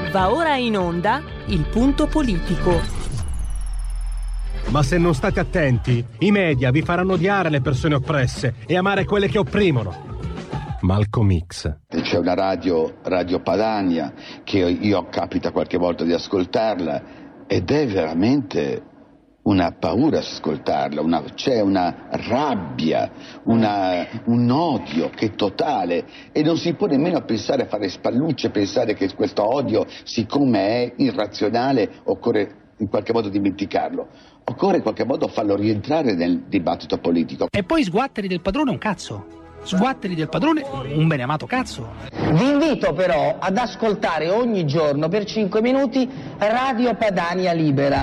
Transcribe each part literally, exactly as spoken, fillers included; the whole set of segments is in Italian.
Va ora in onda Il Punto Politico. Ma se non state attenti, i media vi faranno odiare le persone oppresse e amare quelle che opprimono. Malcolm X. C'è una radio, Radio Padania, che io capita qualche volta di ascoltarla ed è veramente una paura ascoltarla, una, c'è una rabbia, una, un odio che è totale e non si può nemmeno pensare a fare spallucce, pensare che questo odio, siccome è irrazionale, occorre in qualche modo dimenticarlo. Occorre in qualche modo farlo rientrare nel dibattito politico. E poi sguatteri del padrone un cazzo. Sguatteri del padrone un beneamato cazzo. Vi invito però ad ascoltare ogni giorno per cinque minuti Radio Padania Libera.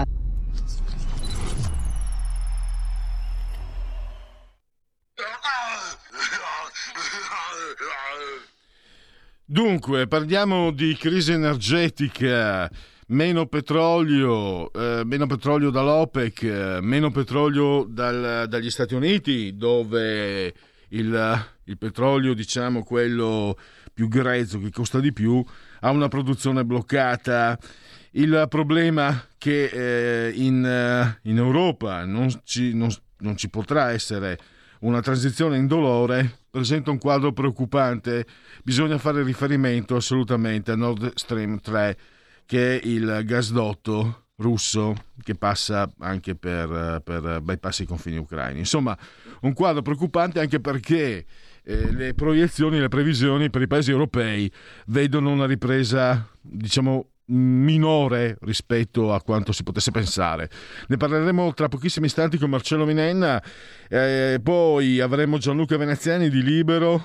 Dunque, parliamo di crisi energetica, meno petrolio, eh, meno petrolio dall'OPEC, eh, meno petrolio dal, dagli Stati Uniti, dove il, il petrolio, diciamo quello più grezzo, che costa di più, ha una produzione bloccata. Il problema che eh, in, in Europa non ci, non, non ci potrà essere una transizione indolore presenta un quadro preoccupante. Bisogna fare riferimento assolutamente a Nord Stream tre, che è il gasdotto russo che passa anche per, per bypass i confini ucraini. Insomma, un quadro preoccupante anche perché eh, le proiezioni, le previsioni per i paesi europei vedono una ripresa, diciamo, minore rispetto a quanto si potesse pensare. Ne parleremo tra pochissimi istanti con Marcello Minenna, eh, poi avremo Gianluca Veneziani di Libero,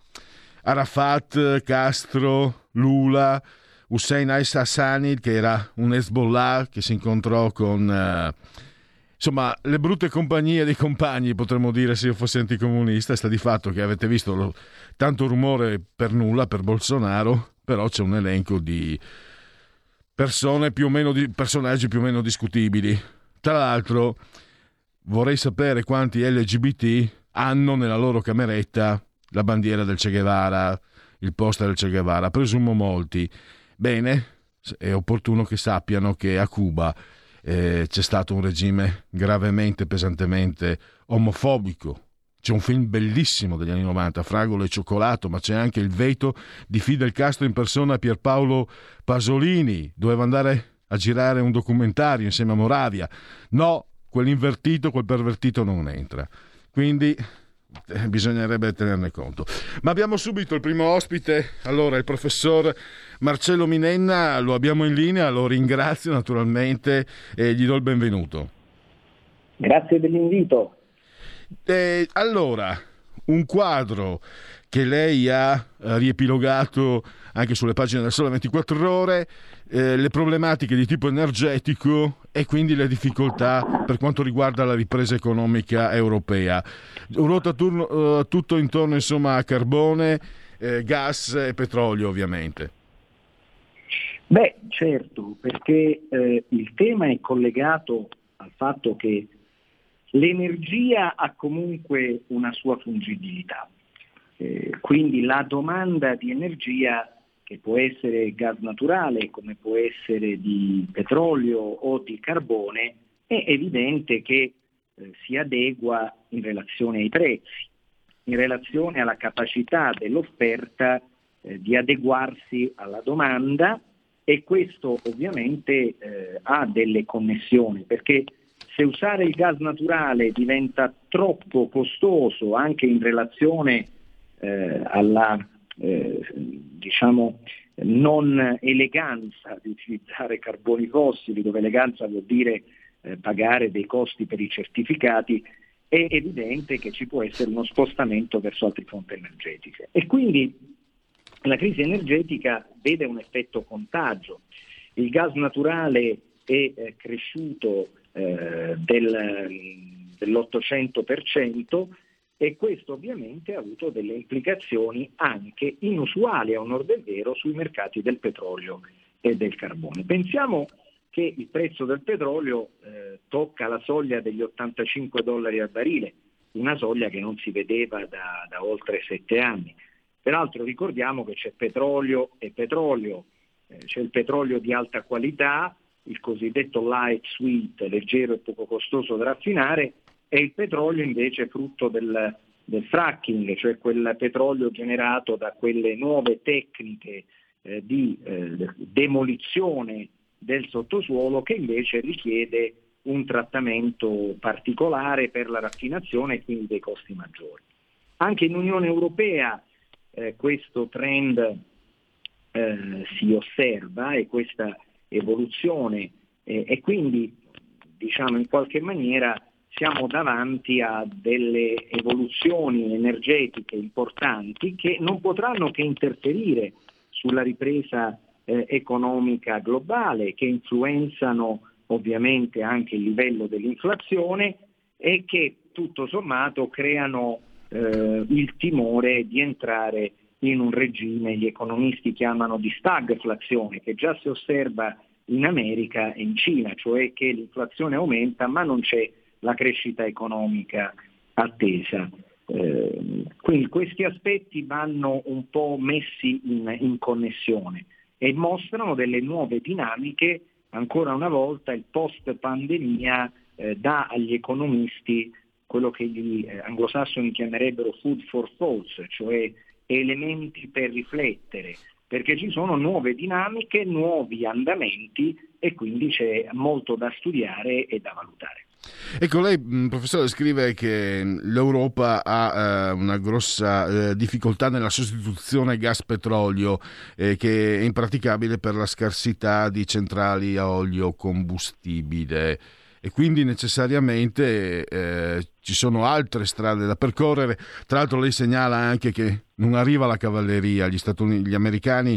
Arafat, Castro, Lula, Hussein Hassani, che era un Hezbollah che si incontrò con eh, insomma le brutte compagnie dei compagni, potremmo dire, se io fossi anticomunista. Sta di fatto che avete visto lo, tanto rumore per nulla per Bolsonaro, però c'è un elenco di persone più o meno di personaggi più o meno discutibili. Tra l'altro vorrei sapere quanti L G B T hanno nella loro cameretta la bandiera del Che Guevara, il poster del Che Guevara. Presumo molti. Bene, è opportuno che sappiano che a Cuba eh, c'è stato un regime gravemente, pesantemente omofobico. C'è un film bellissimo degli anni novanta, Fragole e cioccolato, ma c'è anche il veto di Fidel Castro in persona a Pierpaolo Pasolini. Doveva andare a girare un documentario insieme a Moravia. No, quell'invertito, quel pervertito non entra. Quindi eh, bisognerebbe tenerne conto. Ma abbiamo subito il primo ospite. Allora, il professor Marcello Minenna, lo abbiamo in linea, lo ringrazio naturalmente e gli do il benvenuto. Grazie dell'invito. Eh, allora, un quadro che lei ha riepilogato anche sulle pagine del Sole ventiquattro Ore, eh, le problematiche di tipo energetico e quindi le difficoltà per quanto riguarda la ripresa economica europea. Ruota turno, eh, tutto intorno insomma a carbone, eh, gas e petrolio ovviamente. Beh, certo, perché eh, il tema è collegato al fatto che l'energia ha comunque una sua fungibilità, eh, quindi la domanda di energia, che può essere gas naturale come può essere di petrolio o di carbone, è evidente che eh, si adegua in relazione ai prezzi, in relazione alla capacità dell'offerta eh, di adeguarsi alla domanda, e questo ovviamente eh, ha delle connessioni, perché se usare il gas naturale diventa troppo costoso anche in relazione eh, alla eh, diciamo non eleganza di utilizzare carboni fossili, dove eleganza vuol dire eh, pagare dei costi per i certificati, è evidente che ci può essere uno spostamento verso altre fonti energetiche. E quindi la crisi energetica vede un effetto contagio. Il gas naturale è eh, cresciuto eh, del, dell'ottocento per cento, e questo ovviamente ha avuto delle implicazioni anche inusuali, a onor del vero, sui mercati del petrolio e del carbone. Pensiamo che il prezzo del petrolio eh, tocca la soglia degli ottantacinque dollari al barile, una soglia che non si vedeva da, da oltre sette anni. Peraltro ricordiamo che c'è petrolio e petrolio. Eh, c'è il petrolio di alta qualità, il cosiddetto light sweet, leggero e poco costoso da raffinare, e il petrolio invece frutto del, del fracking, cioè quel petrolio generato da quelle nuove tecniche eh, di eh, demolizione del sottosuolo, che invece richiede un trattamento particolare per la raffinazione e quindi dei costi maggiori. Anche in Unione Europea eh, questo trend eh, si osserva, e questa evoluzione eh, e quindi, diciamo, in qualche maniera siamo davanti a delle evoluzioni energetiche importanti che non potranno che interferire sulla ripresa eh, economica globale, che influenzano ovviamente anche il livello dell'inflazione e che tutto sommato creano eh, il timore di entrare in un regime gli economisti chiamano di stagflazione, che già si osserva in America e in Cina, cioè che l'inflazione aumenta ma non c'è la crescita economica attesa. Eh, quindi questi aspetti vanno un po' messi in, in connessione e mostrano delle nuove dinamiche. Ancora una volta il post pandemia eh, dà agli economisti quello che gli eh, anglosassoni chiamerebbero food for thought, cioè elementi per riflettere, perché ci sono nuove dinamiche, nuovi andamenti e quindi c'è molto da studiare e da valutare. Ecco, lei professore scrive che l'Europa ha eh, una grossa eh, difficoltà nella sostituzione gas-petrolio eh, che è impraticabile per la scarsità di centrali a olio combustibile e quindi necessariamente eh, ci sono altre strade da percorrere. Tra l'altro lei segnala anche che non arriva la cavalleria, gli, Stati Uniti, gli americani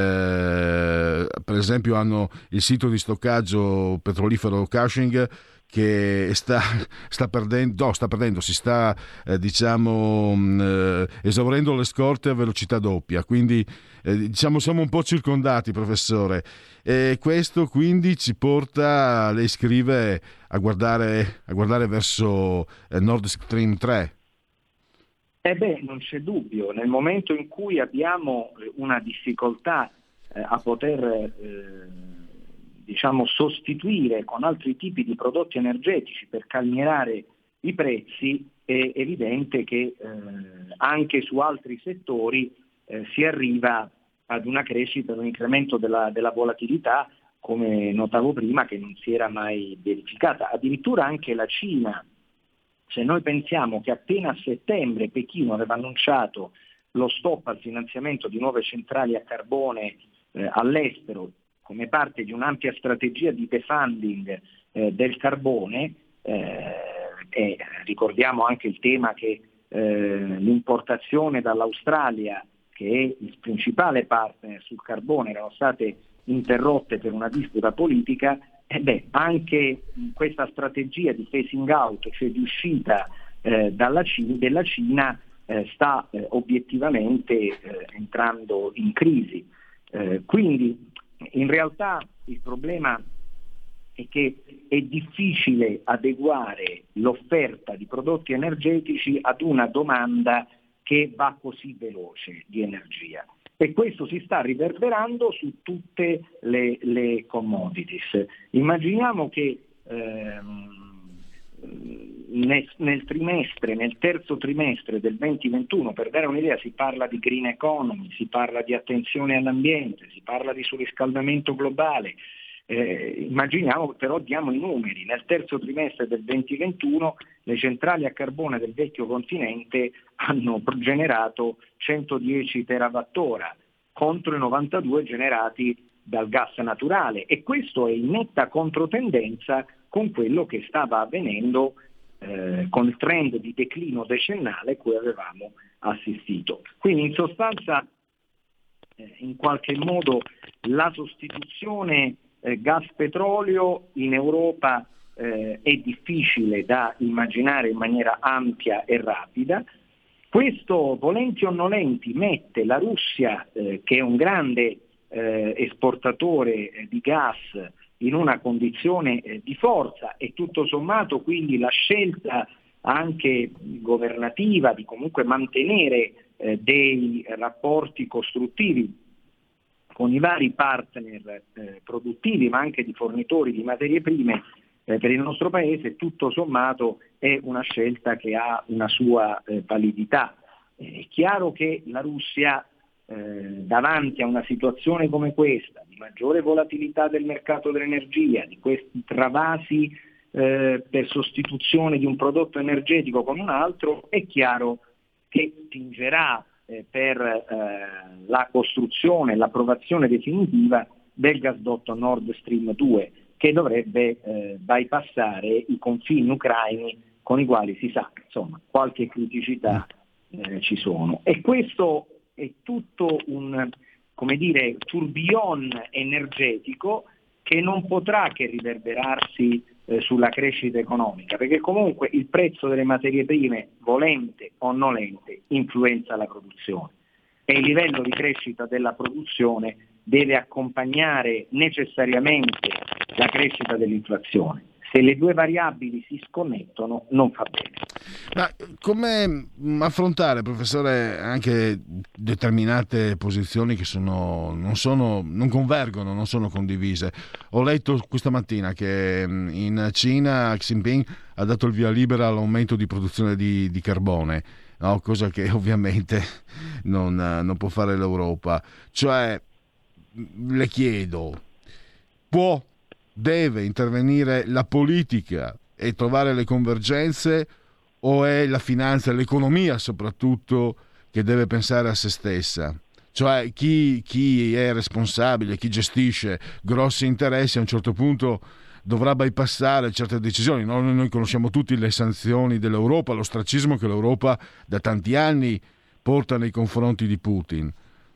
eh, per esempio hanno il sito di stoccaggio petrolifero Cushing che sta, sta perdendo, no, sta perdendo, si sta eh, diciamo eh, esaurendo le scorte a velocità doppia, quindi eh, diciamo siamo un po' circondati, professore, e questo quindi ci porta, lei scrive, a guardare, a guardare verso eh, Nord Stream tre. Eh beh, non c'è dubbio, nel momento in cui abbiamo una difficoltà eh, a poter eh, diciamo sostituire con altri tipi di prodotti energetici per calmierare i prezzi, è evidente che eh, anche su altri settori eh, si arriva ad una crescita, ad un incremento della, della volatilità, come notavo prima, che non si era mai verificata. Addirittura anche la Cina, se noi pensiamo che appena a settembre Pechino aveva annunciato lo stop al finanziamento di nuove centrali a carbone eh, all'estero, come parte di un'ampia strategia di defunding eh, del carbone, eh, e ricordiamo anche il tema che eh, l'importazione dall'Australia, che è il principale partner sul carbone, erano state interrotte per una disputa politica, e beh, anche questa strategia di phasing out, cioè di uscita eh, dalla Cina, della Cina, eh, sta eh, obiettivamente eh, entrando in crisi. Eh, quindi in realtà il problema è che è difficile adeguare l'offerta di prodotti energetici ad una domanda che va così veloce di energia, e questo si sta riverberando su tutte le, le commodities. Immaginiamo che ehm, nel, nel trimestre, nel terzo trimestre del duemilaventuno, per dare un'idea, si parla di green economy, si parla di attenzione all'ambiente, si parla di surriscaldamento globale. Eh, immaginiamo, però diamo i numeri, nel terzo trimestre del duemilaventuno le centrali a carbone del vecchio continente hanno generato centodieci terawattora contro i novantadue generati dal gas naturale, e questo è in netta controtendenza con quello che stava avvenendo eh, con il trend di declino decennale cui avevamo assistito. Quindi in sostanza eh, in qualche modo la sostituzione eh, gas-petrolio in Europa eh, è difficile da immaginare in maniera ampia e rapida. Questo, volenti o nolenti, mette la Russia, eh, che è un grande eh, esportatore eh, di gas, in una condizione eh, di forza, e tutto sommato quindi la scelta anche governativa di comunque mantenere eh, dei rapporti costruttivi con i vari partner eh, produttivi ma anche di fornitori di materie prime eh, per il nostro Paese, tutto sommato è una scelta che ha una sua eh, validità. È chiaro che la Russia eh, davanti a una situazione come questa, di maggiore volatilità del mercato dell'energia, di questi travasi eh, per sostituzione di un prodotto energetico con un altro, è chiaro che spingerà eh, per eh, la costruzione e l'approvazione definitiva del gasdotto Nord Stream due, che dovrebbe eh, bypassare i confini ucraini con i quali si sa, insomma, qualche criticità eh, ci sono. E questo è tutto un, come dire, tourbillon energetico che non potrà che riverberarsi eh, sulla crescita economica, perché comunque il prezzo delle materie prime, volente o nolente, influenza la produzione e il livello di crescita della produzione deve accompagnare necessariamente la crescita dell'inflazione. Se le due variabili si sconnettono non fa bene. Ma come affrontare, professore, anche determinate posizioni che sono, non, sono, non convergono, non sono condivise? Ho letto questa mattina che in Cina Xi Jinping ha dato il via libera all'aumento di produzione di, di carbone, no? Cosa che ovviamente non, non può fare l'Europa. Cioè, le chiedo, può, deve intervenire la politica e trovare le convergenze, o è la finanza, l'economia soprattutto, che deve pensare a se stessa? Cioè chi, chi è responsabile, chi gestisce grossi interessi a un certo punto dovrà bypassare certe decisioni. Noi, noi conosciamo tutti le sanzioni dell'Europa, l'ostracismo che l'Europa da tanti anni porta nei confronti di Putin.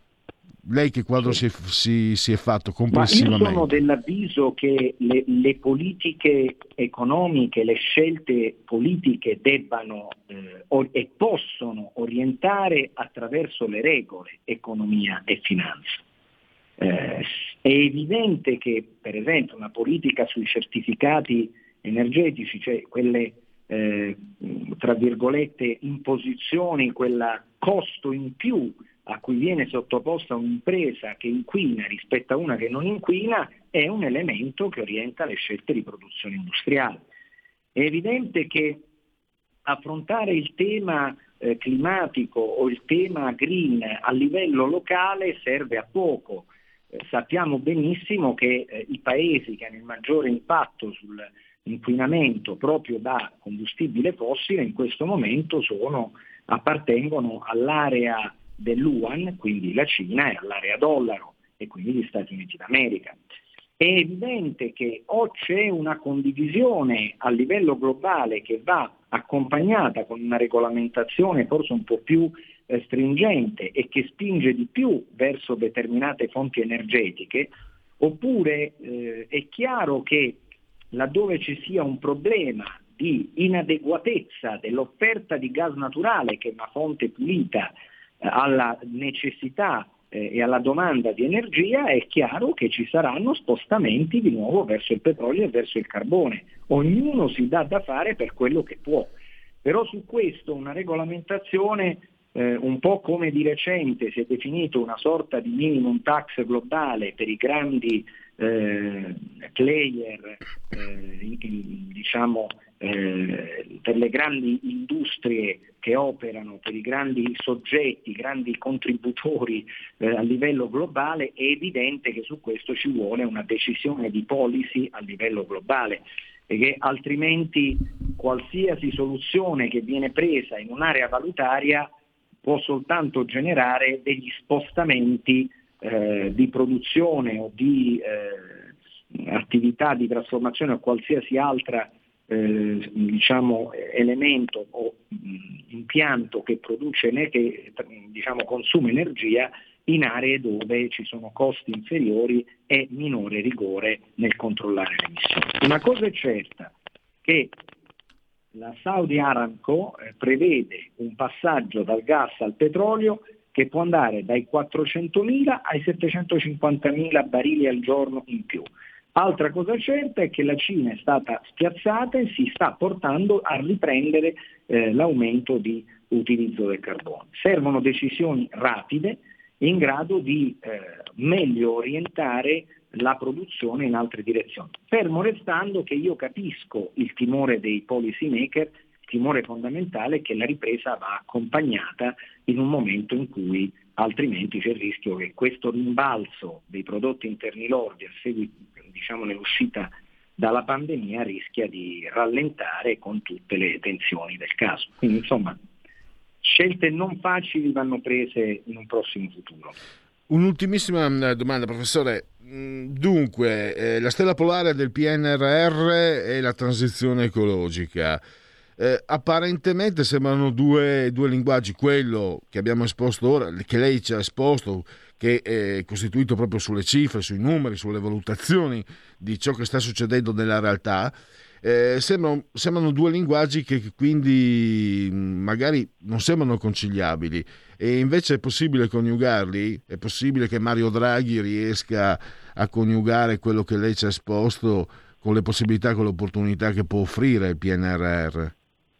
Lei che quadro si è, si, si è fatto complessivamente? Ma io sono dell'avviso che le, le politiche economiche, le scelte politiche debbano eh, or, e possono orientare attraverso le regole economia e finanza. Eh, è evidente che per esempio una politica sui certificati energetici, cioè quelle eh, tra virgolette imposizioni, quella costo in più a cui viene sottoposta un'impresa che inquina rispetto a una che non inquina, è un elemento che orienta le scelte di produzione industriale. È evidente che affrontare il tema eh, climatico o il tema green a livello locale serve a poco. Eh, sappiamo benissimo che eh, i paesi che hanno il maggiore impatto sull'inquinamento proprio da combustibile fossile in questo momento sono, appartengono all'area dell'U A N, quindi la Cina, e all'area dollaro, e quindi gli Stati Uniti d'America. È evidente che o c'è una condivisione a livello globale che va accompagnata con una regolamentazione forse un po' più eh, stringente e che spinge di più verso determinate fonti energetiche, oppure eh, è chiaro che laddove ci sia un problema di inadeguatezza dell'offerta di gas naturale, che è una fonte pulita, alla necessità eh, e alla domanda di energia, è chiaro che ci saranno spostamenti di nuovo verso il petrolio e verso il carbone. Ognuno si dà da fare per quello che può, però su questo una regolamentazione eh, un po' come di recente si è definito una sorta di minimum tax globale per i grandi eh, player, eh, in, in, diciamo eh, per le grandi industrie che operano, per i grandi soggetti, i grandi contributori eh, a livello globale. È evidente che su questo ci vuole una decisione di policy a livello globale, perché altrimenti qualsiasi soluzione che viene presa in un'area valutaria può soltanto generare degli spostamenti eh, di produzione o di eh, attività di trasformazione o qualsiasi altra eh, diciamo elemento o mh, impianto che produce che diciamo consuma energia in aree dove ci sono costi inferiori e minore rigore nel controllare le emissioni. Una cosa è certa, che la Saudi Aramco eh, prevede un passaggio dal gas al petrolio che può andare dai quattrocentomila ai settecentocinquantamila barili al giorno in più. Altra cosa certa è che la Cina è stata spiazzata e si sta portando a riprendere eh, l'aumento di utilizzo del carbone. Servono decisioni rapide in grado di eh, meglio orientare la produzione in altre direzioni. Fermo restando che io capisco il timore dei policy maker, il timore fondamentale è che la ripresa va accompagnata in un momento in cui altrimenti c'è il rischio che questo rimbalzo dei prodotti interni lordi a seguito, diciamo, nell'uscita dalla pandemia rischia di rallentare con tutte le tensioni del caso. Quindi insomma, scelte non facili vanno prese in un prossimo futuro. Un'ultimissima domanda, professore. Dunque, eh, la stella polare del P N R R è la transizione ecologica. Eh, apparentemente sembrano due, due linguaggi, quello che abbiamo esposto ora, che lei ci ha esposto, che è costituito proprio sulle cifre, sui numeri, sulle valutazioni di ciò che sta succedendo nella realtà. Eh, sembrano, sembrano due linguaggi che quindi magari non sembrano conciliabili, e invece è possibile coniugarli? È possibile che Mario Draghi riesca a coniugare quello che lei ci ha esposto con le possibilità, con le opportunità che può offrire il P N R R?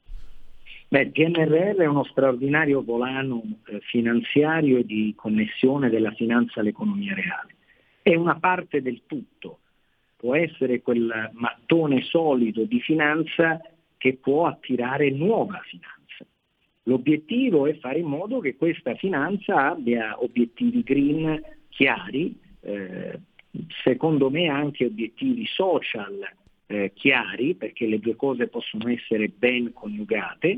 Beh, il P N R R è uno straordinario volano eh, finanziario e di connessione della finanza all'economia reale. È una parte del tutto. Può essere quel mattone solido di finanza che può attirare nuova finanza. L'obiettivo è fare in modo che questa finanza abbia obiettivi green chiari, eh, secondo me anche obiettivi social eh, chiari, perché le due cose possono essere ben coniugate,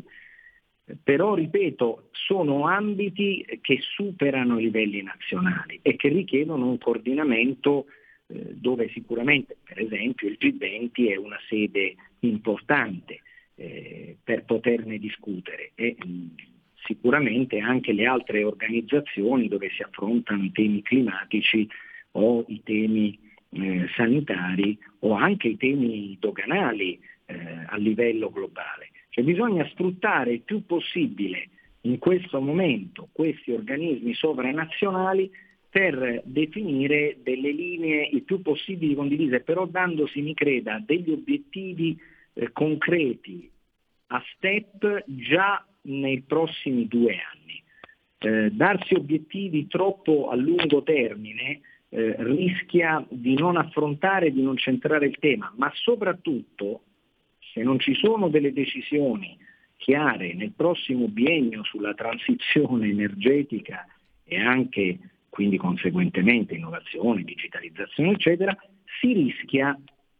però ripeto, sono ambiti che superano i livelli nazionali e che richiedono un coordinamento dove sicuramente, per esempio, il G venti è una sede importante eh, per poterne discutere, e mh, sicuramente anche le altre organizzazioni dove si affrontano i temi climatici o i temi eh, sanitari o anche i temi doganali eh, a livello globale. Cioè bisogna sfruttare il più possibile in questo momento questi organismi sovranazionali per definire delle linee il più possibile condivise, però dandosi, mi creda, degli obiettivi eh, concreti a step già nei prossimi due anni. Eh, darsi obiettivi troppo a lungo termine eh, rischia di non affrontare, di non centrare il tema, ma soprattutto se non ci sono delle decisioni chiare nel prossimo biennio sulla transizione energetica e anche quindi conseguentemente innovazione, digitalizzazione, eccetera, si rischia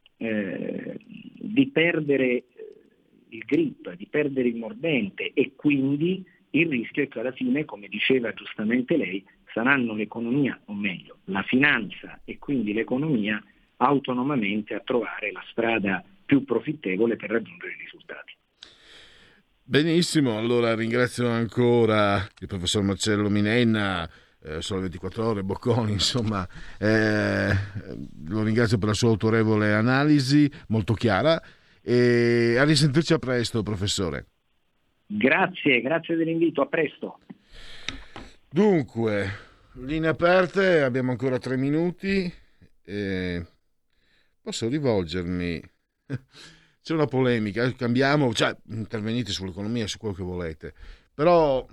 eh, di perdere il grip, di perdere il mordente, e quindi il rischio è che alla fine, come diceva giustamente lei, saranno l'economia, o meglio, la finanza e quindi l'economia autonomamente a trovare la strada più profittevole per raggiungere i risultati. Benissimo, allora ringrazio ancora il professor Marcello Minenna, Eh, Sole ventiquattro Ore, Bocconi, insomma, eh, lo ringrazio per la sua autorevole analisi, molto chiara, e a risentirci a presto, professore. Grazie, grazie dell'invito, a presto. Dunque, linee aperte, abbiamo ancora tre minuti, eh, posso rivolgermi? C'è una polemica, cambiamo, cioè intervenite sull'economia, su quello che volete, però...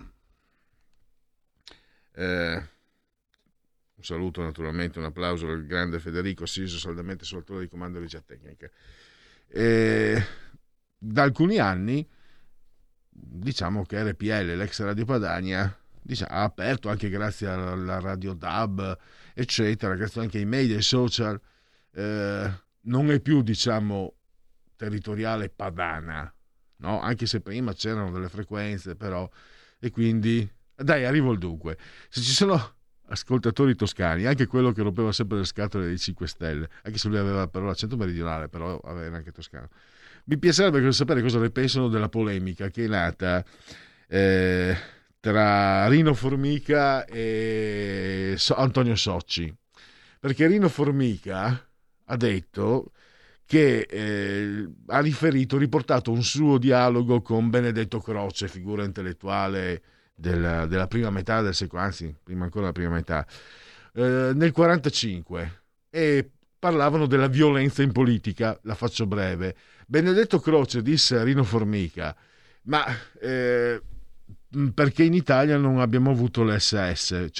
Eh, un saluto naturalmente, un applauso al grande Federico Assiso, saldamente sull'attore di comando di regia tecnica. Eh, da alcuni anni diciamo che R P L, l'ex Radio Padania, diciamo, ha aperto, anche grazie alla Radio D A B eccetera, grazie anche ai media e social, eh, non è più, diciamo, territoriale padana, no? Anche se prima c'erano delle frequenze, però, e quindi dai, arrivo al dunque. Se ci sono ascoltatori toscani, anche quello che rompeva sempre le scatole dei cinque Stelle, anche se lui aveva però l'accento meridionale, però aveva anche toscano, mi piacerebbe sapere cosa ne pensano della polemica che è nata eh, tra Rino Formica e so- Antonio Socci, perché Rino Formica ha detto che eh, ha riferito, riportato un suo dialogo con Benedetto Croce, figura intellettuale Della, della prima metà del secolo, anzi prima ancora della prima metà, eh, nel quarantacinque, e parlavano della violenza in politica. La faccio breve. Benedetto Croce disse a Rino Formica: ma eh, perché in Italia non abbiamo avuto l'esse esse, cioè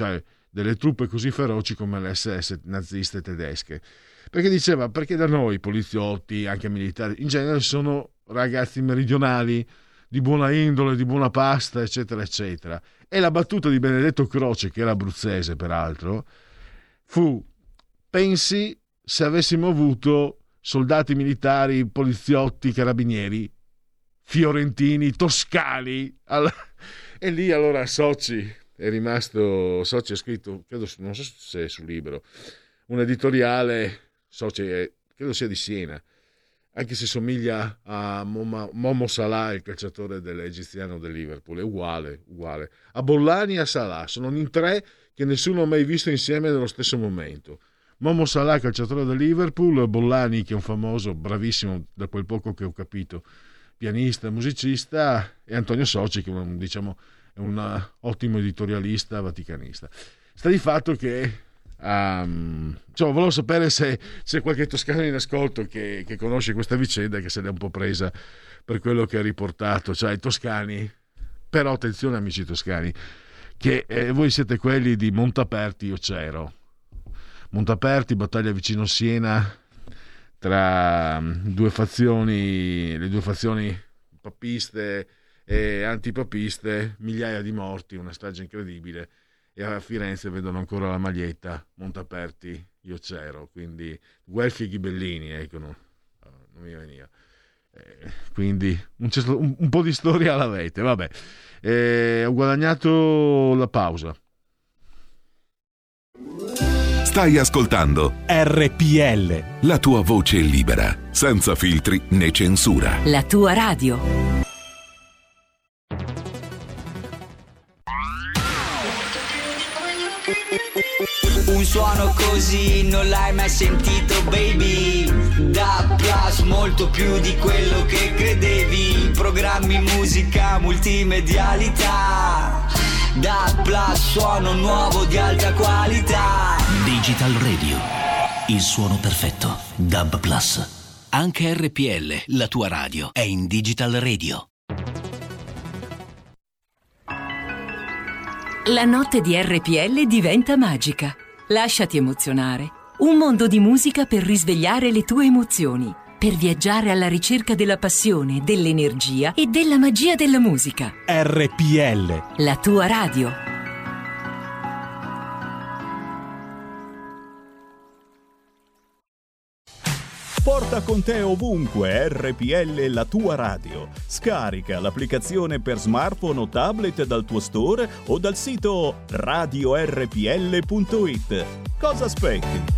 delle truppe così feroci come le esse esse naziste tedesche. Perché diceva, perché da noi poliziotti, anche militari, in genere sono ragazzi meridionali, di buona indole, di buona pasta, eccetera, eccetera. E la battuta di Benedetto Croce, che era abruzzese peraltro, fu: pensi se avessimo avuto soldati militari, poliziotti, carabinieri, fiorentini, toscani. E lì allora Soci è rimasto, Soci ha scritto, credo, non so se è su Libero, un editoriale, Soci è, credo sia di Siena, anche se somiglia a Momo, Momo Salah, il calciatore dell'egiziano del Liverpool, è uguale, uguale. A Bollani e a Salah, sono in tre che nessuno ha mai visto insieme nello stesso momento. Momo Salah, calciatore del Liverpool, Bollani, che è un famoso, bravissimo, da quel poco che ho capito, pianista, musicista, e Antonio Soci, che diciamo è un ottimo editorialista vaticanista. Sta di fatto che Um, cioè, volevo sapere se c'è qualche toscano in ascolto che, che conosce questa vicenda, che se l'è un po' presa per quello che ha riportato, cioè i toscani. Però attenzione, amici toscani, che eh, voi siete quelli di Montaperti Ocero. Montaperti, battaglia vicino Siena tra due fazioni, le due fazioni papiste e antipapiste, migliaia di morti, una strage incredibile. E a Firenze vedono ancora la maglietta Montaperti Ocero, quindi Guelfi e Ghibellini, ecco, no, non mi veniva. Eh, quindi un, un, un po' di storia l'avete, vabbè. Eh, ho guadagnato la pausa. Stai ascoltando R P L, la tua voce libera, senza filtri né censura. La tua radio. Un suono così non l'hai mai sentito, baby. Da Plus, molto più di quello che credevi. Programmi, musica, multimedialità. Da Plus, suono nuovo di alta qualità. Digital Radio, il suono perfetto. D A B Plus. Anche R P L, la tua radio, è in Digital Radio. La notte di R P L diventa magica. Lasciati emozionare. Un mondo di musica per risvegliare le tue emozioni, per viaggiare alla ricerca della passione, dell'energia e della magia della musica. R P L, la tua radio. Porta con te ovunque R P L, la tua radio. Scarica l'applicazione per smartphone o tablet dal tuo store o dal sito radio r p l punto i t. Cosa aspetti?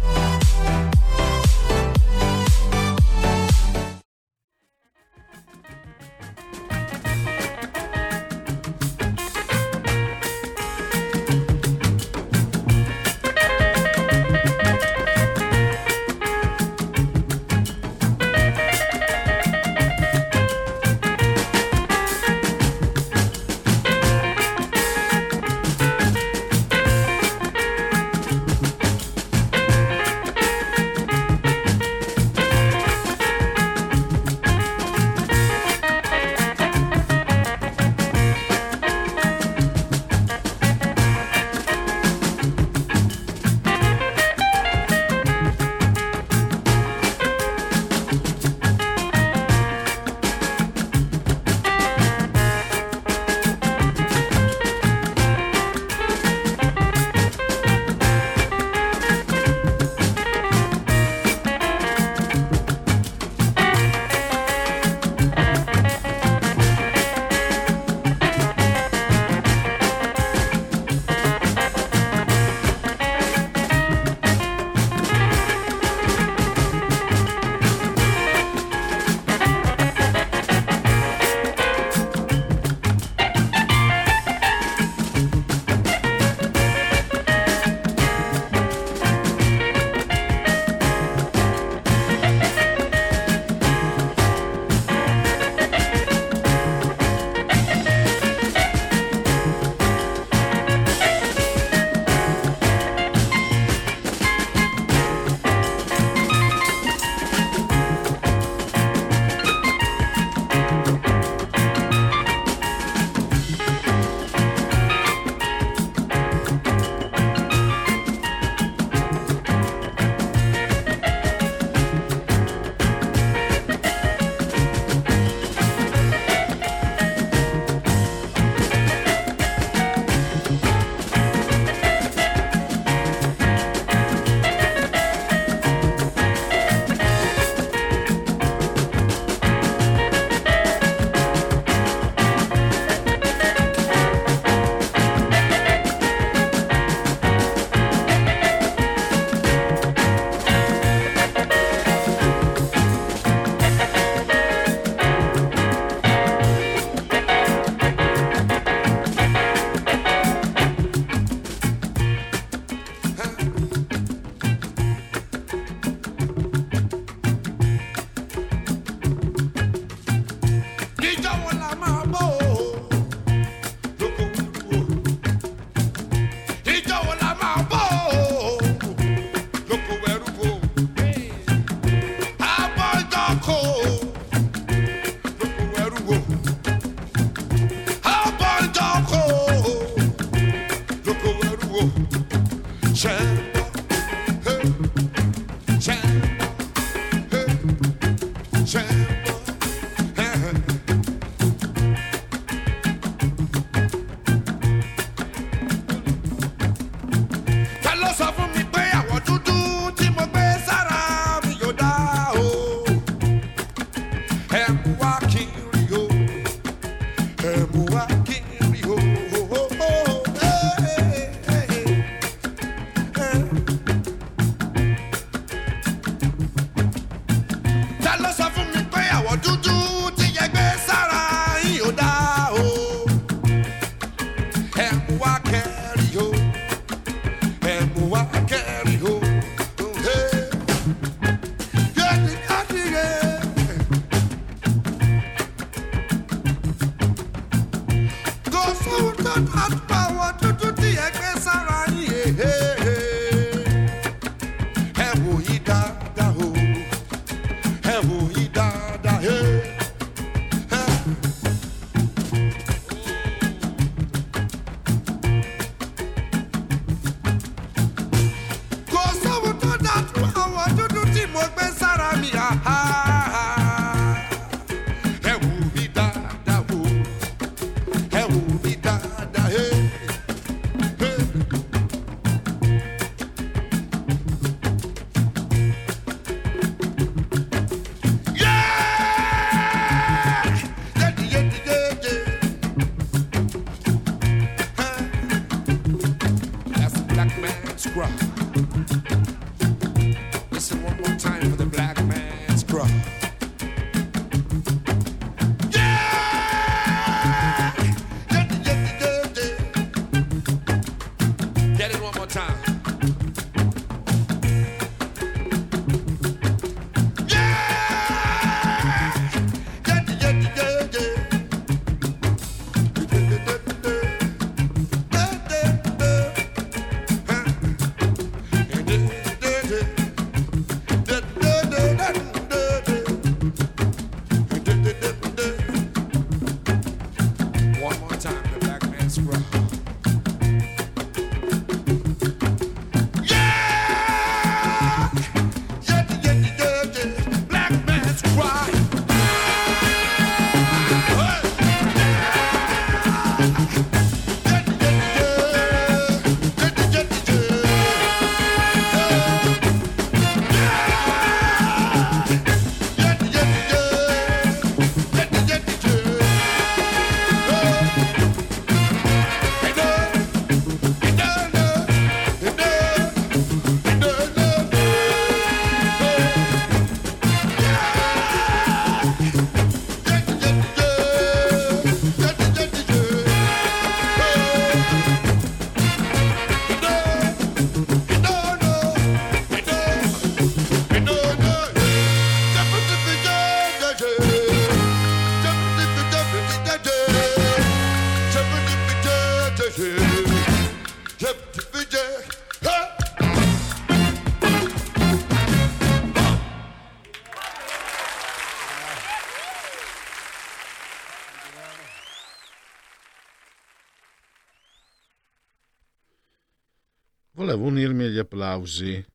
Volevo unirmi agli applausi,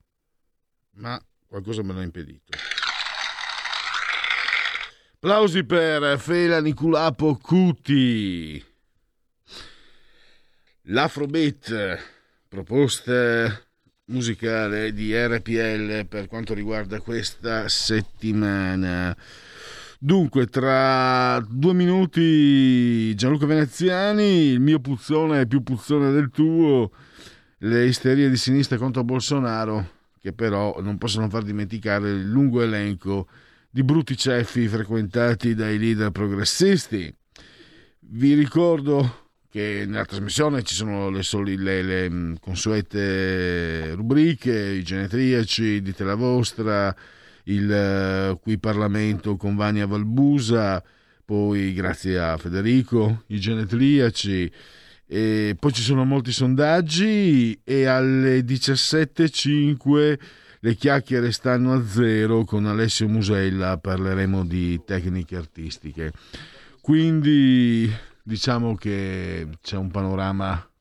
ma qualcosa me l'ha impedito. Applausi per Fela Niculapo Cuti. L'Afrobeat, proposta musicale di R P L per quanto riguarda questa settimana. Dunque, tra due minuti Gianluca Veneziani, il mio puzzone è più puzzone del tuo, le isterie di sinistra contro Bolsonaro, che però non possono far dimenticare il lungo elenco di brutti ceffi frequentati dai leader progressisti. Vi ricordo che nella trasmissione ci sono le, soli, le, le consuete rubriche, i genetriaci, dite la vostra, il uh, Qui Parlamento con Vania Valbusa, poi grazie a Federico, i genetriaci, e poi ci sono molti sondaggi, e alle diciassette e cinque le chiacchiere stanno a zero con Alessio Musella, parleremo di tecniche artistiche. Quindi diciamo che c'è un panorama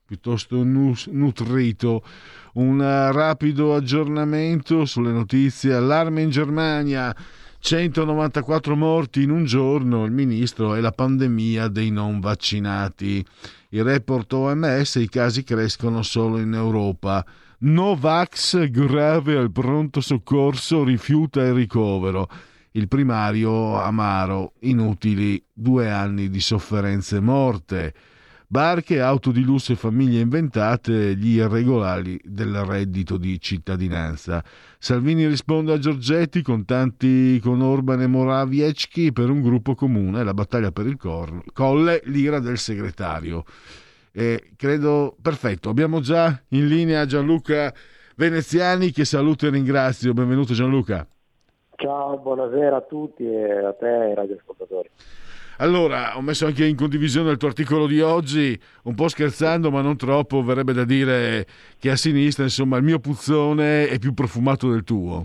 piuttosto nutrito. Un rapido aggiornamento sulle notizie. Allarme in Germania, centonovantaquattro morti in un giorno, il ministro e la pandemia dei non vaccinati. Il report O M S, i casi crescono solo in Europa. Novax grave al pronto soccorso, rifiuta il ricovero. Il primario amaro, inutili due anni di sofferenze morte. Barche, auto di lusso e famiglie inventate, gli irregolari del reddito di cittadinanza. Salvini risponde a Giorgetti, contanti con Orban e Morawiecki per un gruppo comune, la battaglia per il cor- colle, l'ira del segretario. E credo perfetto, abbiamo già in linea Gianluca Veneziani, che saluto e ringrazio. Benvenuto Gianluca. Ciao, buonasera a tutti e a te e ai radioascoltatori. Allora, ho messo anche in condivisione il tuo articolo di oggi, un po' scherzando ma non troppo, verrebbe da dire che a sinistra, insomma, il mio puzzone è più profumato del tuo.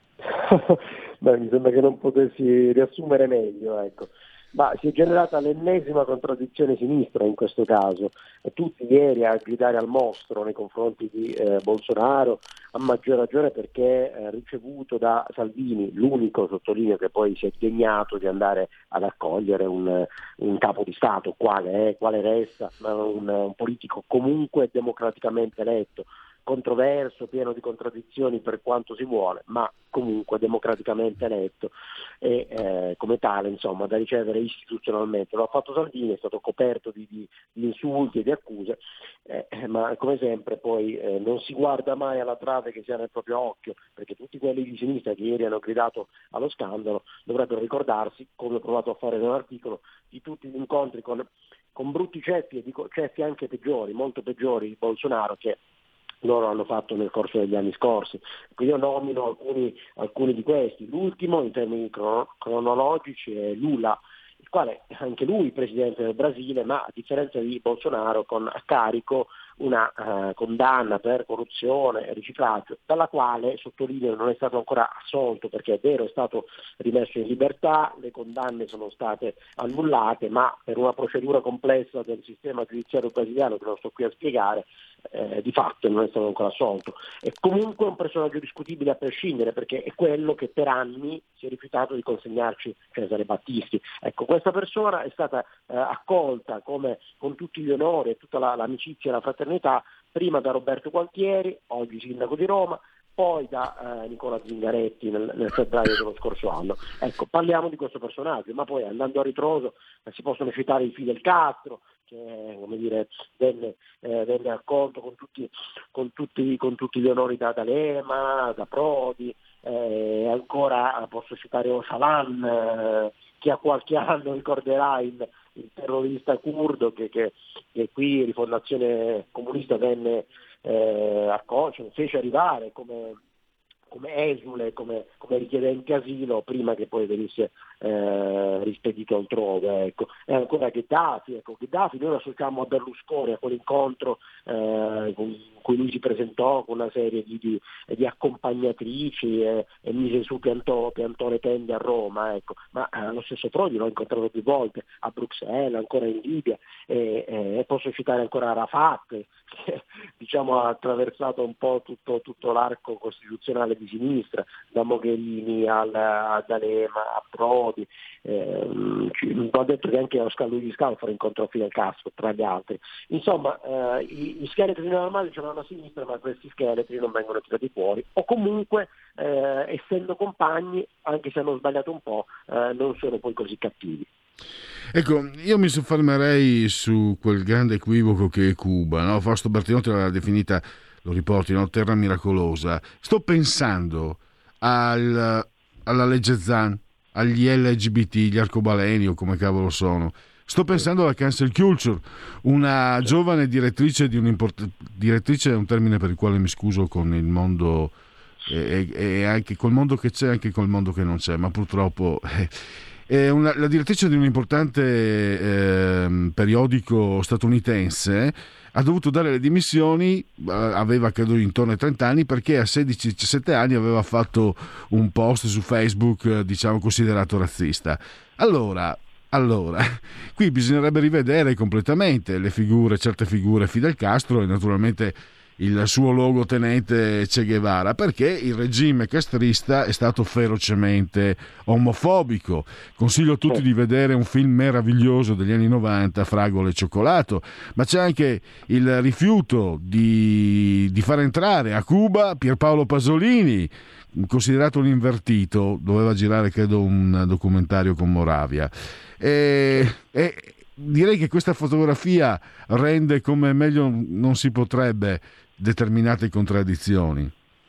Beh, mi sembra che non potessi riassumere meglio, ecco. Ma si è generata l'ennesima contraddizione sinistra in questo caso. Tutti ieri a gridare al mostro nei confronti di eh, Bolsonaro, a maggior ragione perché eh, ricevuto da Salvini, l'unico, sottolineo, che poi si è degnato di andare ad accogliere un, un capo di Stato, quale è, quale resta, un, un politico comunque democraticamente eletto, controverso, pieno di contraddizioni per quanto si vuole, ma comunque democraticamente eletto e eh, come tale, insomma, da ricevere istituzionalmente. Lo ha fatto Salvini, è stato coperto di, di, di insulti e di accuse, eh, ma come sempre poi eh, non si guarda mai alla trave che sia nel proprio occhio, perché tutti quelli di sinistra che ieri hanno gridato allo scandalo dovrebbero ricordarsi, come ho provato a fare nell'articolo, di tutti gli incontri con, con brutti ceffi e di ceffi anche peggiori, molto peggiori di Bolsonaro, che loro hanno fatto nel corso degli anni scorsi. Io nomino alcuni, alcuni di questi. L'ultimo in termini crono- cronologici è Lula, il quale anche lui presidente del Brasile, ma a differenza di Bolsonaro con a carico una uh, condanna per corruzione e riciclaggio, dalla quale, sottolineo, non è stato ancora assolto, perché è vero, è stato rimesso in libertà, le condanne sono state annullate, ma per una procedura complessa del sistema giudiziario brasiliano che non sto qui a spiegare, eh, di fatto non è stato ancora assolto. È comunque un personaggio discutibile a prescindere, perché è quello che per anni si è rifiutato di consegnarci Cesare Battisti. Ecco, questa persona è stata eh, accolta come con tutti gli onori e tutta la, l'amicizia e la fraternità, prima da Roberto Gualtieri, oggi sindaco di Roma, poi da eh, Nicola Zingaretti nel, nel febbraio dello scorso anno. Ecco, parliamo di questo personaggio, ma poi andando a ritroso eh, si possono citare il Fidel Castro, che come dire, venne, eh, venne accolto con tutti, con, tutti, con tutti gli onori da D'Alema, da Prodi, eh, ancora posso citare Öcalan, eh, che a qualche anno ricorderà il, il terrorista curdo che, che, che qui Rifondazione Comunista venne eh, accolto, fece arrivare come, come esule, come, come richiedente asilo, prima che poi venisse eh, rispedito altrove. Ecco. E ancora Gheddafi, ecco, Gheddafi noi lo associamo a Berlusconi, a quell'incontro eh, con cui lui si presentò con una serie di, di, di accompagnatrici e, e mise su, piantò, piantò le tende a Roma, ecco. Ma eh, lo stesso Prodi l'ho incontrato più volte a Bruxelles, ancora in Libia, e, e posso citare ancora Arafat, che diciamo ha attraversato un po' tutto, tutto l'arco costituzionale di sinistra, da Mogherini al, a D'Alema a Prodi. Eh, ho detto che anche Oscar Luigi Scalfaro incontrò Fidel Castro, tra gli altri. Insomma, eh, i, gli scheletri normali ce l'hanno a sinistra, ma questi scheletri non vengono tirati fuori, o comunque eh, essendo compagni, anche se hanno sbagliato un po', eh, non sono poi così cattivi. Ecco, io mi soffermerei su quel grande equivoco che è Cuba, no? Fausto Bertinotti l'ha definita, lo riporti, no? Terra miracolosa. Sto pensando al, alla legge Zan, agli L G B T, gli arcobaleni o come cavolo sono. Sto pensando alla cancel culture, una giovane direttrice di un import- direttrice è un termine per il quale mi scuso con il mondo e, e anche col mondo che c'è, anche col mondo che non c'è, ma purtroppo eh, è una, la direttrice di un importante eh, periodico statunitense ha dovuto dare le dimissioni, aveva credo intorno ai trenta anni, perché a sedici diciassette anni aveva fatto un post su Facebook, diciamo, considerato razzista. Allora, Allora, qui bisognerebbe rivedere completamente le figure, certe figure Fidel Castro e naturalmente il suo luogotenente Che Guevara, perché il regime castrista è stato ferocemente omofobico. Consiglio a tutti di vedere un film meraviglioso degli anni novanta, Fragole e cioccolato, ma c'è anche il rifiuto di, di far entrare a Cuba Pierpaolo Pasolini, considerato un invertito, doveva girare credo un documentario con Moravia. E, e direi che questa fotografia rende come meglio non si potrebbe determinate contraddizioni.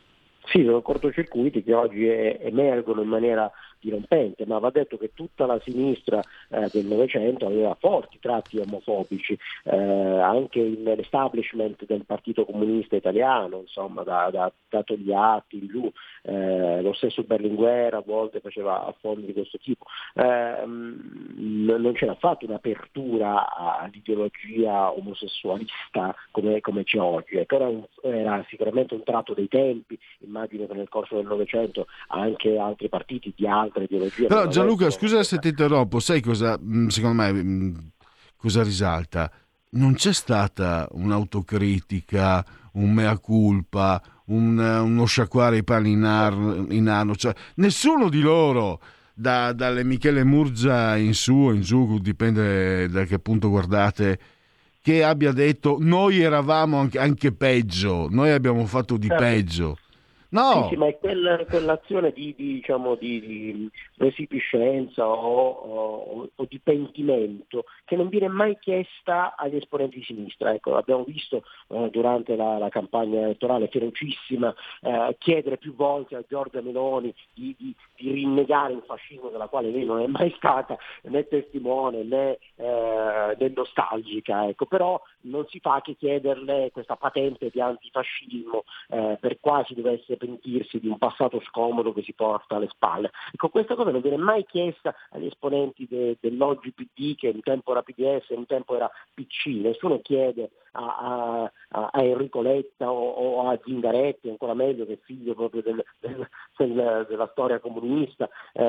Sì, sono cortocircuiti che oggi emergono in maniera dirompente, ma va detto che tutta la sinistra eh, del Novecento aveva forti tratti omofobici, eh, anche l'establishment del Partito Comunista Italiano, insomma, da, da, dato gli atti in giù, eh, lo stesso Berlinguer a volte faceva affondi di questo tipo. Eh, non c'era affatto un'apertura all'ideologia omosessualista come, come c'è oggi, ecco, era, un, era sicuramente un tratto dei tempi. Immagino che nel corso del Novecento anche altri partiti di altre ideologie. Però Gianluca, scusa se ti interrompo, sai cosa, secondo me, cosa risalta? Non c'è stata un'autocritica, un mea culpa, un, uno sciacquare i panni in, ar- in anno, cioè nessuno di loro, da, dalle Michele Murgia in su o in giù, dipende da che punto guardate, che abbia detto noi eravamo anche, anche peggio, noi abbiamo fatto di certo. peggio. No. Sì, sì, ma è quella, quell'azione di, di, diciamo, di, di resipiscenza o, o, o di pentimento che non viene mai chiesta agli esponenti di sinistra. Ecco, abbiamo visto eh, durante la, la campagna elettorale ferocissima eh, chiedere più volte a Giorgia Meloni di, di, di rinnegare il fascismo, della quale lei non è mai stata né testimone né, eh, né nostalgica. Ecco, però non si fa che chiederle questa patente di antifascismo eh, per quasi dovesse pentirsi di un passato scomodo che si porta alle spalle. Ecco, questa cosa non viene mai chiesta agli esponenti de, dell'oggi P D, che un tempo era P D S, un tempo era P C. Nessuno chiede a, a, a Enrico Letta o, o a Zingaretti, ancora meglio, che è figlio proprio del, del, del, della storia comunista, eh,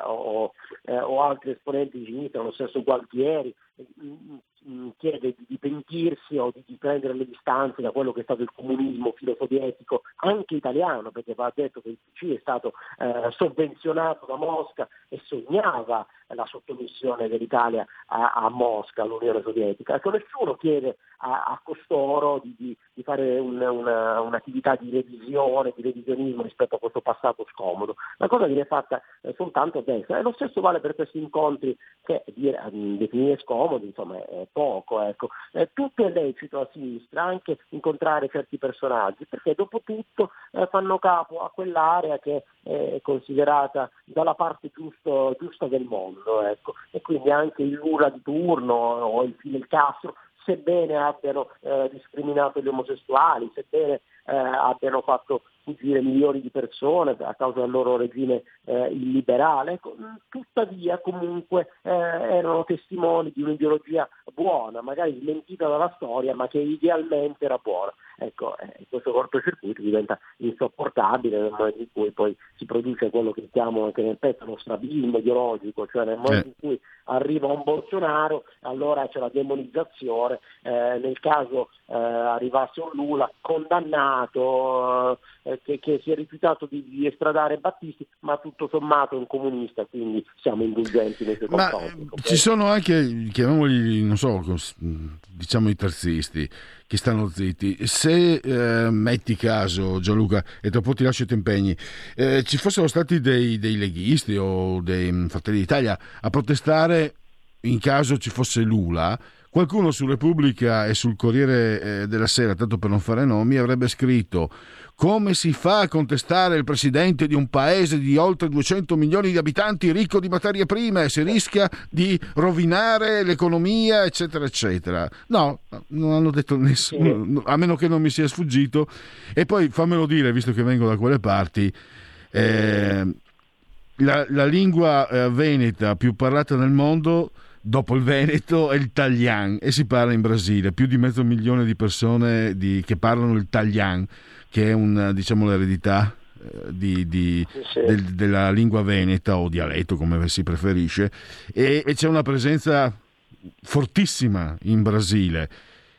o, eh, o altri esponenti di sinistra, lo stesso Gualtieri, chiede di pentirsi o di, di prendere le distanze da quello che è stato il comunismo filosovietico, anche italiano, perché va detto che il P C è stato eh, sovvenzionato da Mosca e sognava la sottomissione dell'Italia a, a Mosca, all'Unione Sovietica. Ecco, nessuno chiede a, a costoro di, di, di fare un, una, un'attività di revisione, di revisionismo rispetto a questo passato scomodo. La cosa viene fatta eh, soltanto a destra, e lo stesso vale per questi incontri che dire, definire scomodi, insomma, è poco. Ecco. Eh, tutto è lecito a sinistra, anche incontrare certi personaggi, perché dopo tutto eh, fanno capo a quell'area che è considerata dalla parte giusto, giusta del mondo, ecco. E quindi anche il Lula di turno o il Fidel Castro, sebbene abbiano eh, discriminato gli omosessuali, sebbene eh, abbiano fatto fuggire milioni di persone a causa del loro regime eh, illiberale, ecco, tuttavia comunque eh, erano testimoni di un'ideologia buona, magari smentita dalla storia, ma che idealmente era buona. Ecco, eh, questo cortocircuito diventa insopportabile nel momento in cui poi si produce quello che chiamo anche nel pezzo lo strabilismo ideologico, cioè nel momento eh. in cui arriva un Bolsonaro, allora c'è la demonizzazione, eh, nel caso eh, arrivasse un Lula condannato, eh, che, che si è rifiutato di, di estradare Battisti, ma tutto sommato è un comunista, quindi siamo indulgenti nei suoi confronti. Ma ci sono anche, chiamiamoli, non so, diciamo i terzisti, che stanno zitti. Se eh, metti caso, Gianluca, e dopo ti lascio i tuoi impegni, eh, ci fossero stati dei, dei leghisti o dei Fratelli d'Italia a protestare in caso ci fosse Lula, qualcuno su Repubblica e sul Corriere eh, della Sera, tanto per non fare nomi, avrebbe scritto: come si fa a contestare il presidente di un paese di oltre duecento milioni di abitanti ricco di materie prime, si rischia di rovinare l'economia, eccetera eccetera. No, non hanno detto nessuno, a meno che non mi sia sfuggito. E poi fammelo dire, visto che vengo da quelle parti, eh, la, la lingua eh, veneta più parlata nel mondo dopo il veneto è il Talian, e si parla in Brasile, più di mezzo milione di persone di, che parlano il Talian, che è un, diciamo, l'eredità di, di, sì, sì. Del, della lingua veneta o dialetto, come si preferisce, e, e c'è una presenza fortissima in Brasile,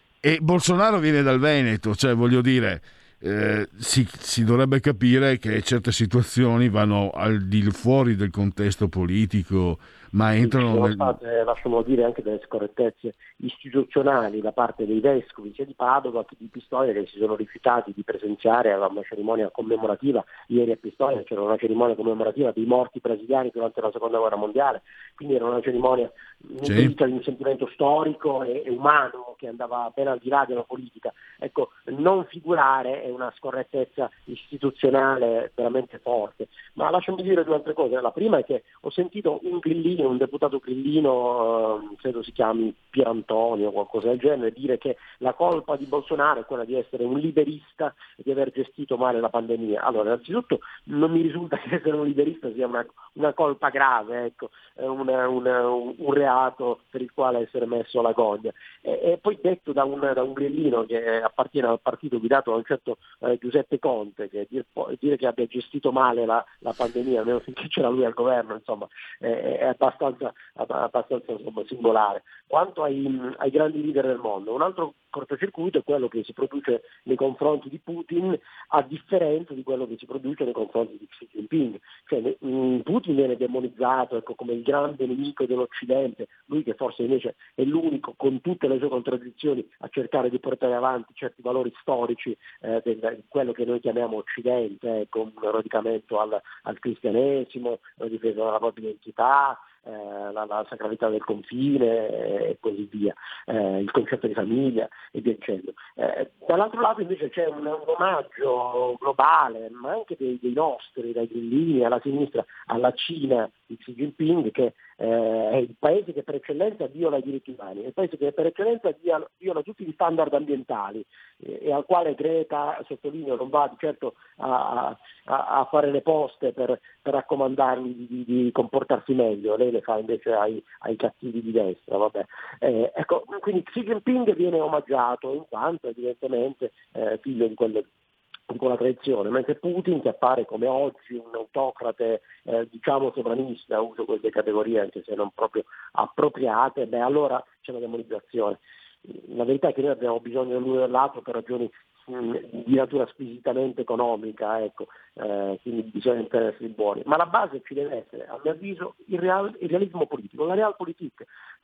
e Bolsonaro viene dal Veneto, cioè voglio dire, eh, si, si dovrebbe capire che certe situazioni vanno al di fuori del contesto politico, ma entrano ci sono nel... state, lasciamo dire, anche delle scorrettezze istituzionali da parte dei vescovi sia di Padova che di Pistoia, che si sono rifiutati di presenziare a una cerimonia commemorativa. Ieri a Pistoia c'era una cerimonia commemorativa dei morti brasiliani durante la seconda guerra mondiale, quindi era una cerimonia nutrita di un sentimento storico e, e umano che andava ben al di là della politica. Ecco, non figurare è una scorrettezza istituzionale veramente forte. Ma lasciami dire due altre cose. La prima è che ho sentito un grillino, un deputato grillino, eh, credo si chiami Pierantonio o qualcosa del genere, dire che la colpa di Bolsonaro è quella di essere un liberista e di aver gestito male la pandemia. Allora, innanzitutto non mi risulta che essere un liberista sia una, una colpa grave, ecco, è una, una, un, un reato per il quale essere messo alla gogna. E, e poi detto da un, da un grillino che appartiene al partito guidato da un certo eh, Giuseppe Conte, che dire, dire che abbia gestito male la, la pandemia, almeno finché c'era lui al governo, insomma, è, è abbastanza, abbastanza insomma, singolare. Quanto ai, ai grandi leader del mondo, un altro cortocircuito è quello che si produce nei confronti di Putin, a differenza di quello che si produce nei confronti di Xi Jinping. Cioè, Putin viene demonizzato, ecco, come il grande nemico dell'Occidente, lui che forse invece è l'unico, con tutte le sue contraddizioni, a cercare di portare avanti certi valori storici eh, di quello che noi chiamiamo Occidente, ecco, un radicamento al, al cristianesimo, la difesa della propria identità, Eh, la, la sacralità del confine eh, e così via, eh, il concetto di famiglia e via dicendo. Eh, dall'altro lato invece c'è un, un omaggio globale, ma anche dei, dei nostri, dai grillini alla sinistra, alla Cina di Xi Jinping, che eh, è il paese che per eccellenza viola i diritti umani, è il paese che per eccellenza viola, viola tutti gli standard ambientali eh, e al quale Greta, sottolineo, non va certo a, a, a fare le poste per, per raccomandargli di, di, di comportarsi meglio, lei le fa invece ai, ai cattivi di destra. Vabbè. Eh, ecco, quindi Xi Jinping viene omaggiato in quanto evidentemente eh, figlio di quelle di quella tradizione, mentre Putin, che appare come oggi un autocrate eh, diciamo sovranista, uso queste categorie anche se non proprio appropriate, beh allora c'è una demonizzazione. La verità è che noi abbiamo bisogno dell'uno e dell'altro per ragioni mh, di natura squisitamente economica, ecco, eh, quindi bisogna interessi buoni, ma la base ci deve essere, a mio avviso, il, real, il realismo politico, la realpolitik.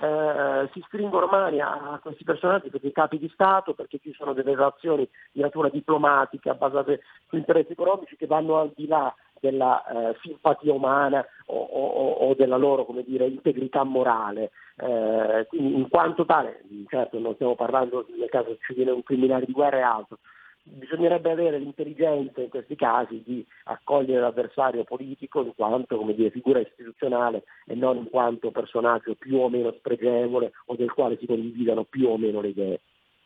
Eh, si stringono mani a questi personaggi perché capi di Stato, perché ci sono delle relazioni di natura diplomatica basate su interessi economici che vanno al di là della eh, simpatia umana o, o, o della loro, come dire, integrità morale. Eh, quindi in quanto tale, certo non stiamo parlando nel caso ci viene un criminale di guerra e altro, bisognerebbe avere l'intelligenza in questi casi di accogliere l'avversario politico in quanto, come dire, figura istituzionale e non in quanto personaggio più o meno spregevole o del quale si condividano più o meno le idee.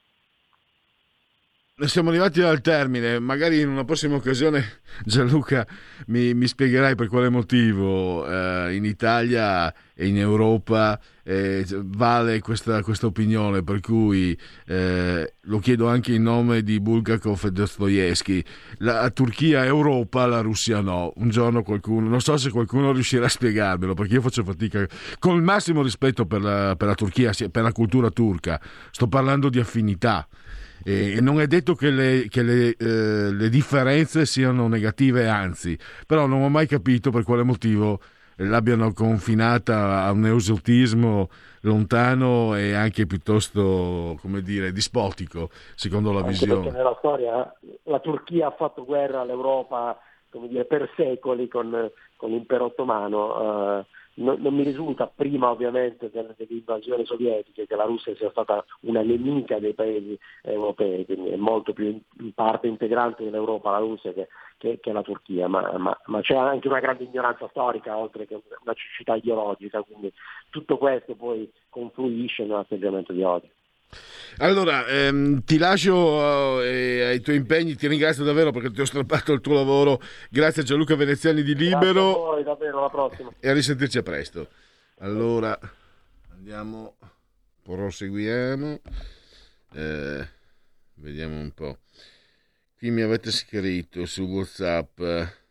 Siamo arrivati al termine, magari in una prossima occasione Gianluca mi, mi spiegherai per quale motivo eh, in Italia e in Europa eh, vale questa, questa opinione, per cui eh, lo chiedo anche in nome di Bulgakov e Dostoevsky: la Turchia è Europa, la Russia no. Un giorno qualcuno, non so se qualcuno riuscirà a spiegarmelo, perché io faccio fatica, con il massimo rispetto per la, per la Turchia, per la cultura turca, sto parlando di affinità. E non è detto che le, che le, eh, le differenze siano negative, anzi, però non ho mai capito per quale motivo l'abbiano confinata a un esotismo lontano e anche piuttosto, come dire, dispotico, secondo la anche visione. Perché nella storia la Turchia ha fatto guerra all'Europa, come dire, per secoli con, con l'impero ottomano. Uh, Non, non mi risulta, prima ovviamente delle, delle invasioni sovietiche, che la Russia sia stata una nemica dei paesi europei, quindi è molto più in, in parte integrante dell'Europa la Russia che, che, che la Turchia, ma, ma, ma c'è anche una grande ignoranza storica oltre che una cecità ideologica, quindi tutto questo poi confluisce nell'atteggiamento di odio. Allora, ehm, ti lascio eh, ai tuoi impegni, ti ringrazio davvero perché ti ho strappato il tuo lavoro. Grazie a Gianluca Veneziani di Libero. Grazie a voi, davvero, alla prossima. E a risentirci a presto. Allora, andiamo, proseguiamo, eh, vediamo un po'. qui mi avete scritto su WhatsApp.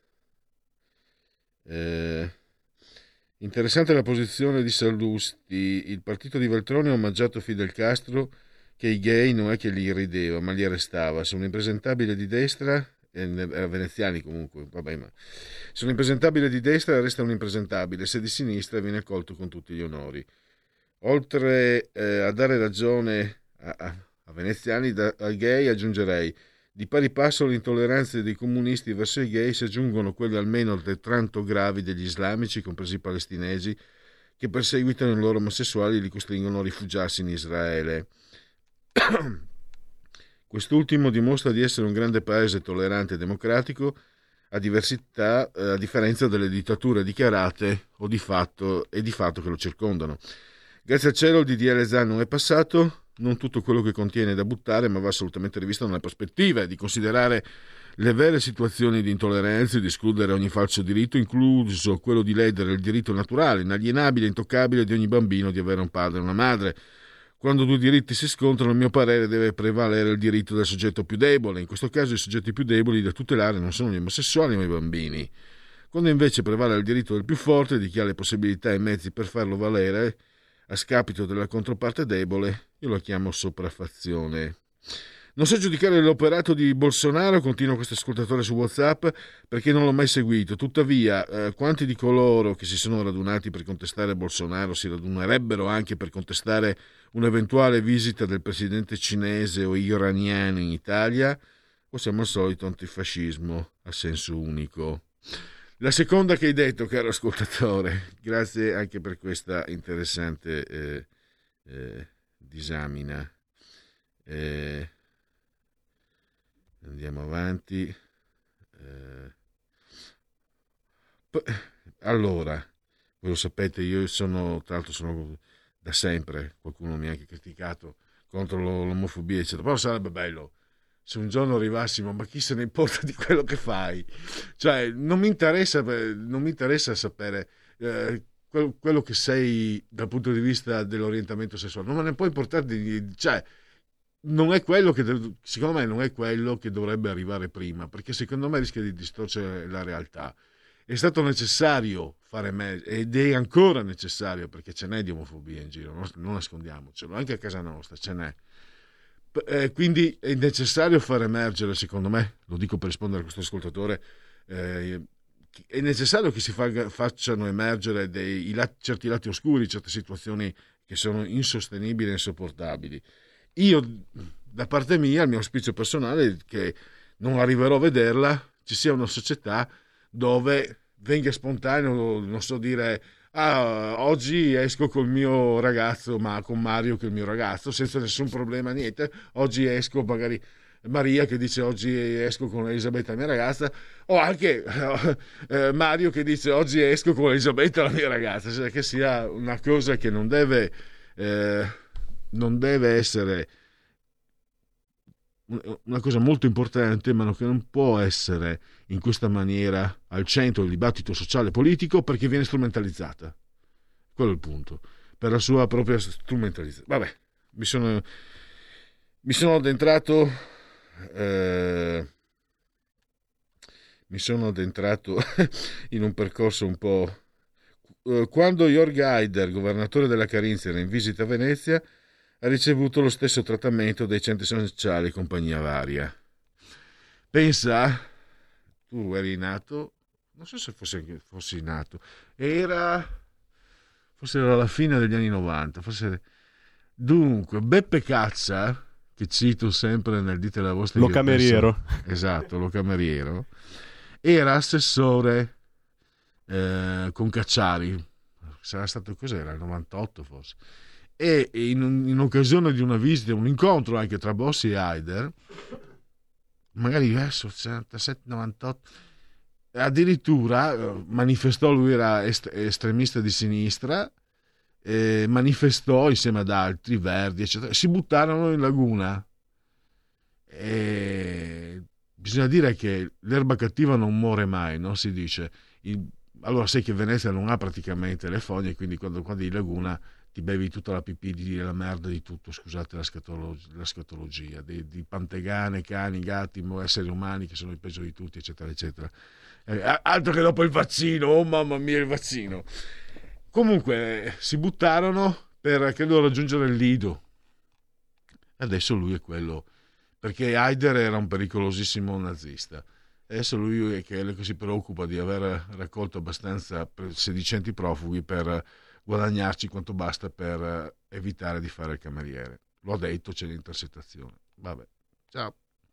Eh, interessante la posizione di Sallusti. Il partito di Veltroni ha omaggiato Fidel Castro, che i gay non è che li rideva, ma li arrestava. Se un impresentabile di destra, era veneziani comunque, vabbè, ma se un impresentabile di destra arresta un impresentabile, se di sinistra viene accolto con tutti gli onori. Oltre eh, a dare ragione a, a, a veneziani, da, ai gay aggiungerei: di pari passo alle intolleranze dei comunisti verso i gay si aggiungono quelle almeno altrettanto gravi degli islamici, compresi i palestinesi, che perseguitano i loro omosessuali e li costringono a rifugiarsi in Israele. Quest'ultimo dimostra di essere un grande paese tollerante e democratico, a, diversità, eh, a differenza delle dittature dichiarate o di fatto e di fatto che lo circondano. Grazie al cielo il D D L Zan non è passato, non tutto quello che contiene è da buttare, ma va assolutamente rivisto nella prospettiva di considerare le vere situazioni di intolleranza e di escludere ogni falso diritto, incluso quello di ledere il diritto naturale, inalienabile e intoccabile di ogni bambino di avere un padre e una madre. Quando due diritti si scontrano, a mio parere deve prevalere il diritto del soggetto più debole. In questo caso i soggetti più deboli da tutelare non sono gli omosessuali ma i bambini. Quando invece prevale il diritto del più forte, di chi ha le possibilità e i mezzi per farlo valere, a scapito della controparte debole, io lo chiamo sopraffazione. Non so giudicare l'operato di Bolsonaro, continua questo ascoltatore su WhatsApp, perché non l'ho mai seguito. Tuttavia, eh, quanti di coloro che si sono radunati per contestare Bolsonaro si radunerebbero anche per contestare un'eventuale visita del presidente cinese o iraniano in Italia? O siamo al solito antifascismo a senso unico? La seconda che hai detto, caro ascoltatore, grazie anche per questa interessante eh, eh, disamina. Eh, andiamo avanti. Eh, p- allora, voi lo sapete, io sono, tra l'altro sono da sempre, qualcuno mi ha anche criticato contro l'omofobia, eccetera, però sarebbe bello se un giorno arrivassimo, ma chi se ne importa di quello che fai? Cioè, non mi interessa, non mi interessa sapere eh, quello, quello che sei dal punto di vista dell'orientamento sessuale, non me ne può importare di, cioè, non è quello che, secondo me non è quello che dovrebbe arrivare prima, perché secondo me rischia di distorcere la realtà. È stato necessario fare me- ed è ancora necessario, perché ce n'è di omofobia in giro, non, non nascondiamocelo, anche a casa nostra ce n'è. Eh, quindi è necessario far emergere, secondo me, lo dico per rispondere a questo ascoltatore, eh, è necessario che si fa, facciano emergere dei, i lati, certi lati oscuri, certe situazioni che sono insostenibili e insopportabili. Io, da parte mia, il mio auspicio personale è che non arriverò a vederla, ci sia una società dove venga spontaneo, non so dire, ah, oggi esco col mio ragazzo, ma con Mario che è il mio ragazzo, senza nessun problema, niente. Oggi esco, magari Maria che dice oggi esco con Elisabetta, la mia ragazza, o anche eh, Mario che dice oggi esco con Elisabetta, la mia ragazza, cioè che sia una cosa che non deve, eh, non deve essere una cosa molto importante, ma che non può essere in questa maniera al centro del dibattito sociale e politico, perché viene strumentalizzata. Quello è il punto, per la sua propria strumentalizzazione. Vabbè, mi sono mi sono addentrato eh, mi sono addentrato in un percorso un po'. Quando Jörg Haider, governatore della Carinzia, era in visita a Venezia, ha ricevuto lo stesso trattamento dei centri sociali compagnia varia. Pensa, tu eri nato, non so se fosse, fossi nato, era, forse era la fine degli anni novanta, forse. Dunque, Beppe Caccia, che cito sempre nel Dite la vostra, lo cameriero, penso, esatto, lo cameriero, era assessore eh, con Cacciari, sarà stato, cos'era, il novantotto forse, e in, in occasione di una visita, un incontro anche tra Bossi e Haider, magari verso sessantasette novantotto, addirittura manifestò, lui era est- estremista di sinistra, eh, manifestò insieme ad altri, Verdi eccetera, si buttarono in laguna. E bisogna dire che l'erba cattiva non muore mai, no? Si dice. Il, allora sai che Venezia non ha praticamente le fogne, quindi quando, quando in laguna ti bevi tutta la pipì di la merda di tutto, scusate la, scatolo, la scatologia, di, di pantegane, cani, gatti, esseri umani che sono il peggio di tutti, eccetera, eccetera. Eh, altro che dopo il vaccino, oh mamma mia il vaccino. Comunque si buttarono per, credo, raggiungere il Lido. Adesso lui è quello, perché Haider era un pericolosissimo nazista. Adesso lui è quello che si preoccupa di aver raccolto abbastanza sedicenti profughi per guadagnarci quanto basta per evitare di fare il cameriere. L'ho detto, c'è l'intercettazione. Vabbè, ciao.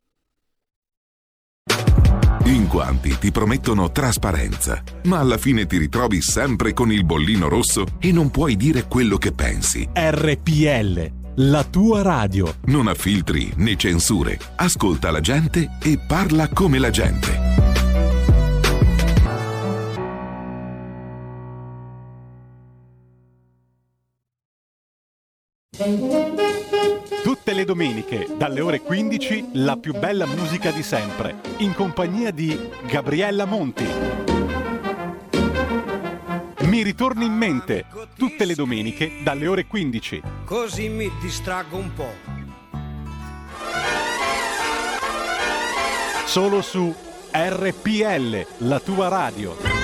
In quanti ti promettono trasparenza, ma alla fine ti ritrovi sempre con il bollino rosso e non puoi dire quello che pensi. R P L, la tua radio. Non ha filtri né censure. Ascolta la gente e parla come la gente. Tutte le domeniche, dalle ore quindici, la più bella musica di sempre, in compagnia di Gabriella Monti. Mi ritorni in mente, tutte le domeniche, dalle ore quindici. Così mi distraggo un po'. Solo su R P L, la tua radio.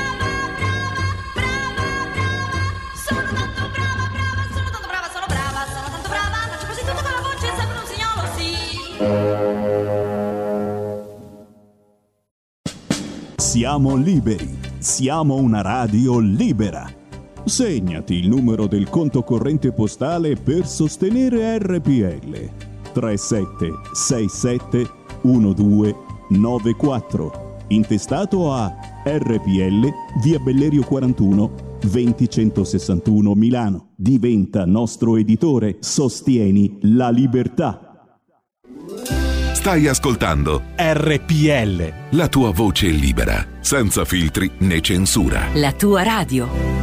Siamo liberi, siamo una radio libera. Segnati il numero del conto corrente postale per sostenere R P L. tre sette sei sette uno due nove quattro, intestato a R P L, via Bellerio quarantuno, venti centosessantuno Milano. Diventa nostro editore, sostieni la libertà. Stai ascoltando R P L, la tua voce libera, senza filtri né censura. La tua radio.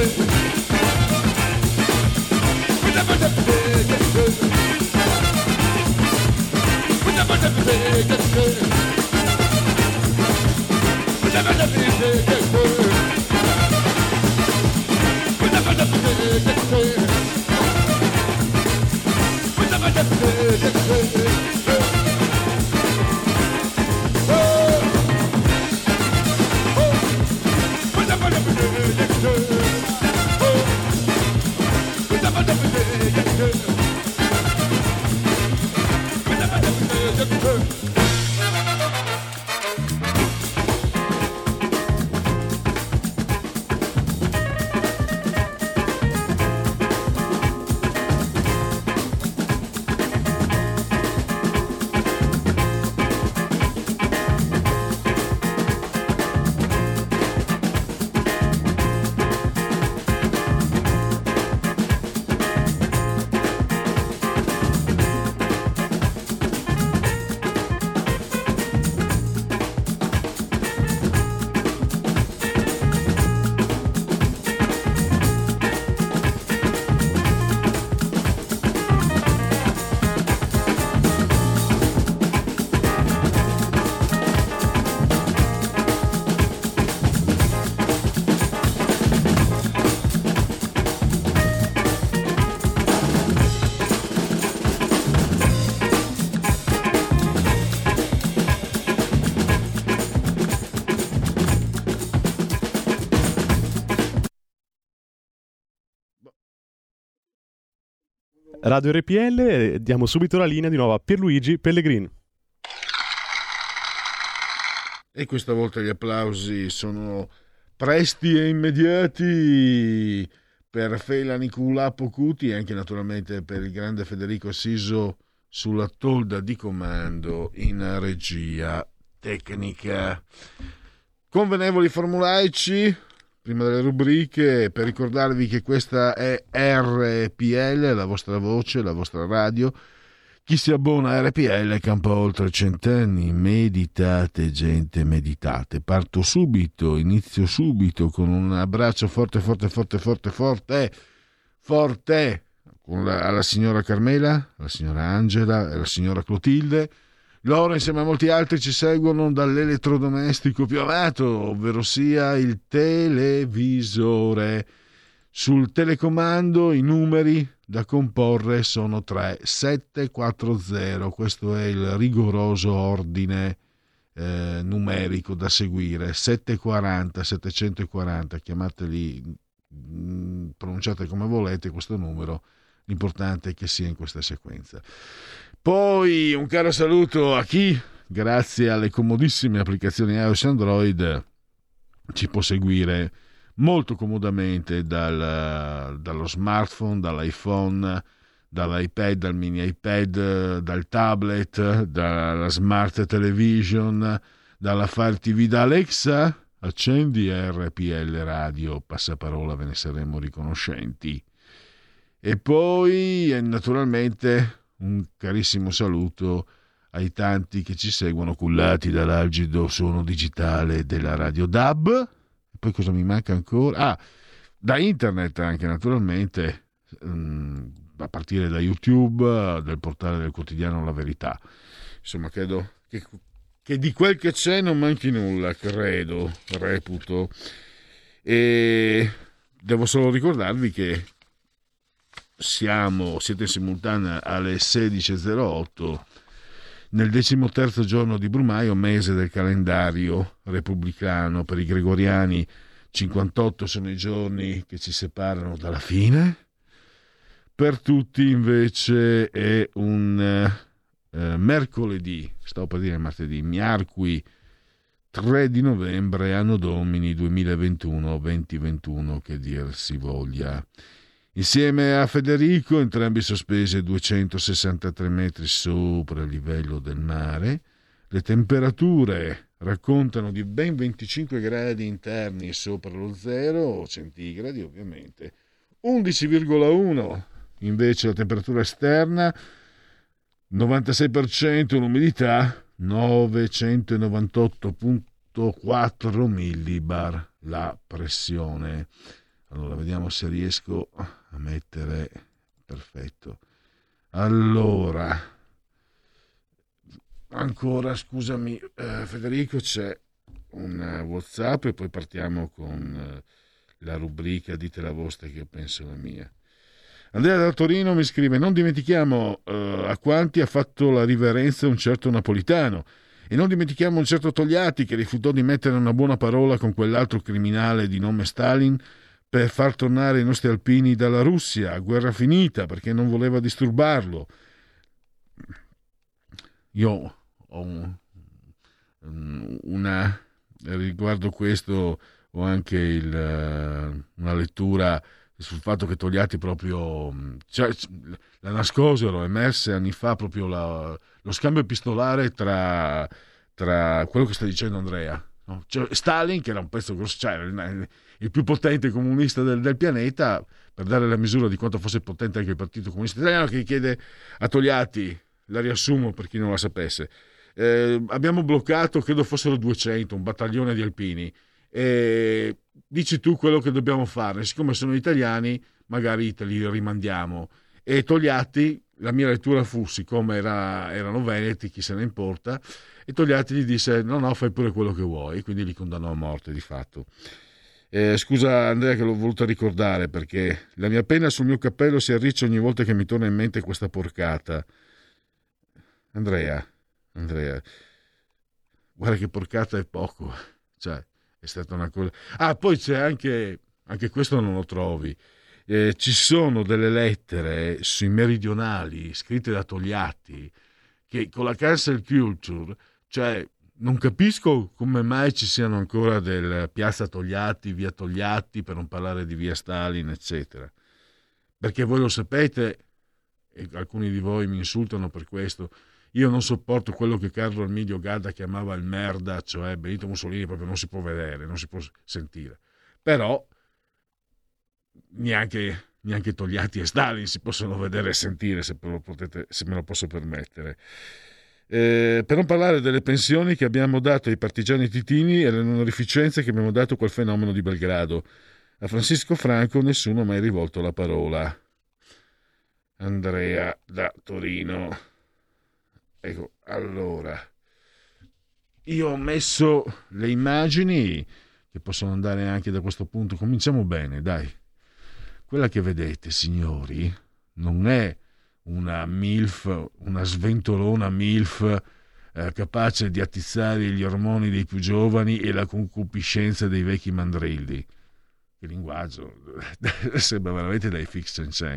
Radio R P L, diamo subito la linea di nuovo a Pierluigi Pellegrin. E questa volta gli applausi sono presti e immediati per Fela Nicola Pocuti e anche naturalmente per il grande Federico Assiso sulla tolda di comando in regia tecnica. Convenevoli formulaici, prima delle rubriche, per ricordarvi che questa è R P L, la vostra voce, la vostra radio. Chi si abbona a R P L campa oltre cent'anni. Meditate, gente, meditate. Parto subito, inizio subito con un abbraccio forte, forte, forte, forte, forte, forte con la, alla signora Carmela, alla signora Angela e alla signora Clotilde. Loro insieme a molti altri ci seguono dall'elettrodomestico più amato, ovvero sia il televisore. Sul telecomando i numeri da comporre sono tre sette quattro zero, questo è il rigoroso ordine eh, numerico da seguire. settecentoquaranta settecentoquaranta, chiamateli, mh, pronunciate come volete questo numero, l'importante è che sia in questa sequenza. Poi un caro saluto a chi, grazie alle comodissime applicazioni iOS e Android, ci può seguire molto comodamente dal, dallo smartphone, dall'iPhone, dall'iPad, dal mini iPad, dal tablet, dalla smart television, dalla Fire T V da Alexa. Accendi R P L Radio, passaparola, ve ne saremo riconoscenti. E poi naturalmente un carissimo saluto ai tanti che ci seguono cullati dall'algido suono digitale della Radio D A B. E poi cosa mi manca ancora? Ah, da internet anche naturalmente, a partire da YouTube, del portale del quotidiano La Verità. Insomma, credo che, che di quel che c'è non manchi nulla, credo, reputo. E devo solo ricordarvi che siamo, siete in simultanea alle sedici e zero otto nel decimoterzo giorno di Brumaio, mese del calendario repubblicano. Per i gregoriani cinquantotto sono i giorni che ci separano dalla fine, per tutti invece è un eh, mercoledì, stavo per dire martedì, miarqui tre di novembre, anno domini duemilaventuno ventiventuno, che dir si voglia. Insieme a Federico, entrambi sospesi a duecentosessantatré metri sopra il livello del mare, le temperature raccontano di ben venticinque gradi interni sopra lo zero centigradi, ovviamente, undici virgola uno invece la temperatura esterna, novantasei per cento l'umidità, novecentonovantotto virgola quattro millibar la pressione. Allora, vediamo se riesco a mettere... Perfetto. Allora, ancora, scusami, eh, Federico, c'è un uh, WhatsApp e poi partiamo con uh, la rubrica Dite la vostra che io penso la mia. Andrea da Torino mi scrive: non dimentichiamo uh, a quanti ha fatto la riverenza un certo Napolitano, e non dimentichiamo un certo Togliatti che rifiutò di mettere una buona parola con quell'altro criminale di nome Stalin per far tornare i nostri alpini dalla Russia a guerra finita, perché non voleva disturbarlo. Io ho un, una riguardo questo ho anche il, una lettura sul fatto che Togliatti proprio, cioè, la nascosero, emerse anni fa proprio la, lo scambio epistolare tra, tra quello che sta dicendo Andrea, no? Cioè, Stalin, che era un pezzo grosso, cioè il, il più potente comunista del, del pianeta, per dare la misura di quanto fosse potente anche il Partito Comunista Italiano, che chiede a Togliatti, la riassumo per chi non la sapesse, eh, abbiamo bloccato, credo fossero duecento, un battaglione di alpini, e dici tu quello che dobbiamo fare, siccome sono italiani magari te li rimandiamo. E Togliatti, la mia lettura fu, siccome era, erano veneti, chi se ne importa, e Togliatti gli disse no no, fai pure quello che vuoi, quindi li condannò a morte di fatto. Eh, scusa Andrea che l'ho voluta ricordare, perché la mia penna sul mio cappello si arriccia ogni volta che mi torna in mente questa porcata. Andrea Andrea guarda che porcata è poco, cioè è stata una cosa. Ah, poi c'è anche, anche questo non lo trovi, eh, ci sono delle lettere sui meridionali scritte da Togliatti che con la cancel culture, cioè non capisco come mai ci siano ancora del piazza Togliatti, via Togliatti, per non parlare di via Stalin, eccetera, perché voi lo sapete e alcuni di voi mi insultano per questo. Io non sopporto quello che Carlo Armidio Gadda chiamava il merda, cioè Benito Mussolini proprio non si può vedere, non si può sentire. Però neanche, neanche Togliatti e Stalin si possono vedere e sentire, se, lo potete, se me lo posso permettere. Eh, per non parlare delle pensioni che abbiamo dato ai partigiani titini e le onorificenze che abbiamo dato a quel fenomeno di Belgrado. A Francisco Franco nessuno ha mai rivolto la parola. Andrea da Torino. Ecco, allora, io ho messo le immagini che possono andare anche da questo punto. Cominciamo bene, dai. Quella che vedete, signori, non è una MILF, una sventolona MILF eh, capace di attizzare gli ormoni dei più giovani e la concupiscenza dei vecchi mandrilli. Che linguaggio, sembra veramente dai fiction chain.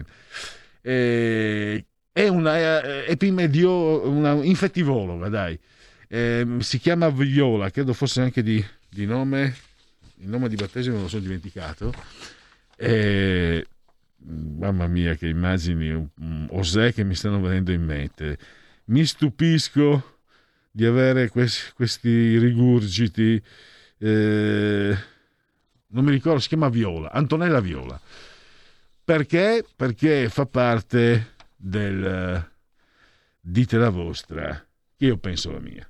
E... è una epimedio, una infettivologa, dai, eh, si chiama Viola, credo fosse anche di, di nome, il nome di battesimo me lo sono dimenticato, eh, mamma mia che immagini, um, osè che mi stanno venendo in mente. Mi stupisco di avere questi, questi rigurgiti, eh, non mi ricordo, si chiama Viola, Antonella Viola, perché? Perché fa parte del uh, dite la vostra che io penso la mia.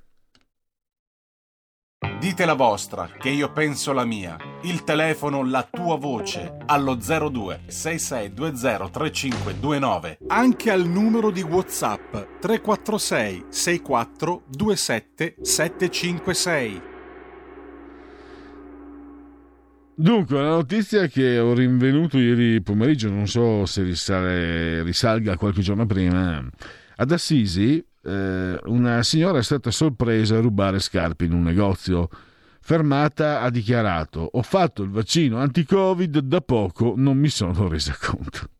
Dite la vostra che io penso la mia. Il telefono, la tua voce allo zero due sei sei due zero tre cinque due nove, anche al numero di WhatsApp tre quattro sei sei quattro due sette sette cinque sei. Dunque, la notizia che ho rinvenuto ieri pomeriggio, non so se risale, risalga qualche giorno prima, ad Assisi eh, una signora è stata sorpresa a rubare scarpe in un negozio. Fermata ha dichiarato: ho fatto il vaccino anti-Covid da poco, non mi sono resa conto.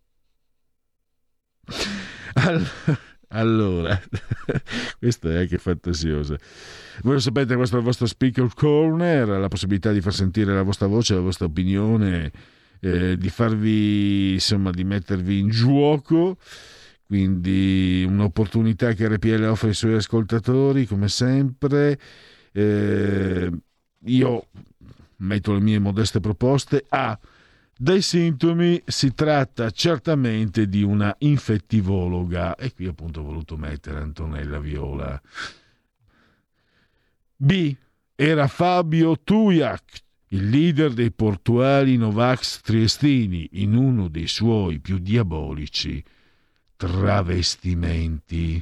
Allora, questa è anche fantasiosa. Voi lo sapete, questo è il vostro Speaker Corner, la possibilità di far sentire la vostra voce, la vostra opinione, eh, di farvi, insomma, di mettervi in gioco. Quindi un'opportunità che R P L offre ai suoi ascoltatori, come sempre. Eh, io metto le mie modeste proposte. A Dai sintomi si tratta certamente di una infettivologa, e qui appunto ho voluto mettere Antonella Viola. B. Era Fabio Tujak, il leader dei portuali Novax triestini, in uno dei suoi più diabolici travestimenti.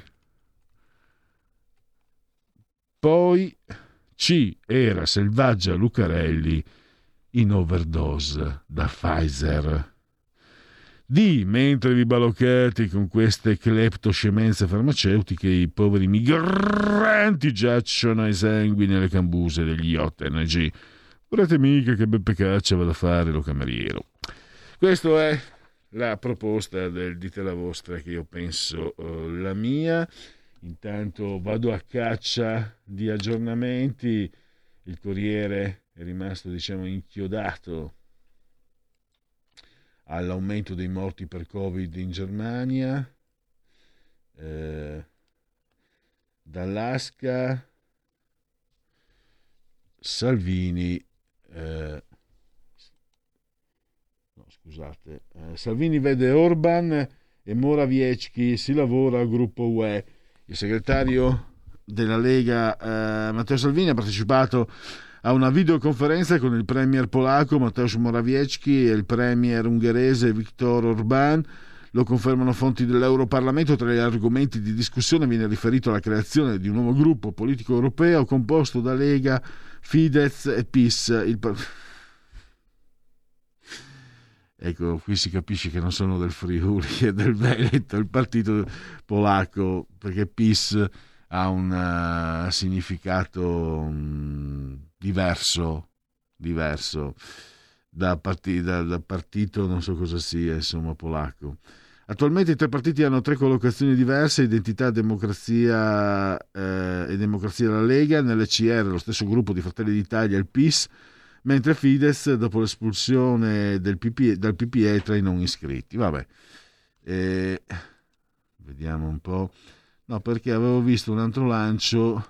Poi C era Selvaggia Lucarelli in overdose da Pfizer. D, mentre vi baloccate con queste cleptoscemenze farmaceutiche, i poveri migranti giacciono ai sanguini nelle cambuse degli J N G. Guardate mica che beppe caccia vado a fare lo cameriero. Questa è la proposta del dite la vostra, che io penso uh, la mia. Intanto vado a caccia di aggiornamenti. Il Corriere è rimasto, diciamo, inchiodato all'aumento dei morti per Covid in Germania. Eh, Dall'Asca Salvini eh, no, scusate eh, Salvini vede Orban e Morawiecki, si lavora al gruppo U E. Il segretario della Lega eh, Matteo Salvini ha partecipato a una videoconferenza con il premier polacco Mateusz Morawiecki e il premier ungherese Viktor Orbán. Lo confermano fonti dell'Europarlamento. Tra gli argomenti di discussione viene riferito alla creazione di un nuovo gruppo politico europeo composto da Lega, Fidesz e P I S. Il... Ecco, qui si capisce che non sono del Friuli e del Veneto, il partito polacco, perché P I S ha un uh, significato um, diverso, diverso da, partito, da, da partito, non so cosa sia, insomma, polacco. Attualmente i tre partiti hanno tre collocazioni diverse: Identità, Democrazia eh, e Democrazia della Lega. Nelle C R lo stesso gruppo di Fratelli d'Italia, il P I S, mentre Fidesz, dopo l'espulsione del P P E, dal P P E, tra i non iscritti. Vabbè, eh, vediamo un po'. No, perché avevo visto un altro lancio.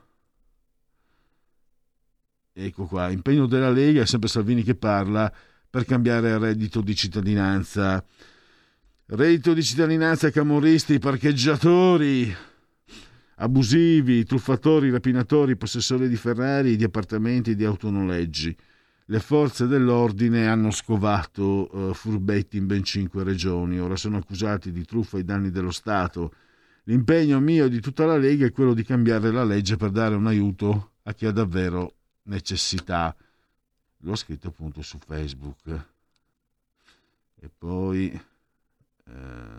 Ecco qua, impegno della Lega, è sempre Salvini che parla, per cambiare il reddito di cittadinanza. Reddito di cittadinanza, camorristi, parcheggiatori abusivi, truffatori, rapinatori, possessori di Ferrari, di appartamenti e di autonoleggi. Le forze dell'ordine hanno scovato uh, furbetti in ben cinque regioni. Ora sono accusati di truffa ai danni dello Stato. L'impegno mio e di tutta la Lega è quello di cambiare la legge per dare un aiuto a chi ha davvero necessità. L'ho scritto appunto su Facebook. E poi eh,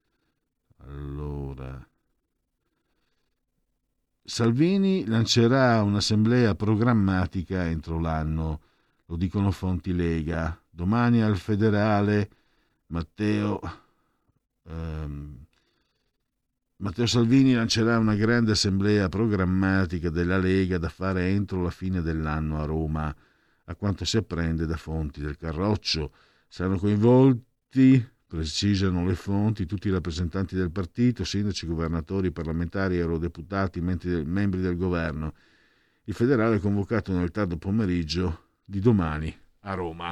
allora Salvini lancerà un'assemblea programmatica entro l'anno, lo dicono fonti Lega. Domani al federale Matteo ehm, Matteo Salvini lancerà una grande assemblea programmatica della Lega da fare entro la fine dell'anno a Roma, a quanto si apprende da fonti del Carroccio. Saranno coinvolti, precisano le fonti, tutti i rappresentanti del partito, sindaci, governatori, parlamentari, eurodeputati, membri del governo. Il federale è convocato nel tardo pomeriggio di domani a Roma.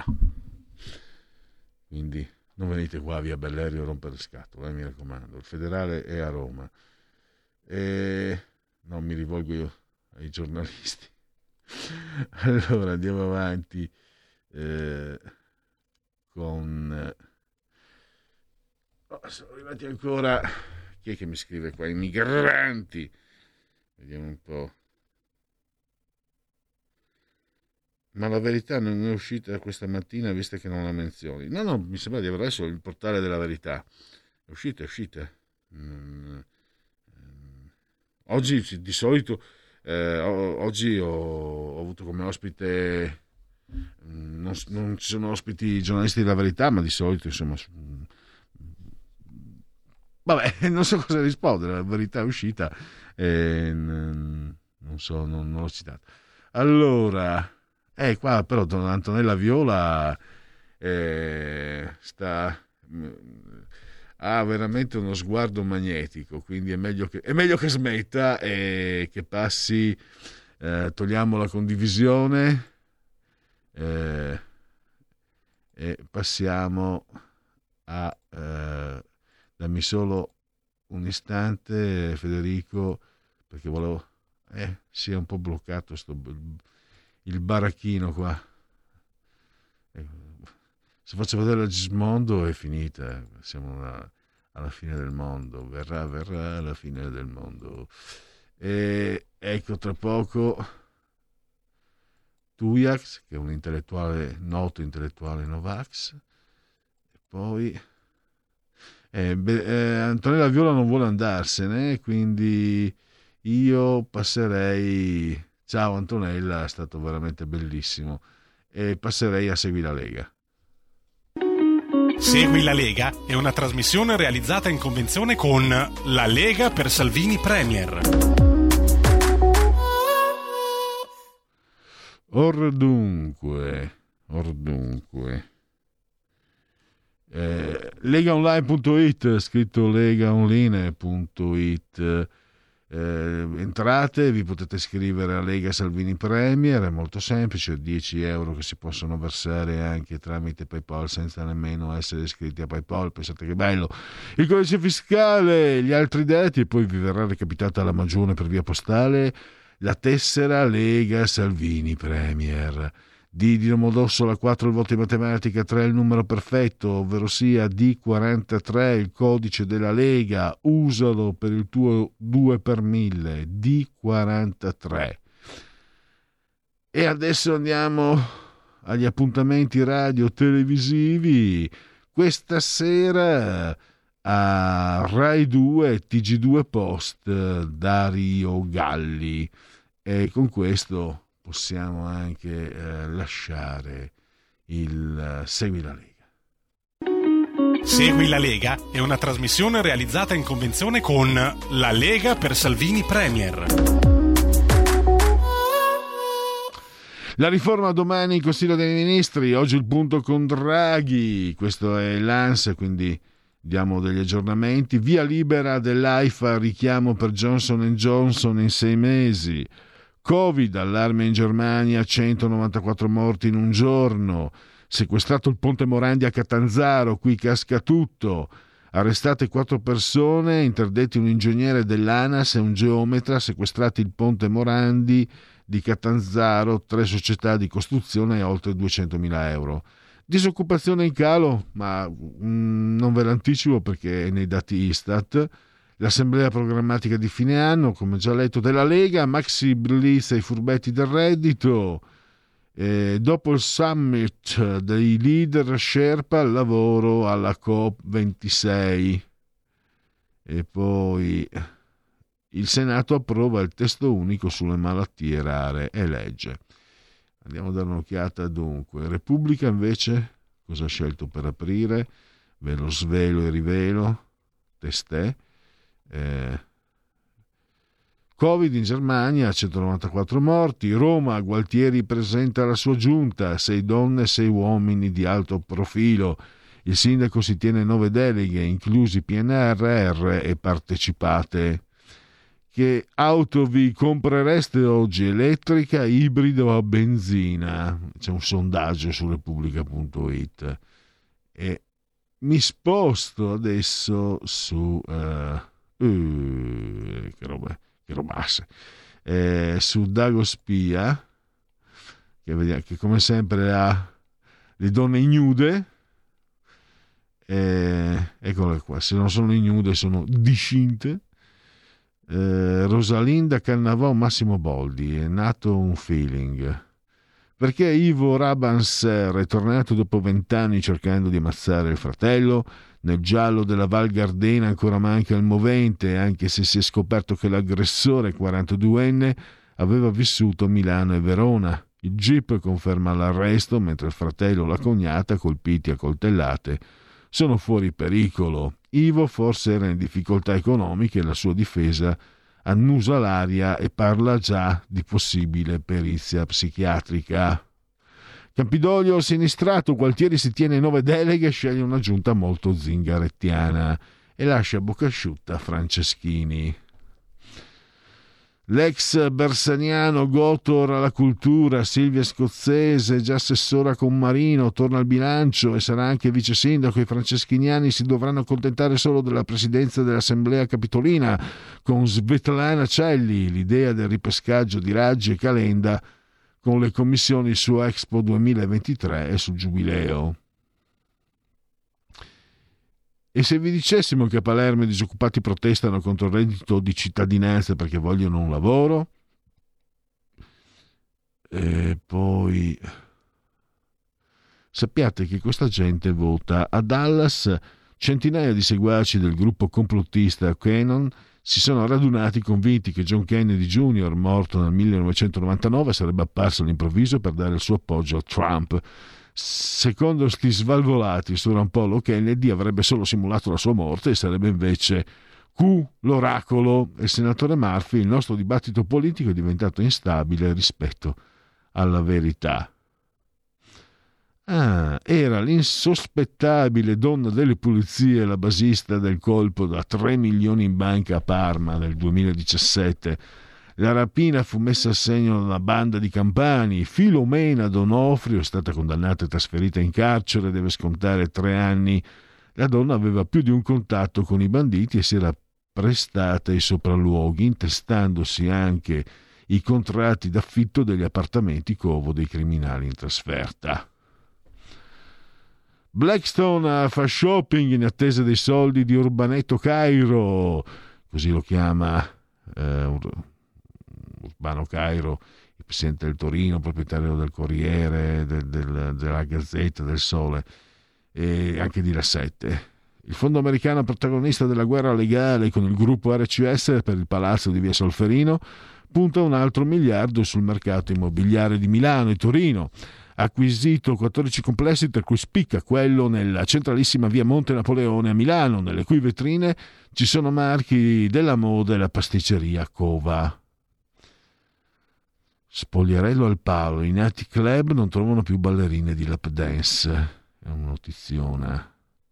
Quindi non venite qua via Bellerio a rompere le scatole, eh, mi raccomando. Il federale è a Roma. E non mi rivolgo io ai giornalisti. Allora andiamo avanti eh, con... Oh, sono arrivati ancora... Chi è che mi scrive qua? I migranti. Vediamo un po'. Ma la Verità non è uscita questa mattina, vista che non la menzioni. No, no, mi sembra di aver adesso il portale della Verità. È uscita, è uscita. Mm, mm. Oggi, di solito, eh, oggi ho, ho avuto come ospite, non, non ci sono ospiti giornalisti della Verità, ma di solito, insomma... Vabbè, non so cosa rispondere, la Verità è uscita e non so, non, non l'ho citato. Allora... Eh, qua però Antonella Viola eh, sta ha veramente uno sguardo magnetico, quindi è meglio che, è meglio che smetta e che passi, eh, togliamo la condivisione eh, e passiamo a eh, dammi solo un istante, Federico, perché volevo eh, si è un po' bloccato sto il baracchino qua. Se faccio vedere la Gismondo è finita, siamo alla, alla fine del mondo, verrà, verrà la fine del mondo. E ecco, tra poco Tujax, che è un intellettuale, noto intellettuale Novax, e poi eh, beh, eh, Antonella Viola non vuole andarsene, quindi io passerei, ciao Antonella, è stato veramente bellissimo, e passerei a Segui la Lega. Segui la Lega è una trasmissione realizzata in convenzione con La Lega per Salvini Premier. Or dunque, or dunque. Eh, legaonline punto it, scritto legaonline punto it. Eh, entrate, vi potete iscrivere a Lega Salvini Premier, è molto semplice, dieci euro che si possono versare anche tramite PayPal senza nemmeno essere iscritti a PayPal. Pensate che bello, il codice fiscale, gli altri dati, e poi vi verrà recapitata la magione per via postale la tessera Lega Salvini Premier. D di Domodossola, quattro il voto in matematica, tre il numero perfetto, ovvero sia D quarantatré, il codice della Lega, usalo per il tuo due per mille, D quarantatré. E adesso andiamo agli appuntamenti radio televisivi. Questa sera a Rai due, T G due Post, Dario Galli, e con questo possiamo anche eh, lasciare il uh, Segui la Lega. Segui la Lega è una trasmissione realizzata in convenzione con La Lega per Salvini Premier. La riforma domani in Consiglio dei Ministri, oggi il punto con Draghi, questo è l'A N S, quindi diamo degli aggiornamenti. Via libera dell'AIFA, richiamo per Johnson and Johnson in sei mesi. Covid, allarme in Germania, centonovantaquattro morti in un giorno. Sequestrato il ponte Morandi a Catanzaro, qui casca tutto. Arrestate quattro persone, interdetti un ingegnere dell'ANAS e un geometra, sequestrati il ponte Morandi di Catanzaro, tre società di costruzione e oltre duecentomila euro. Disoccupazione in calo, ma mm, non ve l'anticipo perché è nei dati Istat. L'assemblea programmatica di fine anno, come già letto, della Lega, Maxi Blitz ai furbetti del reddito. E dopo il summit dei leader Sherpa, il lavoro alla COP ventisei. E poi il Senato approva il testo unico sulle malattie rare e legge. Andiamo a dare un'occhiata dunque. Repubblica invece cosa ha scelto per aprire? Ve lo svelo e rivelo. Testè. Eh, Covid in Germania, centonovantaquattro morti. Roma, Gualtieri presenta la sua giunta, sei donne e sei uomini di alto profilo. Il sindaco si tiene nove deleghe, inclusi P N R R e partecipate. Che auto vi comprereste oggi, elettrica, ibrido o a benzina? C'è un sondaggio su Repubblica punto it. E mi sposto adesso su uh, Uh, che roba, che robasse eh, su Dago Spia, che, vediamo, che come sempre ha le donne ignude, eh, eccole qua, se non sono ignude sono discinte. eh, Rosalinda Cannavò, Massimo Boldi, è nato un feeling, perché Ivo Rabanser è tornato dopo vent'anni cercando di ammazzare il fratello. Nel giallo della Val Gardena ancora manca il movente, anche se si è scoperto che l'aggressore quarantaduenne aveva vissuto a Milano e Verona. Il G I P conferma l'arresto, mentre il fratello e la cognata, colpiti a coltellate, sono fuori pericolo. Ivo forse era in difficoltà economiche e la sua difesa annusa l'aria e parla già di possibile perizia psichiatrica. Campidoglio sinistrato, Gualtieri si tiene nove deleghe, sceglie una giunta molto zingarettiana e lascia a bocca asciutta Franceschini. L'ex bersaniano Gotor alla cultura, Silvia Scozzese, già assessora con Marino, torna al bilancio e sarà anche vice sindaco. I franceschiniani si dovranno accontentare solo della presidenza dell'Assemblea Capitolina con Svetlana Celli. L'idea del ripescaggio di Raggi e Calenda con le commissioni su Expo duemilaventitré e sul Giubileo. E se vi dicessimo che a Palermo i disoccupati protestano contro il reddito di cittadinanza perché vogliono un lavoro? E poi sappiate che questa gente vota. A Dallas centinaia di seguaci del gruppo complottista QAnon si sono radunati convinti che John Kennedy Junior, morto nel millenovecentonovantanove, sarebbe apparso all'improvviso per dare il suo appoggio a Trump. Secondo sti svalvolati su Rand Paul, Kennedy avrebbe solo simulato la sua morte e sarebbe invece Q, l'oracolo. E il senatore Murphy: il nostro dibattito politico è diventato instabile rispetto alla verità. Ah, era l'insospettabile donna delle pulizie, la basista del colpo da tre milioni in banca a Parma nel duemiladiciassette. La rapina fu messa a segno da una banda di campani. Filomena Donofrio è stata condannata e trasferita in carcere, deve scontare tre anni. La donna aveva più di un contatto con i banditi e si era prestata ai sopralluoghi, intestandosi anche i contratti d'affitto degli appartamenti covo dei criminali in trasferta. Blackstone fa shopping in attesa dei soldi di Urbanetto Cairo, così lo chiama eh, Urbano Cairo, il presidente del Torino, proprietario del Corriere, del, del, della Gazzetta, del Sole e anche di La Sette. Il fondo americano protagonista della guerra legale con il gruppo R C S per il palazzo di Via Solferino punta un altro miliardo sul mercato immobiliare di Milano e Torino. Ha acquisito quattordici complessi, tra cui spicca quello nella centralissima via Monte Napoleone a Milano, nelle cui vetrine ci sono marchi della moda e la pasticceria Cova. Spogliarello al palo, i nati club non trovano più ballerine di lap dance. È una notiziona.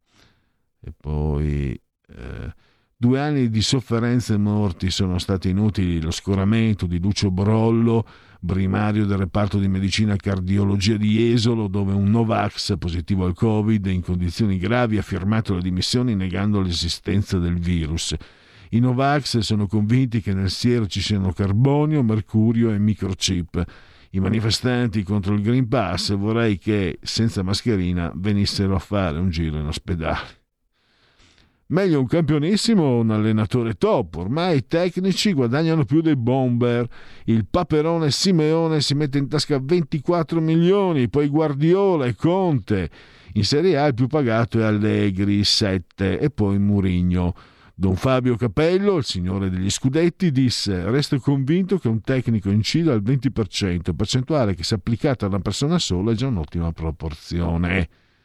E poi eh, due anni di sofferenze e morti sono stati inutili. Lo scoramento di Lucio Brollo, primario del reparto di medicina e cardiologia di Jesolo, dove un Novax positivo al Covid in condizioni gravi ha firmato le dimissioni negando l'esistenza del virus. I Novax sono convinti che nel siero ci siano carbonio, mercurio e microchip. I manifestanti contro il Green Pass vorrei che senza mascherina venissero a fare un giro in ospedale. Meglio un campionissimo o un allenatore top. Ormai i tecnici guadagnano più dei bomber. Il Paperone Simeone si mette in tasca ventiquattro milioni, poi Guardiola e Conte. In Serie A il più pagato è Allegri, sette, e poi Mourinho. Don Fabio Capello, il signore degli scudetti, disse: resto convinto che un tecnico incida al venti per cento, percentuale che se applicata a una persona sola è già un'ottima proporzione.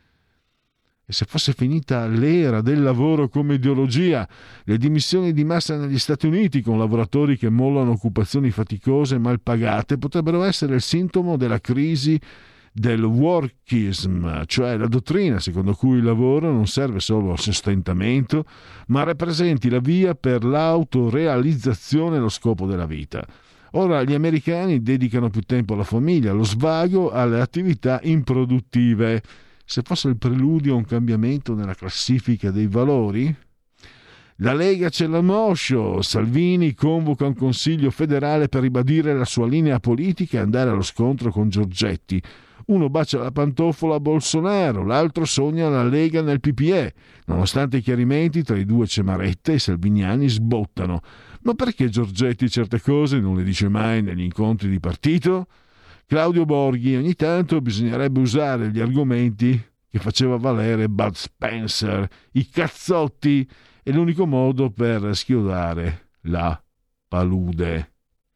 E se fosse finita l'era del lavoro come ideologia, le dimissioni di massa negli Stati Uniti con lavoratori che mollano occupazioni faticose e mal pagate potrebbero essere il sintomo della crisi del workism, cioè la dottrina secondo cui il lavoro non serve solo al sostentamento, ma rappresenti la via per l'autorealizzazione e lo scopo della vita. Ora gli americani dedicano più tempo alla famiglia, allo svago, alle attività improduttive. Se fosse il preludio a un cambiamento nella classifica dei valori? La Lega c'è la moscio. Salvini convoca un consiglio federale per ribadire la sua linea politica e andare allo scontro con Giorgetti. Uno bacia la pantofola a Bolsonaro, l'altro sogna la Lega nel P P E. Nonostante i chiarimenti, tra i due Cemaretta e Salviniani sbottano. Ma perché Giorgetti certe cose non le dice mai negli incontri di partito? Claudio Borghi: ogni tanto bisognerebbe usare gli argomenti che faceva valere Bud Spencer. I cazzotti è l'unico modo per schiodare la palude.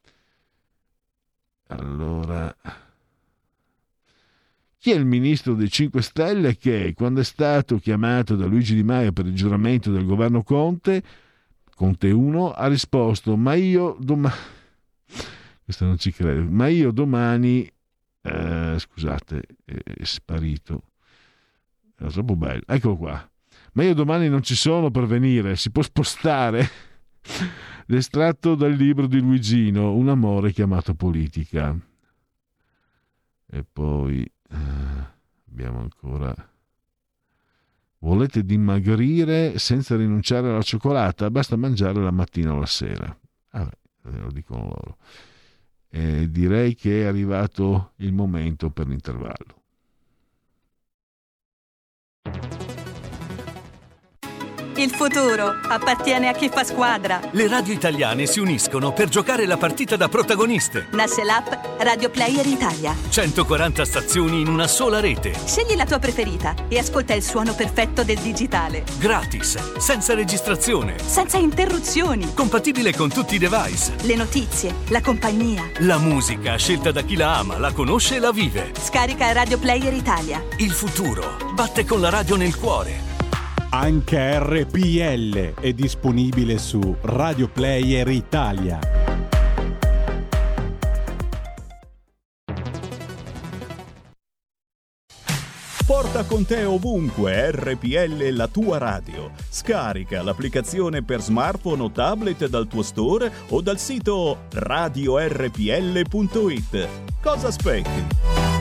Allora, chi è il ministro dei cinque Stelle che, quando è stato chiamato da Luigi Di Maio per il giuramento del governo Conte, Conte uno, ha risposto: ma io domani... questo non ci credo, ma io domani... Eh, scusate, è, è sparito. Era troppo bello. Eccolo qua. Ma io domani non ci sono per venire, si può spostare? L'estratto dal libro di Luigino, Un amore chiamato politica. E poi eh, abbiamo ancora: volete dimagrire senza rinunciare alla cioccolata? Basta mangiare la mattina o la sera. Ah, beh, lo dicono loro. eh, direi che è arrivato il momento per l'intervallo. Il futuro appartiene a chi fa squadra. Le radio italiane si uniscono per giocare la partita da protagoniste. Nasce l'app Radio Player Italia. centoquaranta stazioni in una sola rete. Scegli la tua preferita e ascolta il suono perfetto del digitale. Gratis, senza registrazione. Senza interruzioni. Compatibile con tutti i device. Le notizie, la compagnia. La musica scelta da chi la ama, la conosce e la vive. Scarica Radio Player Italia. Il futuro batte con la radio nel cuore. Anche R P L è disponibile su Radio Player Italia. Porta con te ovunque R P L, la tua radio. Scarica l'applicazione per smartphone o tablet dal tuo store o dal sito radio r p l punto i t. Cosa aspetti?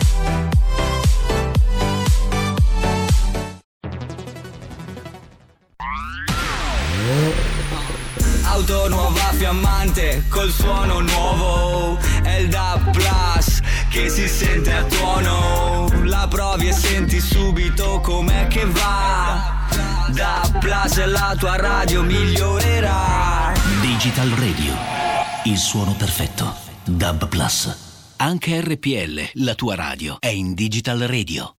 Auto nuova fiammante col suono nuovo, è il D A B Plus che si sente a tuono. La provi e senti subito com'è che va. D A B Plus e la tua radio migliorerà. Digital Radio, il suono perfetto. D A B Plus. Anche R P L, la tua radio, è in Digital Radio.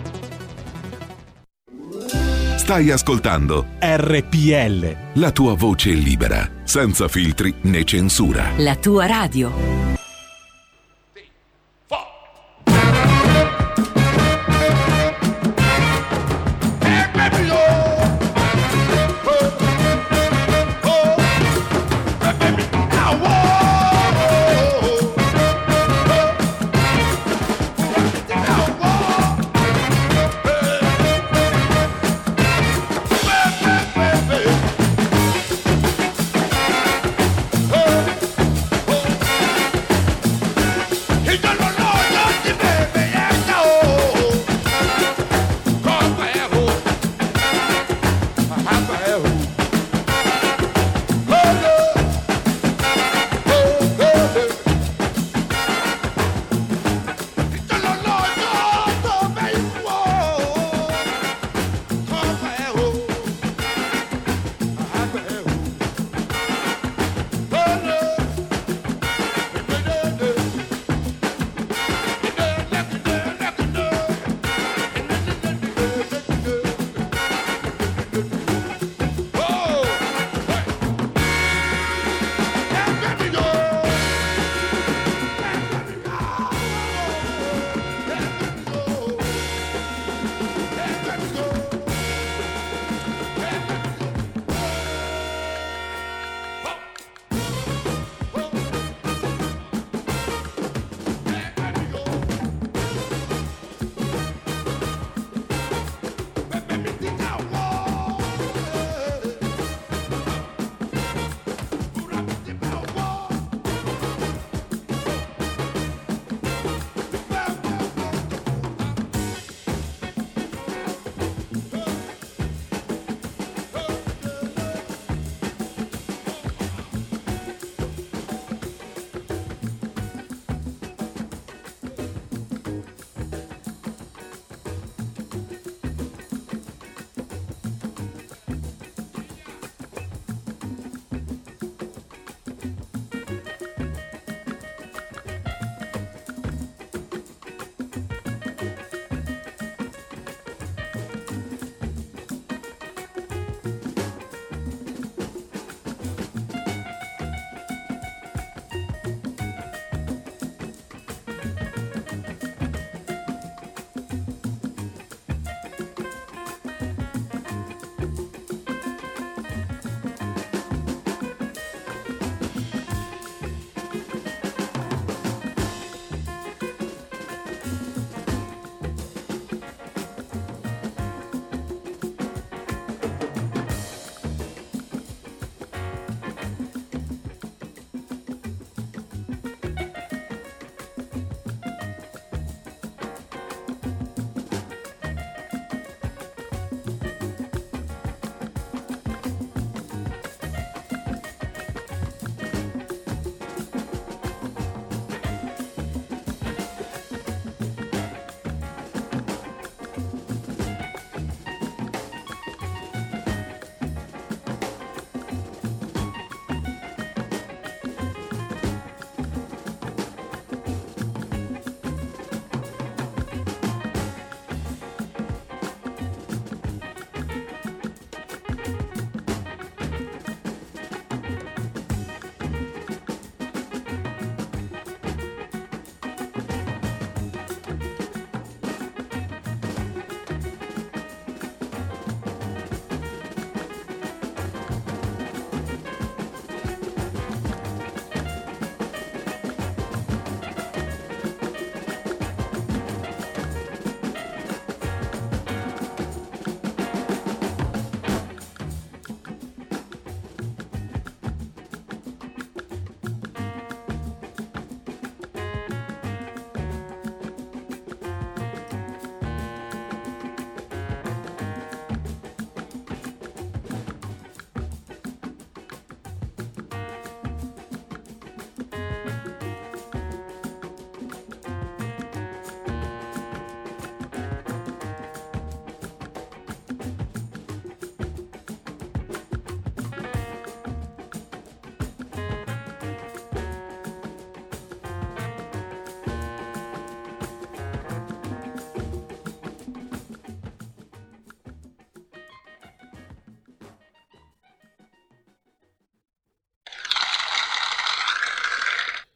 Stai ascoltando R P L, la tua voce libera, senza filtri né censura. La tua radio.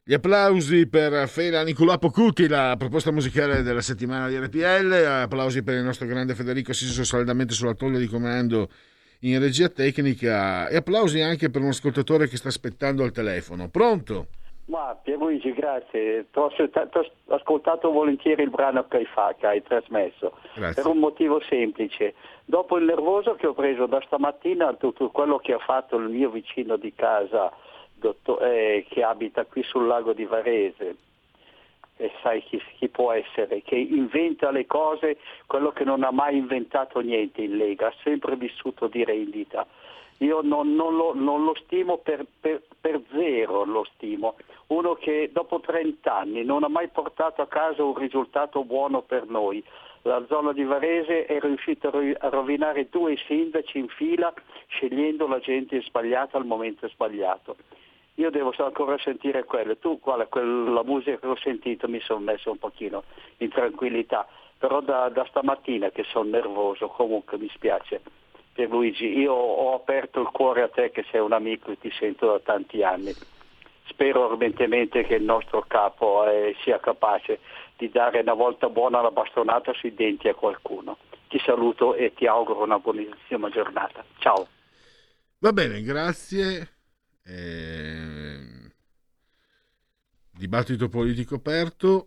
Gli applausi per Fela Nicolapo Cuti, la proposta musicale della settimana di R P L. Applausi per il nostro grande Federico Siso, saldamente sulla tolla di comando in regia tecnica. E applausi anche per un ascoltatore che sta aspettando al telefono. Pronto? Ma Pierluigi, grazie. Ti ho ascoltato volentieri il brano che hai, fa, che hai trasmesso. Grazie. Per un motivo semplice. Dopo il nervoso che ho preso da stamattina, tutto quello che ha fatto il mio vicino di casa, Dottor, eh, che abita qui sul lago di Varese, e sai chi, chi può essere, che inventa le cose, quello che non ha mai inventato niente in Lega, ha sempre vissuto di rendita. Io non, non, lo, non lo stimo per, per, per zero, lo stimo. Uno che dopo trent'anni non ha mai portato a casa un risultato buono per noi. La zona di Varese è riuscita a rovinare due sindaci in fila scegliendo la gente sbagliata al momento sbagliato. Io devo ancora sentire quello. Tu, qual è quella musica che ho sentito, mi sono messo un pochino in tranquillità, però da, da stamattina che sono nervoso, comunque mi spiace. Pierluigi, io ho aperto il cuore a te che sei un amico e ti sento da tanti anni. Spero ardentemente che il nostro capo eh, sia capace di dare una volta buona la bastonata sui denti a qualcuno. Ti saluto e ti auguro una buonissima giornata. Ciao. Va bene, grazie. Eh, dibattito politico aperto.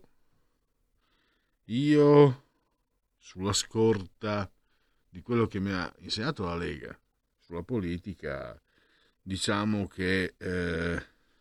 Io, sulla scorta di quello che mi ha insegnato la Lega sulla politica, diciamo che eh,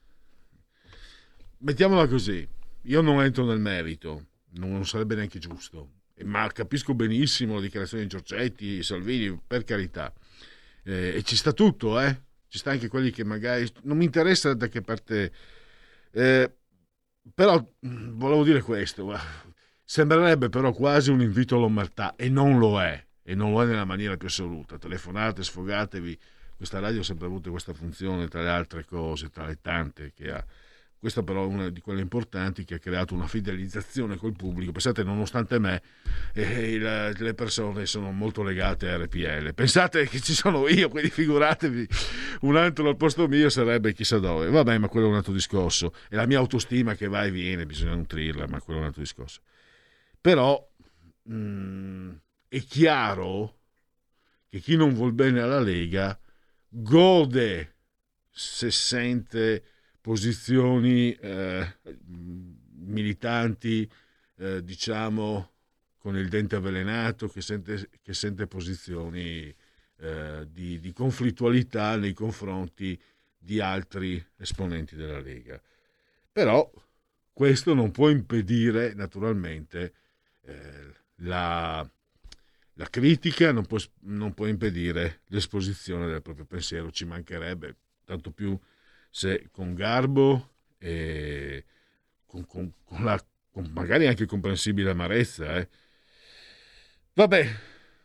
mettiamola così, io non entro nel merito, non sarebbe neanche giusto, ma capisco benissimo la dichiarazione di Giorgetti, Salvini, per carità, eh, e ci sta tutto, eh ci sta anche quelli che magari non mi interessa da che parte, eh, però volevo dire questo, sembrerebbe però quasi un invito all'omertà, e non lo è, e non lo è nella maniera più assoluta. Telefonate, sfogatevi, questa radio ha sempre avuto questa funzione, tra le altre cose, tra le tante che ha. Questa però è una di quelle importanti, che ha creato una fidelizzazione col pubblico. Pensate, nonostante me, eh, la, le persone sono molto legate a R P L. Pensate che ci sono io, quindi figuratevi, un altro al posto mio sarebbe chissà dove. Vabbè, ma quello è un altro discorso. È la mia autostima che va e viene, bisogna nutrirla, ma quello è un altro discorso. Però mh, è chiaro che chi non vuol bene alla Lega gode se sente posizioni eh, militanti, eh, diciamo, con il dente avvelenato, che sente, che sente posizioni eh, di, di conflittualità nei confronti di altri esponenti della Lega. Però questo non può impedire, naturalmente, eh, la, la critica, non può, non può impedire l'esposizione del proprio pensiero, ci mancherebbe, tanto più se con garbo e con, con, con la con magari anche comprensibile amarezza. Eh. Vabbè,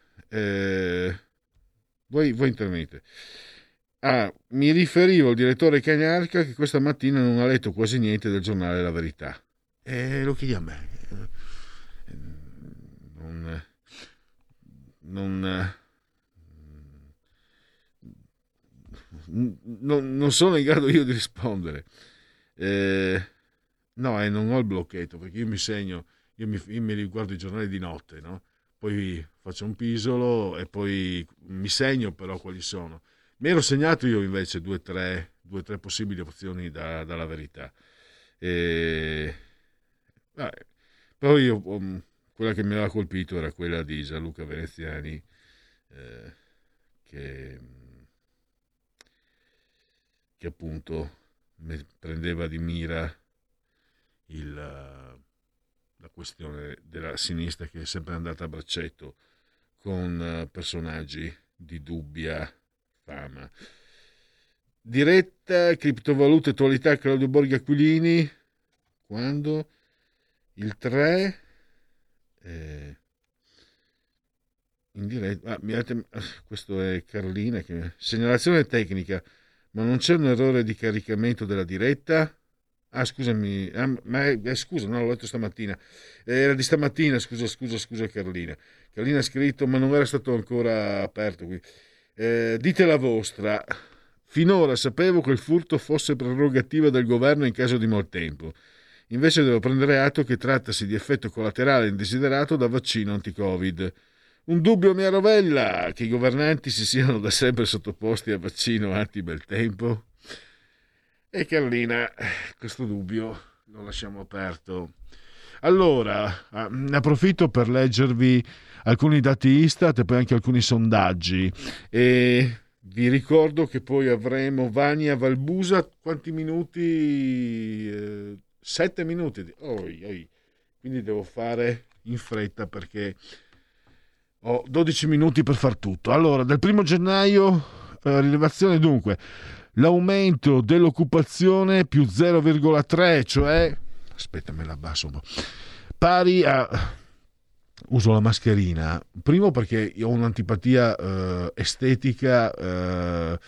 eh, voi, voi intervenite. Ah, mi riferivo al direttore Cagnarca che questa mattina non ha letto quasi niente del giornale La Verità. E lo chiedi a me. Non... non Non, non sono in grado io di rispondere, eh, no, e non ho il blocchetto, perché io mi segno, io mi, io mi riguardo i giornali di notte, no? Poi faccio un pisolo e poi mi segno però quali sono. Mi ero segnato io invece due o tre, due, tre possibili opzioni da, dalla Verità, e, vabbè, però io um, quella che mi aveva colpito era quella di Gianluca Veneziani, eh, che che appunto prendeva di mira il, la questione della sinistra, che è sempre andata a braccetto con personaggi di dubbia fama. Diretta criptovalute attualità Claudio Borghi Aquilini, quando? Il tre eh, in diretta. Ah, mi avete, questo è Carlina che, segnalazione tecnica, ma non c'è un errore di caricamento della diretta? Ah, scusami, ah, ma eh, scusa, no, l'ho letto stamattina. Era di stamattina, scusa, scusa, scusa Carlina. Carlina ha scritto, ma non era stato ancora aperto qui. Eh, dite la vostra. Finora sapevo che il furto fosse prerogativa del governo in caso di maltempo. Invece devo prendere atto che trattasi di effetto collaterale indesiderato da vaccino anti-Covid. Un dubbio mi arrovella che i governanti si siano da sempre sottoposti a vaccino anti-bel tempo. E Carlina, questo dubbio lo lasciamo aperto. Allora, ne approfitto per leggervi alcuni dati Istat e poi anche alcuni sondaggi. E vi ricordo che poi avremo Vania Valbusa. Quanti minuti? Eh, sette minuti. Oi, oi. Quindi devo fare in fretta perché ho dodici minuti per far tutto. Allora, dal primo gennaio, eh, rilevazione dunque, l'aumento dell'occupazione più zero virgola tre, cioè, aspetta me la abbasso un po', pari a, uso la mascherina, primo perché io ho un'antipatia eh, estetica eh,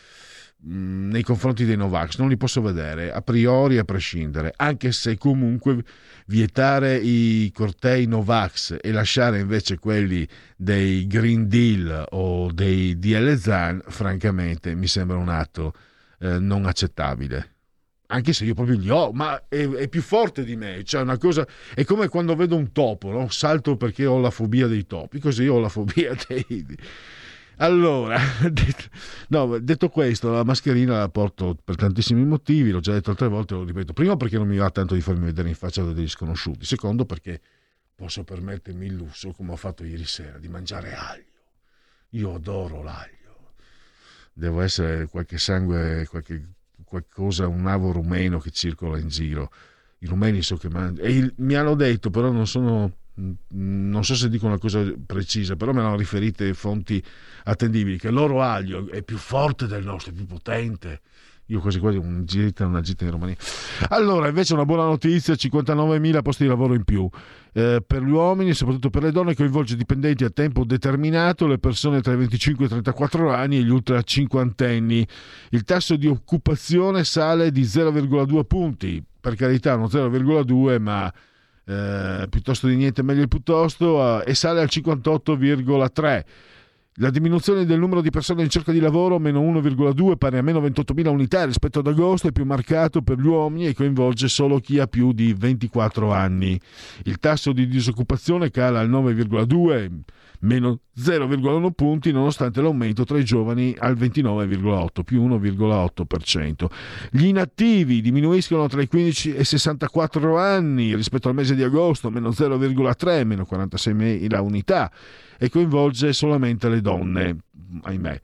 nei confronti dei Novax, non li posso vedere a priori a prescindere, anche se comunque vietare i cortei Novax e lasciare invece quelli dei Green Deal o dei D L Zan, francamente mi sembra un atto eh, non accettabile, anche se io proprio li ho, ma è, è più forte di me, cioè una cosa, è come quando vedo un topo, no? Salto perché ho la fobia dei topi, così io ho la fobia dei... Allora, detto, no, detto questo, la mascherina la porto per tantissimi motivi, l'ho già detto altre volte, lo ripeto. Primo perché non mi va tanto di farmi vedere in faccia da degli sconosciuti. Secondo perché posso permettermi il lusso, come ho fatto ieri sera, di mangiare aglio. Io adoro l'aglio. Devo essere qualche sangue, qualche qualcosa, un avo rumeno che circola in giro. I rumeni so che mangiano. E il, mi hanno detto, però non sono... non so se dico una cosa precisa, però me l'hanno riferite fonti attendibili, che il loro aglio è più forte del nostro, è più potente. Io quasi quasi un gita, una gita in Romania. Allora, invece una buona notizia, cinquantanovemila posti di lavoro in più eh, per gli uomini e soprattutto per le donne, coinvolge dipendenti a tempo determinato, le persone tra i venticinque e i trentaquattro anni e gli ultra cinquantenni. Il tasso di occupazione sale di zero virgola due punti, per carità uno zero virgola due, ma Eh, piuttosto di niente meglio il piuttosto, eh, e sale al cinquantotto virgola tre. La diminuzione del numero di persone in cerca di lavoro, meno uno virgola due, pari a meno ventottomila unità rispetto ad agosto, è più marcato per gli uomini e coinvolge solo chi ha più di ventiquattro anni. Il tasso di disoccupazione cala al nove virgola due, meno zero virgola uno punti, nonostante l'aumento tra i giovani al ventinove virgola otto, più uno virgola otto per cento. Gli inattivi diminuiscono tra i quindici e i sessantaquattro anni rispetto al mese di agosto, meno zero virgola tre, meno quarantaseimila unità, e coinvolge solamente le donne, ahimè.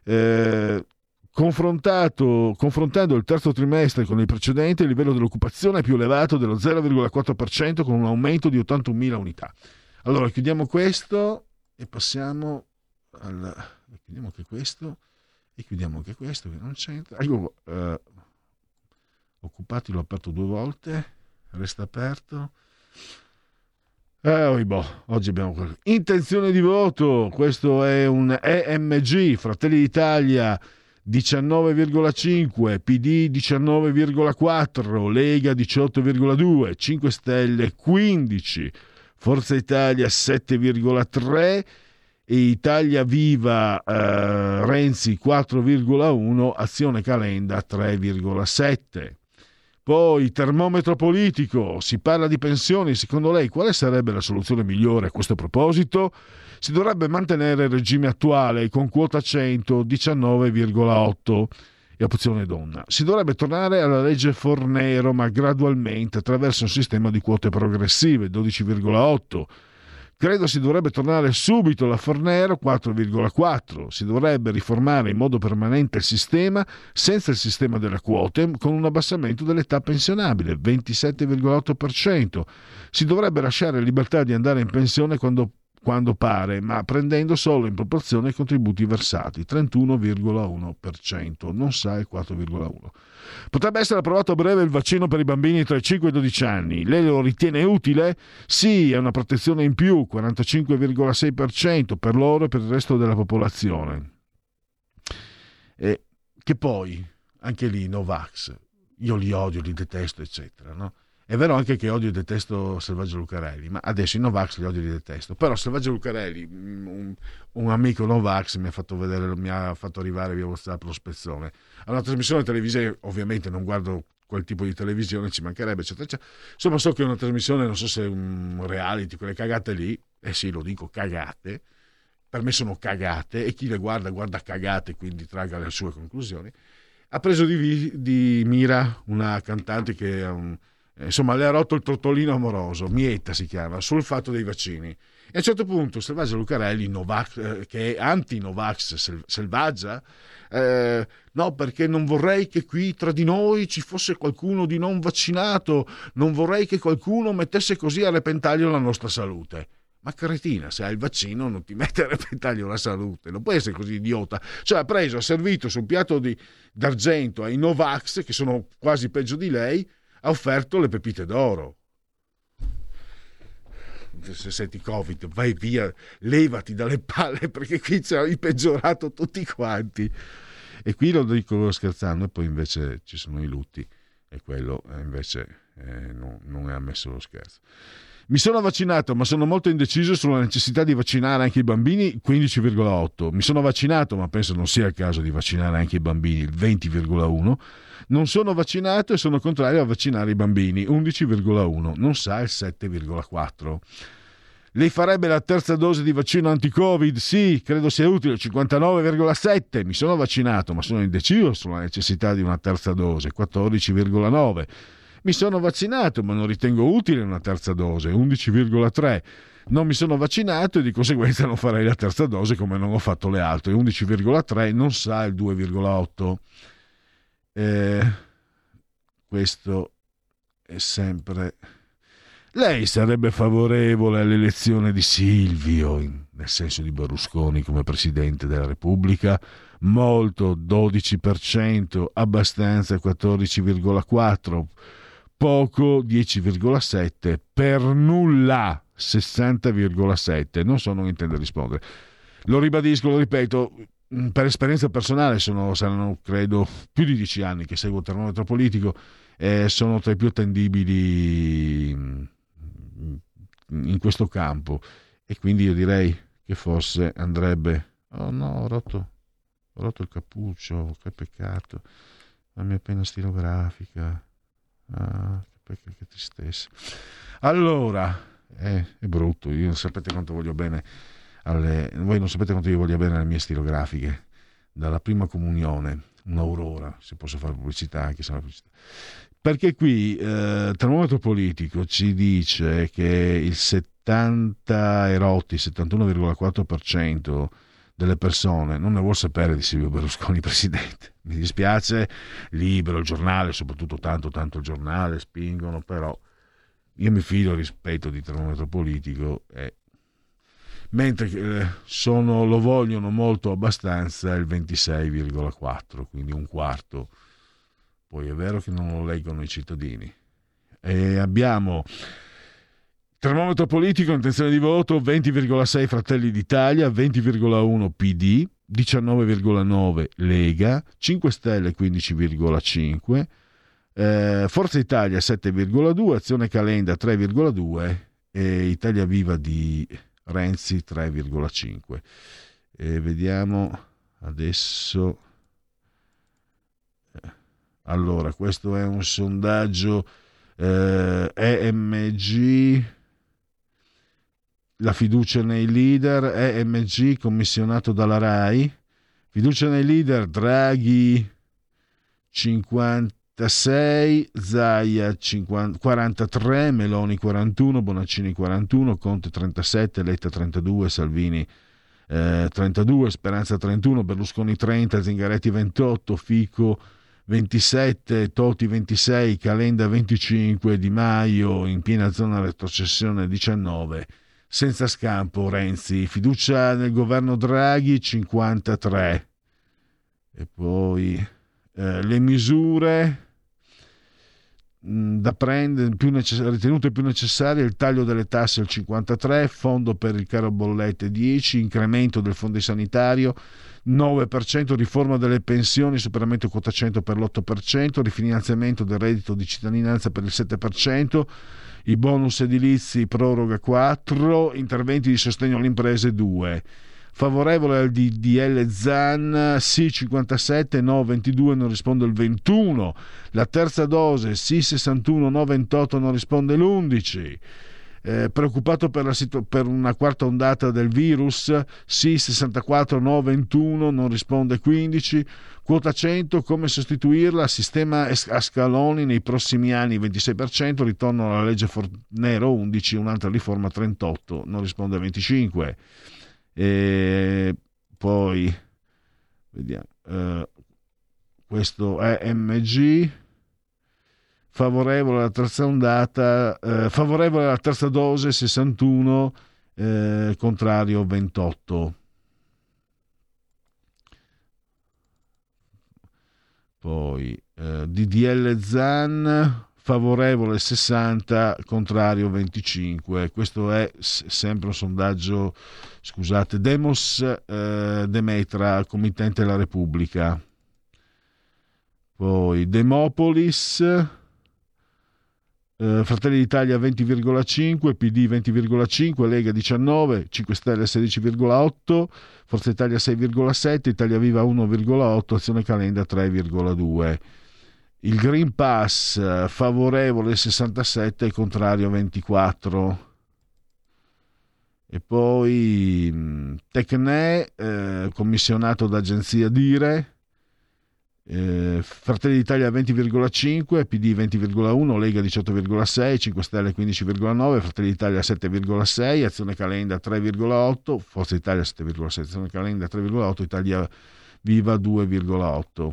Eh, confrontato, confrontando il terzo trimestre con il precedente, il livello dell'occupazione è più elevato dello zero virgola quattro per cento, con un aumento di ottantunomila unità. Allora chiudiamo questo e passiamo al chiudiamo anche questo e chiudiamo anche questo che non c'entra. Io eh, occupati l'ho aperto due volte, resta aperto. Eh, oh, boh, oggi abbiamo intenzione di voto. Questo è un E M G, Fratelli d'Italia diciannove virgola cinque, P D diciannove virgola quattro, Lega diciotto virgola due, cinque Stelle quindici, Forza Italia sette virgola tre e Italia Viva eh, Renzi quattro virgola uno, Azione Calenda tre virgola sette. Poi termometro politico, si parla di pensioni, secondo lei quale sarebbe la soluzione migliore a questo proposito? Si dovrebbe mantenere il regime attuale con quota cento diciannove virgola otto e opzione donna. Si dovrebbe tornare alla legge Fornero, ma gradualmente attraverso un sistema di quote progressive dodici virgola otto. Credo si dovrebbe tornare subito alla Fornero quattro virgola quattro. Si dovrebbe riformare in modo permanente il sistema senza il sistema delle quote, con un abbassamento dell'età pensionabile ventisette virgola otto per cento. Si dovrebbe lasciare libertà di andare in pensione quando quando pare, ma prendendo solo in proporzione i contributi versati, trentuno virgola uno per cento, non sa il quattro virgola uno. Potrebbe essere approvato a breve il vaccino per i bambini tra i cinque e i dodici anni. Lei lo ritiene utile? Sì, è una protezione in più, quarantacinque virgola sei per cento per loro e per il resto della popolazione. E che poi, anche lì, Novax, io li odio, li detesto, eccetera, no? È vero anche che odio e detesto Selvaggio Lucarelli, ma adesso i Novax li odio e li detesto. Però Selvaggio Lucarelli, un, un amico Novax, mi ha fatto vedere, mi ha fatto arrivare via WhatsApp lo spezzone. A una trasmissione televisiva, ovviamente non guardo quel tipo di televisione, ci mancherebbe, eccetera, eccetera. Insomma, so che è una trasmissione, non so se è un reality, quelle cagate lì, eh sì, lo dico, cagate, per me sono cagate, e chi le guarda, guarda cagate, quindi traga le sue conclusioni. Ha preso di, di mira una cantante che ha un... insomma, le ha rotto il trottolino amoroso, Mietta si chiama, sul fatto dei vaccini. E a un certo punto Selvaggia Lucarelli, Novax, eh, che è anti-Novax sel- selvaggia, eh, no, perché non vorrei che qui tra di noi ci fosse qualcuno di non vaccinato, non vorrei che qualcuno mettesse così a repentaglio la nostra salute. Ma cretina, se hai il vaccino non ti mette a repentaglio la salute, non puoi essere così idiota. Cioè ha preso, ha servito su un piatto di, d'argento ai Novax, che sono quasi peggio di lei, ha offerto le pepite d'oro. Se senti Covid, vai via, levati dalle palle, perché qui ci hai peggiorato tutti quanti. E qui lo dico scherzando, e poi invece ci sono i lutti, e quello invece eh, no, non è ammesso lo scherzo. Mi sono vaccinato, ma sono molto indeciso sulla necessità di vaccinare anche i bambini, quindici virgola otto. Mi sono vaccinato, ma penso non sia il caso di vaccinare anche i bambini, il venti virgola uno. Non sono vaccinato e sono contrario a vaccinare i bambini, undici virgola uno. Non sa il sette virgola quattro. Lei farebbe la terza dose di vaccino anti-Covid? Sì, credo sia utile, cinquantanove virgola sette. Mi sono vaccinato, ma sono indeciso sulla necessità di una terza dose, quattordici virgola nove. Mi sono vaccinato, ma non ritengo utile una terza dose, undici virgola tre. Non mi sono vaccinato e di conseguenza non farei la terza dose come non ho fatto le altre, undici virgola tre, non sa il due virgola otto. Eh, questo è sempre... Lei sarebbe favorevole all'elezione di Silvio, nel senso di Berlusconi, come Presidente della Repubblica? Molto, dodici per cento, abbastanza, quattordici virgola quattro, poco, dieci virgola sette, per nulla, sessanta virgola sette. Non so, non intendo rispondere. Lo ribadisco, lo ripeto, per esperienza personale, sono, saranno credo più di dieci anni che seguo il termometro politico, e sono tra i più attendibili in questo campo, e quindi io direi che forse andrebbe... Oh no, ho rotto, ho rotto il cappuccio, che peccato, la mia penna stilografica, ah, che peccato, che tristezza. Allora, eh, è brutto, io non sapete quanto voglio bene alle... voi non sapete quanto io voglio bene alle mie stilografiche, dalla prima comunione, un'aurora, se posso fare pubblicità, anche se è una pubblicità. Perché qui eh, termometro politico ci dice che il settanta erotti, settantuno virgola quattro per cento delle persone non ne vuol sapere di Silvio Berlusconi presidente. Mi dispiace, Libero, il giornale, soprattutto tanto tanto il giornale, spingono, però io mi fido, rispetto di termometro politico, e mentre eh, sono, lo vogliono molto abbastanza il ventisei virgola quattro, quindi un quarto. Poi è vero che non lo leggono i cittadini. E abbiamo termometro politico, intenzione di voto, venti virgola sei Fratelli d'Italia, venti virgola uno P D, diciannove virgola nove Lega, cinque Stelle quindici virgola cinque, eh, Forza Italia sette virgola due, Azione Calenda tre virgola due e Italia Viva di Renzi tre virgola cinque. E vediamo adesso... Allora, questo è un sondaggio eh, E M G, la fiducia nei leader, E M G commissionato dalla RAI, fiducia nei leader, Draghi cinquantasei, Zaia cinquanta, quarantatré, Meloni quarantuno, Bonaccini quarantuno, Conte trentasette, Letta trentadue, Salvini eh, trentadue, Speranza trentuno, Berlusconi trenta, Zingaretti ventotto, Fico ventisette, Toti ventisei, Calenda venticinque, Di Maio in piena zona retrocessione diciannove, senza scampo Renzi, fiducia nel governo Draghi cinquantatré. E poi eh, le misure, da prendere, più necess- ritenute più necessarie il taglio delle tasse al cinquantatré, fondo per il caro bollette dieci, incremento del fondo sanitario nove per cento, riforma delle pensioni, superamento quota cento per l'otto per cento, rifinanziamento del reddito di cittadinanza per il sette per cento, i bonus edilizi proroga quattro, interventi di sostegno alle imprese due. Favorevole al D D L Zan, sì cinquantasette, no ventidue, non risponde il ventuno. La terza dose, sì sessantuno, no ventotto, non risponde l'undici. Eh, preoccupato per, la situ- per una quarta ondata del virus, sì sessantaquattro, no ventuno, non risponde quindici. Quota cento, come sostituirla? Sistema a scaloni nei prossimi anni, ventisei per cento. Ritorno alla legge Fornero, undici, un'altra riforma, trentotto, non risponde venticinque. E poi vediamo, eh, questo è M G, favorevole alla terza ondata, eh, favorevole alla terza dose sessantuno, eh, contrario ventotto. Poi eh, D D L Zan, favorevole sessanta, contrario venticinque. Questo è s- sempre un sondaggio, scusate, Demos eh, Demetra, committente della Repubblica. Poi Demopolis, eh, Fratelli d'Italia venti virgola cinque, P D venti virgola cinque, Lega diciannove, cinque Stelle sedici virgola otto, Forza Italia sei virgola sette, Italia Viva uno virgola otto, Azione Calenda tre virgola due. Il Green Pass favorevole sessantasette, contrario ventiquattro. E poi Tecne, eh, commissionato d'agenzia Dire, eh, Fratelli d'Italia venti virgola cinque, P D venti virgola uno, Lega diciotto virgola sei, cinque Stelle quindici virgola nove, Fratelli d'Italia sette virgola sei, Azione Calenda tre virgola otto, Forza Italia sette virgola sei, Azione Calenda tre virgola otto, Italia Viva due virgola otto.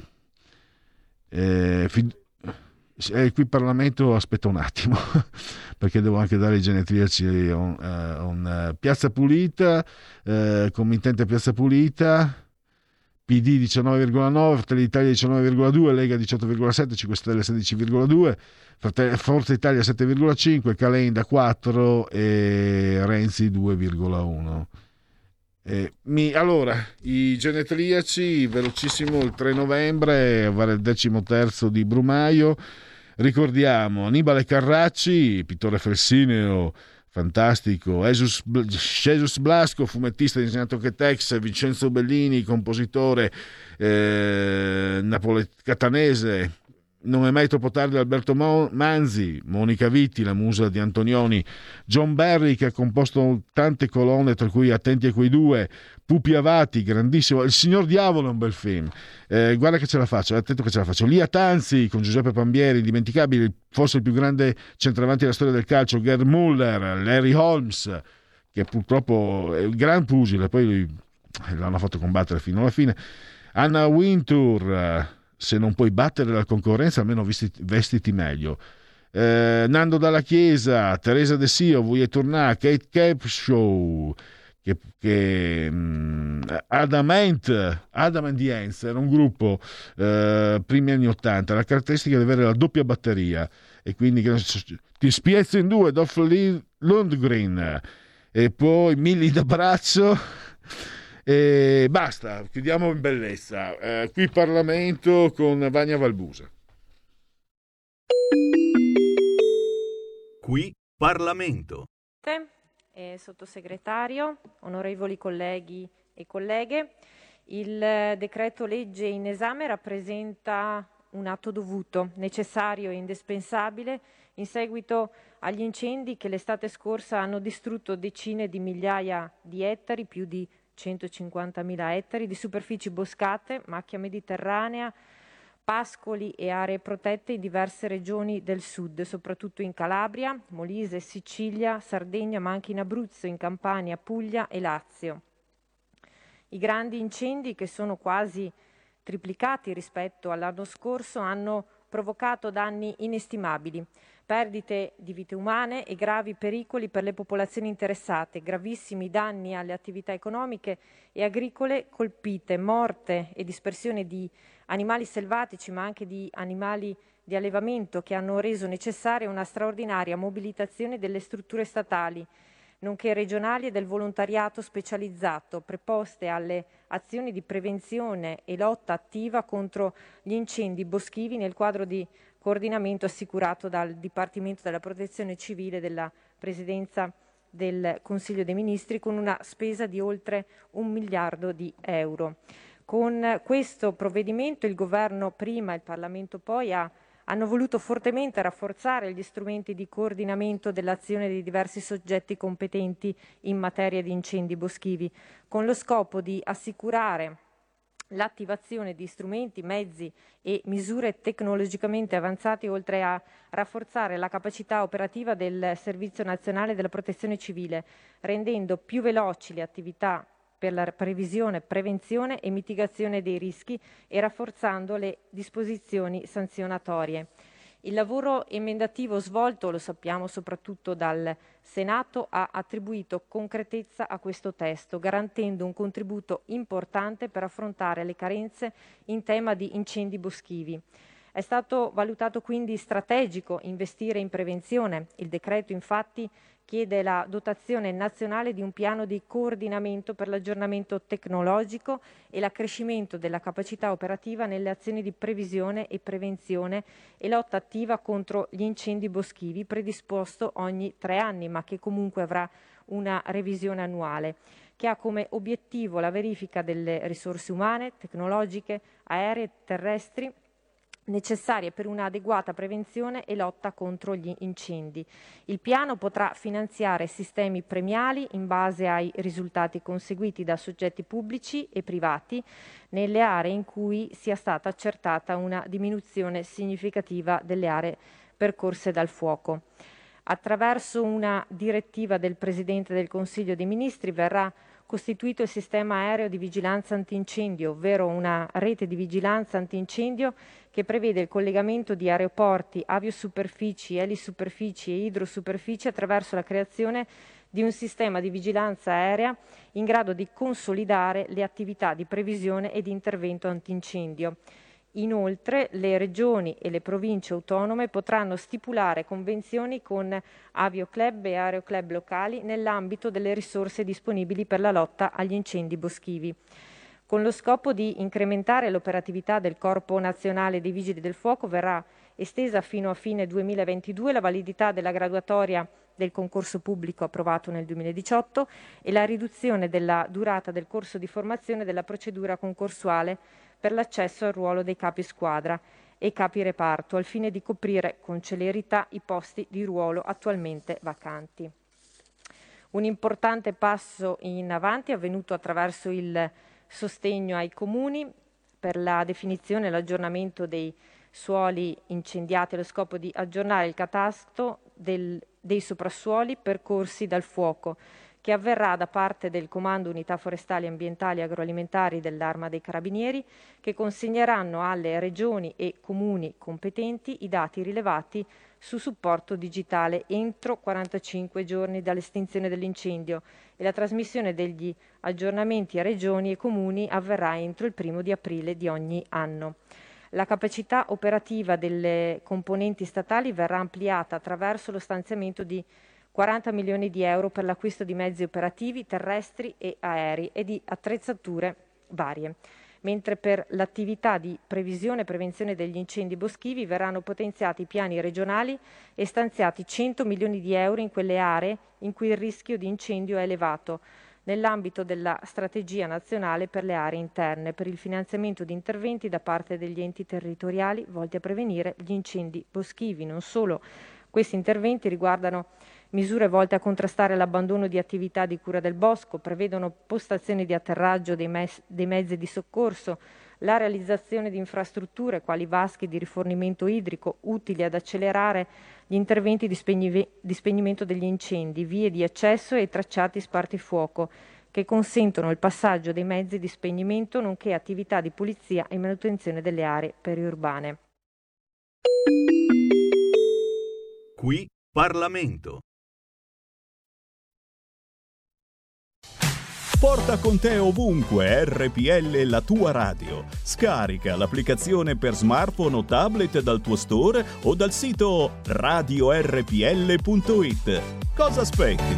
Eh, fid- eh, qui Parlamento aspetta un attimo perché devo anche dare i genetriaci un, uh, un, uh, Piazza Pulita, uh, committente Piazza Pulita, P D diciannove virgola nove, Fratelli d'Italia diciannove virgola due, Lega diciotto virgola sette, cinque Stelle sedici virgola due, Fratelli, Forza Italia sette virgola cinque, Calenda quattro e Renzi due virgola uno. Eh, mi, allora, i genetriaci, velocissimo, il tre novembre, vale il decimo terzo di Brumaio. Ricordiamo Annibale Carracci, pittore felsineo, fantastico, Jesus, Jesus Blasco, fumettista, disegnato che Tex, Vincenzo Bellini, compositore eh, napole- catanese. Non è mai troppo tardi Alberto Manzi, Monica Vitti, la musa di Antonioni, John Barry che ha composto tante colonne, tra cui Attenti a quei due, Pupi Avati, grandissimo, Il Signor Diavolo è un bel film, eh, guarda che ce la faccio, attento che ce la faccio, Lia Tanzi con Giuseppe Pambieri, indimenticabile, forse il più grande centravanti della storia del calcio, Gerd Müller, Larry Holmes, che purtroppo è il gran pugile, poi l'hanno fatto combattere fino alla fine, Anna Wintour, se non puoi battere la concorrenza almeno vestiti, vestiti meglio, eh, Nando Dalla Chiesa, Teresa De Sio, Vuoi tornare, Kate Capshaw, che, che um, Adamant Adam and the Ants era un gruppo eh, primi anni ottanta, la caratteristica di avere la doppia batteria e quindi che, ti spiezzo in due, Dolph Lundgren, e poi Milli d'abbraccio. E basta, chiudiamo in bellezza. Eh, qui Parlamento con Vania Valbusa. Qui Parlamento. Eh, sottosegretario, onorevoli colleghi e colleghe, il decreto legge in esame rappresenta un atto dovuto, necessario e indispensabile in seguito agli incendi che l'estate scorsa hanno distrutto decine di migliaia di ettari, più di centocinquantamila ettari di superfici boscate, macchia mediterranea, pascoli e aree protette in diverse regioni del sud, soprattutto in Calabria, Molise, Sicilia, Sardegna, ma anche in Abruzzo, in Campania, Puglia e Lazio. I grandi incendi, che sono quasi triplicati rispetto all'anno scorso, hanno provocato danni inestimabili, perdite di vite umane e gravi pericoli per le popolazioni interessate, gravissimi danni alle attività economiche e agricole colpite, morte e dispersione di animali selvatici, ma anche di animali di allevamento, che hanno reso necessaria una straordinaria mobilitazione delle strutture statali, nonché regionali e del volontariato specializzato, preposte alle azioni di prevenzione e lotta attiva contro gli incendi boschivi nel quadro di coordinamento assicurato dal Dipartimento della Protezione Civile della Presidenza del Consiglio dei Ministri, con una spesa di oltre un miliardo di euro. Con questo provvedimento il Governo prima e il Parlamento poi ha hanno voluto fortemente rafforzare gli strumenti di coordinamento dell'azione dei diversi soggetti competenti in materia di incendi boschivi, con lo scopo di assicurare l'attivazione di strumenti, mezzi e misure tecnologicamente avanzate, oltre a rafforzare la capacità operativa del Servizio Nazionale della Protezione Civile, rendendo più veloci le attività per la previsione, prevenzione e mitigazione dei rischi e rafforzando le disposizioni sanzionatorie. Il lavoro emendativo svolto, lo sappiamo soprattutto dal Senato, ha attribuito concretezza a questo testo, garantendo un contributo importante per affrontare le carenze in tema di incendi boschivi. È stato valutato quindi strategico investire in prevenzione. Il decreto infatti chiede la dotazione nazionale di un piano di coordinamento per l'aggiornamento tecnologico e l'accrescimento della capacità operativa nelle azioni di previsione e prevenzione e lotta attiva contro gli incendi boschivi, predisposto ogni tre anni, ma che comunque avrà una revisione annuale, che ha come obiettivo la verifica delle risorse umane, tecnologiche, aeree e terrestri necessarie per un'adeguata prevenzione e lotta contro gli incendi. Il piano potrà finanziare sistemi premiali in base ai risultati conseguiti da soggetti pubblici e privati nelle aree in cui sia stata accertata una diminuzione significativa delle aree percorse dal fuoco. Attraverso una direttiva del Presidente del Consiglio dei Ministri verrà costituito il sistema aereo di vigilanza antincendio, ovvero una rete di vigilanza antincendio che prevede il collegamento di aeroporti, aviosuperfici, elisuperfici e idrosuperfici attraverso la creazione di un sistema di vigilanza aerea in grado di consolidare le attività di previsione e di intervento antincendio. Inoltre, le regioni e le province autonome potranno stipulare convenzioni con avioclub e aeroclub locali nell'ambito delle risorse disponibili per la lotta agli incendi boschivi. Con lo scopo di incrementare l'operatività del Corpo Nazionale dei Vigili del Fuoco verrà estesa fino a fine duemilaventidue la validità della graduatoria del concorso pubblico approvato nel duemiladiciotto e la riduzione della durata del corso di formazione della procedura concorsuale per l'accesso al ruolo dei capi squadra e capi reparto, al fine di coprire con celerità i posti di ruolo attualmente vacanti. Un importante passo in avanti è avvenuto attraverso il sostegno ai comuni per la definizione e l'aggiornamento dei suoli incendiati allo scopo di aggiornare il catasto del, dei soprassuoli percorsi dal fuoco, che avverrà da parte del Comando Unità Forestali Ambientali e Agroalimentari dell'Arma dei Carabinieri, che consegneranno alle regioni e comuni competenti i dati rilevati su supporto digitale entro quarantacinque giorni dall'estinzione dell'incendio e la trasmissione degli aggiornamenti a regioni e comuni avverrà entro il primo di aprile di ogni anno. La capacità operativa delle componenti statali verrà ampliata attraverso lo stanziamento di quaranta milioni di euro per l'acquisto di mezzi operativi terrestri e aerei e di attrezzature varie, mentre per l'attività di previsione e prevenzione degli incendi boschivi verranno potenziati i piani regionali e stanziati cento milioni di euro in quelle aree in cui il rischio di incendio è elevato, nell'ambito della strategia nazionale per le aree interne, per il finanziamento di interventi da parte degli enti territoriali volti a prevenire gli incendi boschivi. Non solo, questi interventi riguardano misure volte a contrastare l'abbandono di attività di cura del bosco, prevedono postazioni di atterraggio dei, mes- dei mezzi di soccorso, la realizzazione di infrastrutture quali vasche di rifornimento idrico utili ad accelerare gli interventi di, spegni- di spegnimento degli incendi, vie di accesso e tracciati spartifuoco che consentono il passaggio dei mezzi di spegnimento nonché attività di pulizia e manutenzione delle aree periurbane. Qui Parlamento. Porta con te ovunque R P L, la tua radio. Scarica l'applicazione per smartphone o tablet dal tuo store o dal sito radio erre pi elle punto it. Cosa aspetti?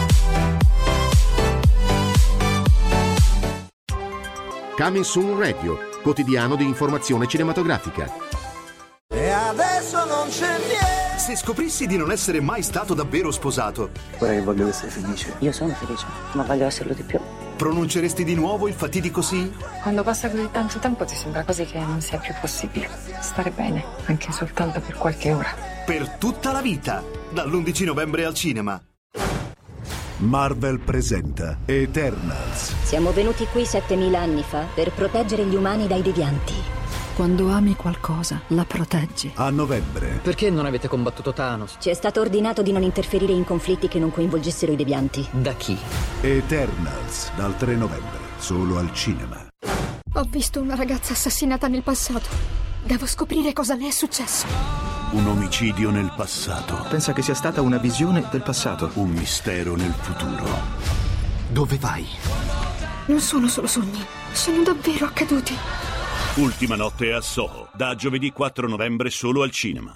Coming Soon Radio, quotidiano di informazione cinematografica. E adesso non c'è niente. Se scoprissi di non essere mai stato davvero sposato, Guarda che voglio essere felice. Io sono felice, ma voglio esserlo di più. pronunceresti di nuovo il fatidico sì? Quando passa così tanto tempo ti sembra quasi che non sia più possibile stare bene, anche soltanto per qualche ora. Per tutta la vita, dall'undici novembre al cinema. Marvel presenta Eternals. Siamo venuti qui settemila anni fa per proteggere gli umani dai devianti. Quando ami qualcosa, la proteggi. A novembre. Perché non avete combattuto Thanos? Ci è stato ordinato di non interferire in conflitti che non coinvolgessero i devianti. Da chi? Eternals, dal tre novembre, solo al cinema. Ho visto una ragazza assassinata nel passato. Devo scoprire cosa le è successo. Un omicidio nel passato. Pensa che sia stata una visione del passato. Un mistero nel futuro. Dove vai? Non sono solo sogni, sono davvero accaduti. Ultima notte a Soho, da giovedì quattro novembre solo al cinema.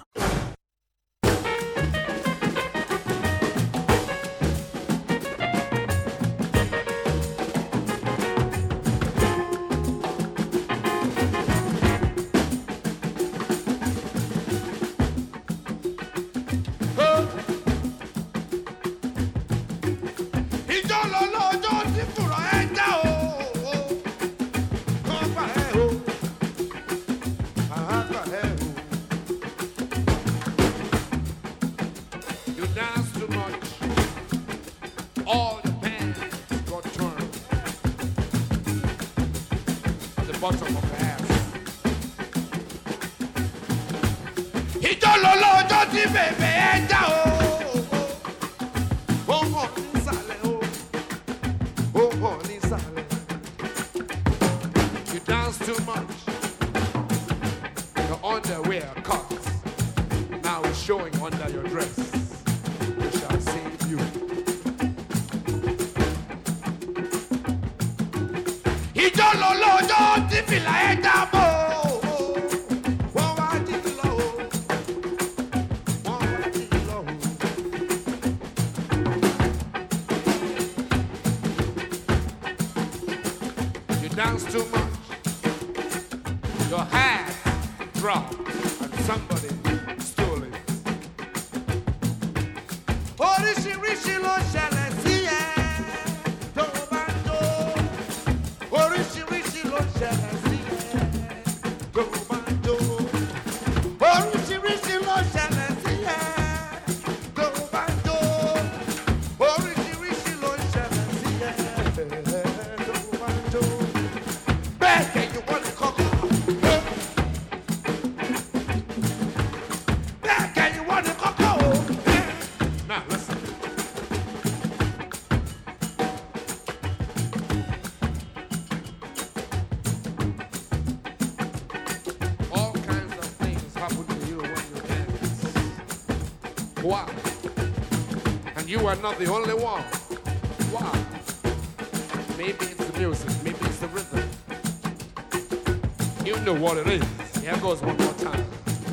Not the only one. Wow. Maybe it's the music, maybe it's the rhythm. You know what it is. Here goes one more time.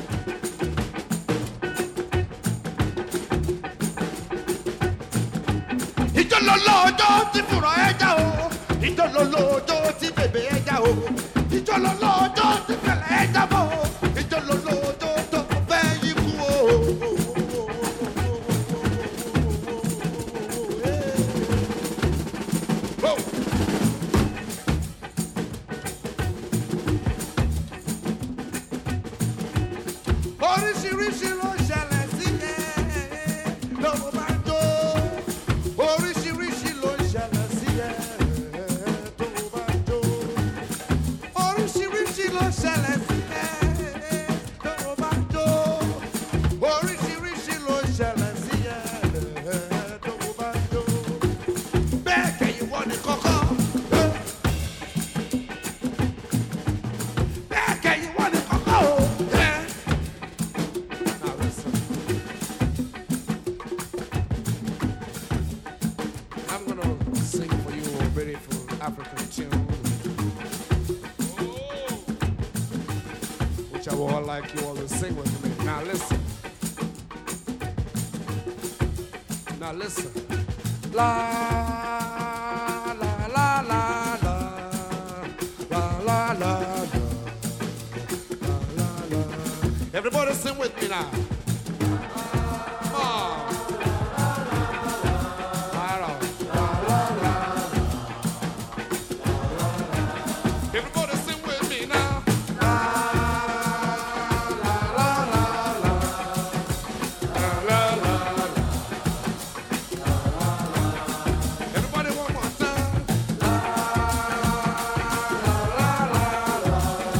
Itololo ti fura eta o. Itololo ti bebe eta o. Itololo ti fela eta o. Itololo to be you o. much I would like you all to sing with me. Now listen. Now listen. La la la la la la la la la la la. Everybody sing with me now. Come on. Everybody sing with me now. La la la la la la la la. Everybody one more time. La la la la la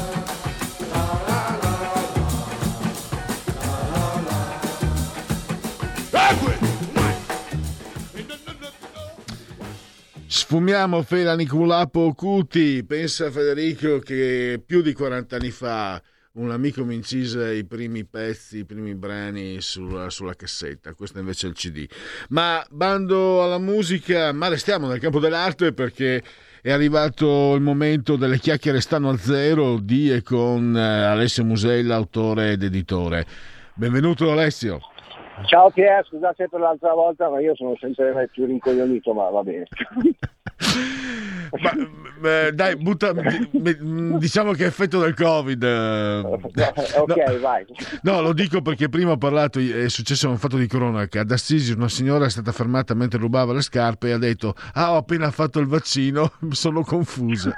la Sfumiamo Fela Niculapo Cuti. Pensa Federico che più di quaranta anni fa un amico mi incise i primi pezzi, i primi brani sulla, sulla cassetta, questo invece è il C D. Ma bando alla musica, ma restiamo nel campo dell'arte perché è arrivato il momento delle chiacchiere stanno a zero di e con Alessio Musella, autore ed editore. Benvenuto Alessio. Ciao Pier, scusate per l'altra volta, ma io sono sempre più rincoglionito, ma va bene. Ma, beh, dai, butta, diciamo che è effetto del Covid. Ok, no, vai. No, lo dico perché prima ho parlato, è successo un fatto di cronaca. Ad Assisi una signora è stata fermata mentre rubava le scarpe e ha detto: ah, ho appena fatto il vaccino, sono confusa.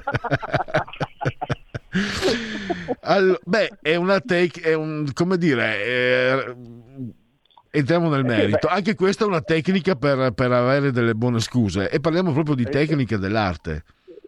Allora, beh, è una take, è un, come dire, è, entriamo nel merito. Anche questa è una tecnica per, per avere delle buone scuse, e parliamo proprio di tecnica dell'arte.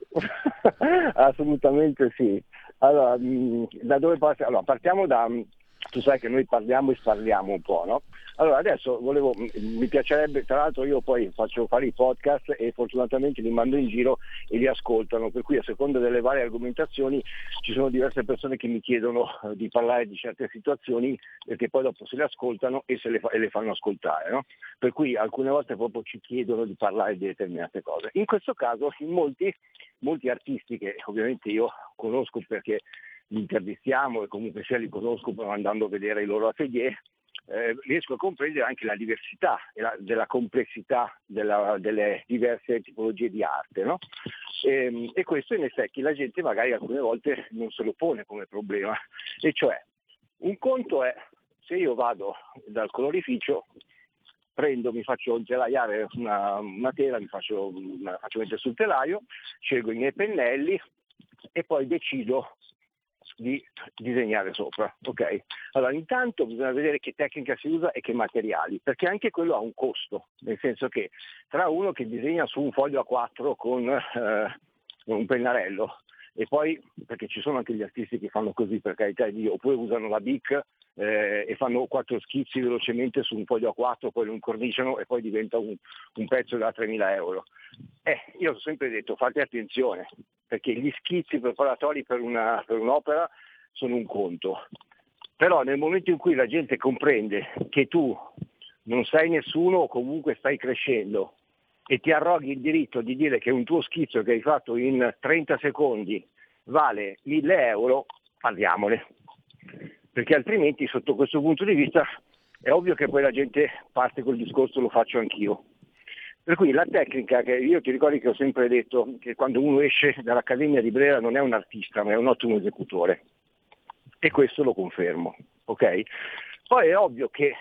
Assolutamente sì. Allora, da dove partiamo? Allora, partiamo da, tu sai che noi parliamo e sparliamo un po', no? Allora adesso volevo, mi piacerebbe, tra l'altro io poi faccio fare i podcast e fortunatamente li mando in giro e li ascoltano, per cui a seconda delle varie argomentazioni ci sono diverse persone che mi chiedono di parlare di certe situazioni, perché poi dopo se le ascoltano e se le, fa, e le fanno ascoltare, no? Per cui alcune volte proprio ci chiedono di parlare di determinate cose. In questo caso in molti, molti artisti che ovviamente io conosco perché li intervistiamo e comunque sia li conosco andando a vedere i loro atelier, Eh, riesco a comprendere anche la diversità e la, della complessità della, delle diverse tipologie di arte, no? E, e questo in effetti la gente magari alcune volte non se lo pone come problema, e cioè un conto è se io vado dal colorificio, prendo, mi faccio gelaiare una, una tela, mi faccio, una, faccio mettere sul telaio, scelgo i miei pennelli e poi decido di disegnare sopra, ok? Allora intanto bisogna vedere che tecnica si usa e che materiali, perché anche quello ha un costo, nel senso che tra uno che disegna su un foglio A quattro con eh, un pennarello e poi, perché ci sono anche gli artisti che fanno così, per carità di Dio, oppure usano la Bic eh, e fanno quattro schizzi velocemente su un foglio A quattro, poi lo incorniciano e poi diventa un, un pezzo da tremila euro. Eh, io ho sempre detto fate attenzione, perché gli schizzi preparatori per, una, per un'opera sono un conto, però nel momento in cui la gente comprende che tu non sei nessuno o comunque stai crescendo e ti arroghi il diritto di dire che un tuo schizzo che hai fatto in trenta secondi vale mille euro, parliamone, perché altrimenti sotto questo punto di vista è ovvio che poi la gente parte col discorso lo faccio anch'io. Per cui la tecnica, che io ti ricordi che ho sempre detto che quando uno esce dall'Accademia di Brera non è un artista ma è un ottimo esecutore, e questo lo confermo, ok? Poi è ovvio che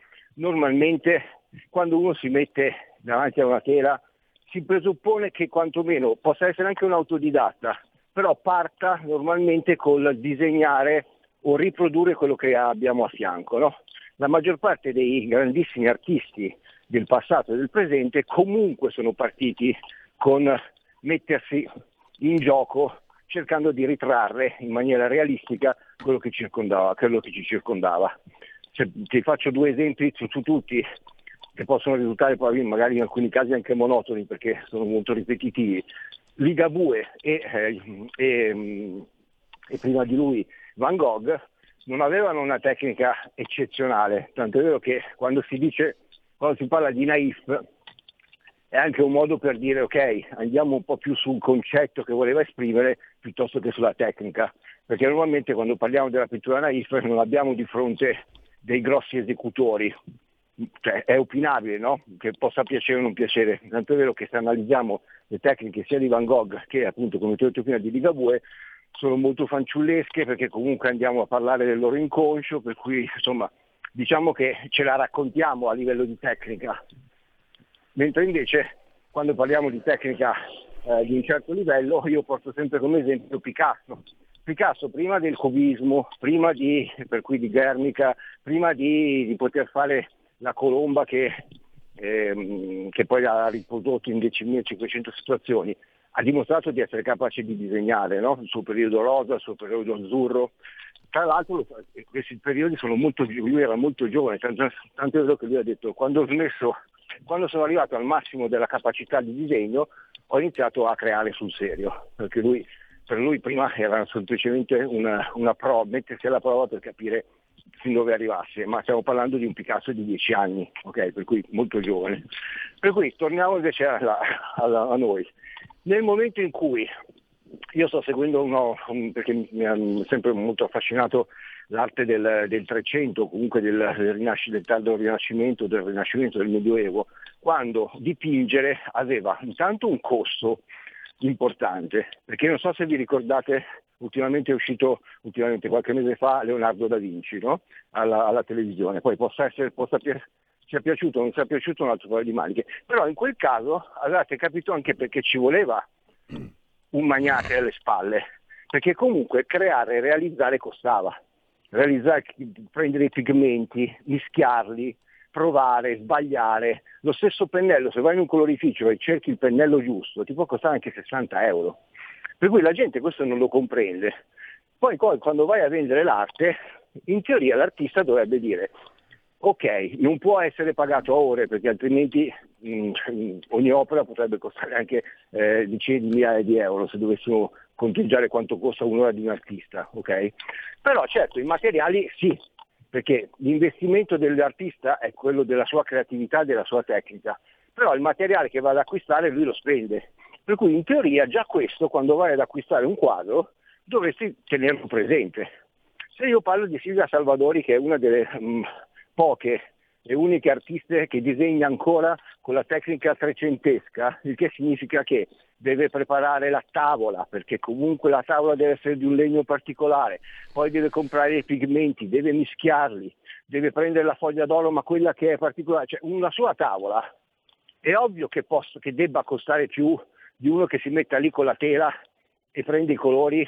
normalmente quando uno si mette davanti a una tela si presuppone che quantomeno possa essere anche un autodidatta, però parta normalmente col disegnare o riprodurre quello che abbiamo a fianco, no? La maggior parte dei grandissimi artisti del passato e del presente comunque sono partiti con mettersi in gioco cercando di ritrarre in maniera realistica quello che circondava, quello che ci circondava. Se ti faccio due esempi su, su tutti che possono risultare poi magari in alcuni casi anche monotoni perché sono molto ripetitivi. Ligabue e, eh, e, e prima di lui Van Gogh non avevano una tecnica eccezionale, tanto è vero che quando si dice quando si parla di naif è anche un modo per dire ok, andiamo un po' più sul concetto che voleva esprimere piuttosto che sulla tecnica. perché normalmente quando parliamo della pittura naif non abbiamo di fronte dei grossi esecutori, cioè è opinabile, no? Che possa piacere o non piacere, tanto è vero che se analizziamo le tecniche sia di Van Gogh che appunto, come ti ho detto prima, di Ligabue, sono molto fanciullesche, perché comunque andiamo a parlare del loro inconscio, per cui insomma diciamo che ce la raccontiamo a livello di tecnica, mentre invece quando parliamo di tecnica eh, di un certo livello io porto sempre come esempio Picasso. Picasso prima del cubismo, prima di, per cui di Guernica, prima di, di poter fare la colomba che, ehm, che poi ha riprodotto in diecimilacinquecento situazioni, ha dimostrato di essere capace di disegnare, no? Il suo periodo rosa, il suo periodo azzurro. Tra l'altro questi periodi sono molto, lui era molto giovane, tanto, tanto è vero che lui ha detto quando ho smesso, quando sono arrivato al massimo della capacità di disegno ho iniziato a creare sul serio, perché lui, per lui prima era semplicemente una, una prova, mettersi alla prova per capire fin dove arrivasse, ma stiamo parlando di un Picasso di dieci anni, ok? Per cui molto giovane. Per cui torniamo invece alla, alla, a noi. Nel momento in cui io sto seguendo uno, un, perché mi ha sempre molto affascinato l'arte del, del Trecento, comunque del, del, rinasc- del tardo Rinascimento, del Rinascimento, del Medioevo, quando dipingere aveva intanto un costo importante, perché non so se vi ricordate, ultimamente è uscito, ultimamente qualche mese fa, Leonardo da Vinci, no? alla, alla televisione, poi possa essere, possa pi- sia piaciuto o non sia piaciuto un altro paio di maniche, però in quel caso avete capito anche perché ci voleva un magnate alle spalle, perché comunque creare e realizzare costava, realizzare, prendere i pigmenti, mischiarli, provare, sbagliare. Lo stesso pennello, se vai in un colorificio e cerchi il pennello giusto, ti può costare anche sessanta euro. Per cui la gente questo non lo comprende. Poi, poi quando vai a vendere l'arte, in teoria l'artista dovrebbe dire ok, non può essere pagato a ore, perché altrimenti mh, ogni opera potrebbe costare anche eh, decine di migliaia di euro se dovessimo conteggiare quanto costa un'ora di un artista, ok? Però certo i materiali sì, perché l'investimento dell'artista è quello della sua creatività, della sua tecnica, però il materiale che va ad acquistare lui lo spende, per cui in teoria già questo, quando vai ad acquistare un quadro, dovresti tenerlo presente. Se io parlo di Silvia Salvadori, che è una delle mh, poche e uniche artiste che disegna ancora con la tecnica trecentesca, il che significa che deve preparare la tavola, perché comunque la tavola deve essere di un legno particolare, poi deve comprare i pigmenti, deve mischiarli, deve prendere la foglia d'oro ma quella che è particolare, cioè una sua tavola è ovvio che, posso, che debba costare più di uno che si metta lì con la tela e prende i colori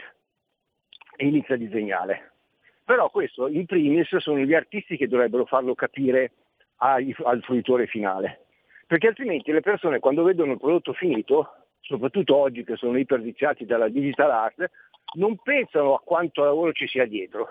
e inizia a disegnare. Però questo in primis sono gli artisti che dovrebbero farlo capire ai, al fruitore finale, perché altrimenti le persone quando vedono il prodotto finito, soprattutto oggi che sono iperviziati dalla digital art, non pensano a quanto lavoro ci sia dietro.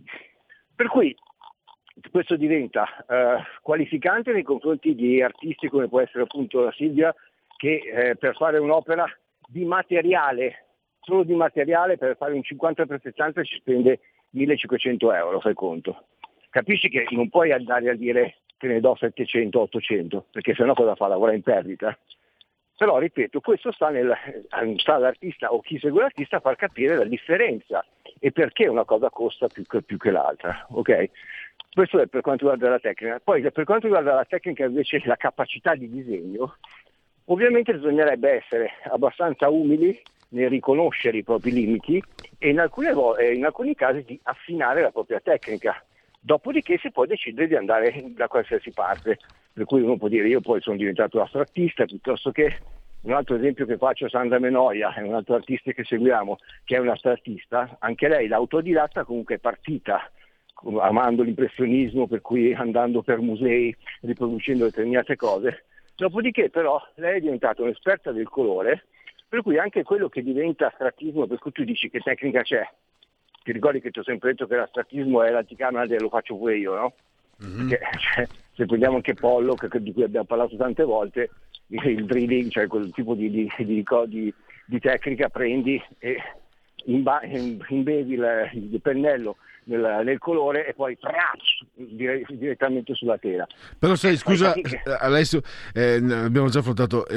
Per cui questo diventa eh, qualificante nei confronti di artisti come può essere appunto la Silvia, che eh, per fare un'opera di materiale, solo di materiale, per fare un cinquanta per sessanta ci spende millecinquecento euro, fai conto. Capisci che non puoi andare a dire che ne do settecento ottocento, perché sennò cosa fa? Lavora in perdita. Però ripeto, questo sta, nel, sta all'artista o chi segue l'artista a far capire la differenza e perché una cosa costa più che, più che l'altra, ok? Questo è per quanto riguarda la tecnica. Poi per quanto riguarda la tecnica invece la capacità di disegno, ovviamente bisognerebbe essere abbastanza umili nel riconoscere i propri limiti e in, alcune vo- in alcuni casi di affinare la propria tecnica. Dopodiché si può decidere di andare da qualsiasi parte, per cui uno può dire io poi sono diventato astrattista, piuttosto che un altro esempio che faccio, Sandra Menoia, è un altro artista che seguiamo, che è un astrattista, anche lei da autodidatta comunque è partita amando l'impressionismo, per cui andando per musei, riproducendo determinate cose, dopodiché però lei è diventata un'esperta del colore, per cui anche quello che diventa astrattismo, per cui tu dici che tecnica c'è, ti ricordi che ti ho sempre detto che l'astrattismo è l'anticamera del lo faccio pure io, no? Mm-hmm. Perché, cioè, se prendiamo anche Pollock, che, di cui abbiamo parlato tante volte, il, il drilling, cioè quel tipo di, di, di, di, di tecnica, prendi e imba, imbevi il, il pennello nel, nel colore e poi traccio, dire, direttamente sulla tela. Però sai, scusa che... Alessio, eh, abbiamo già affrontato... Eh,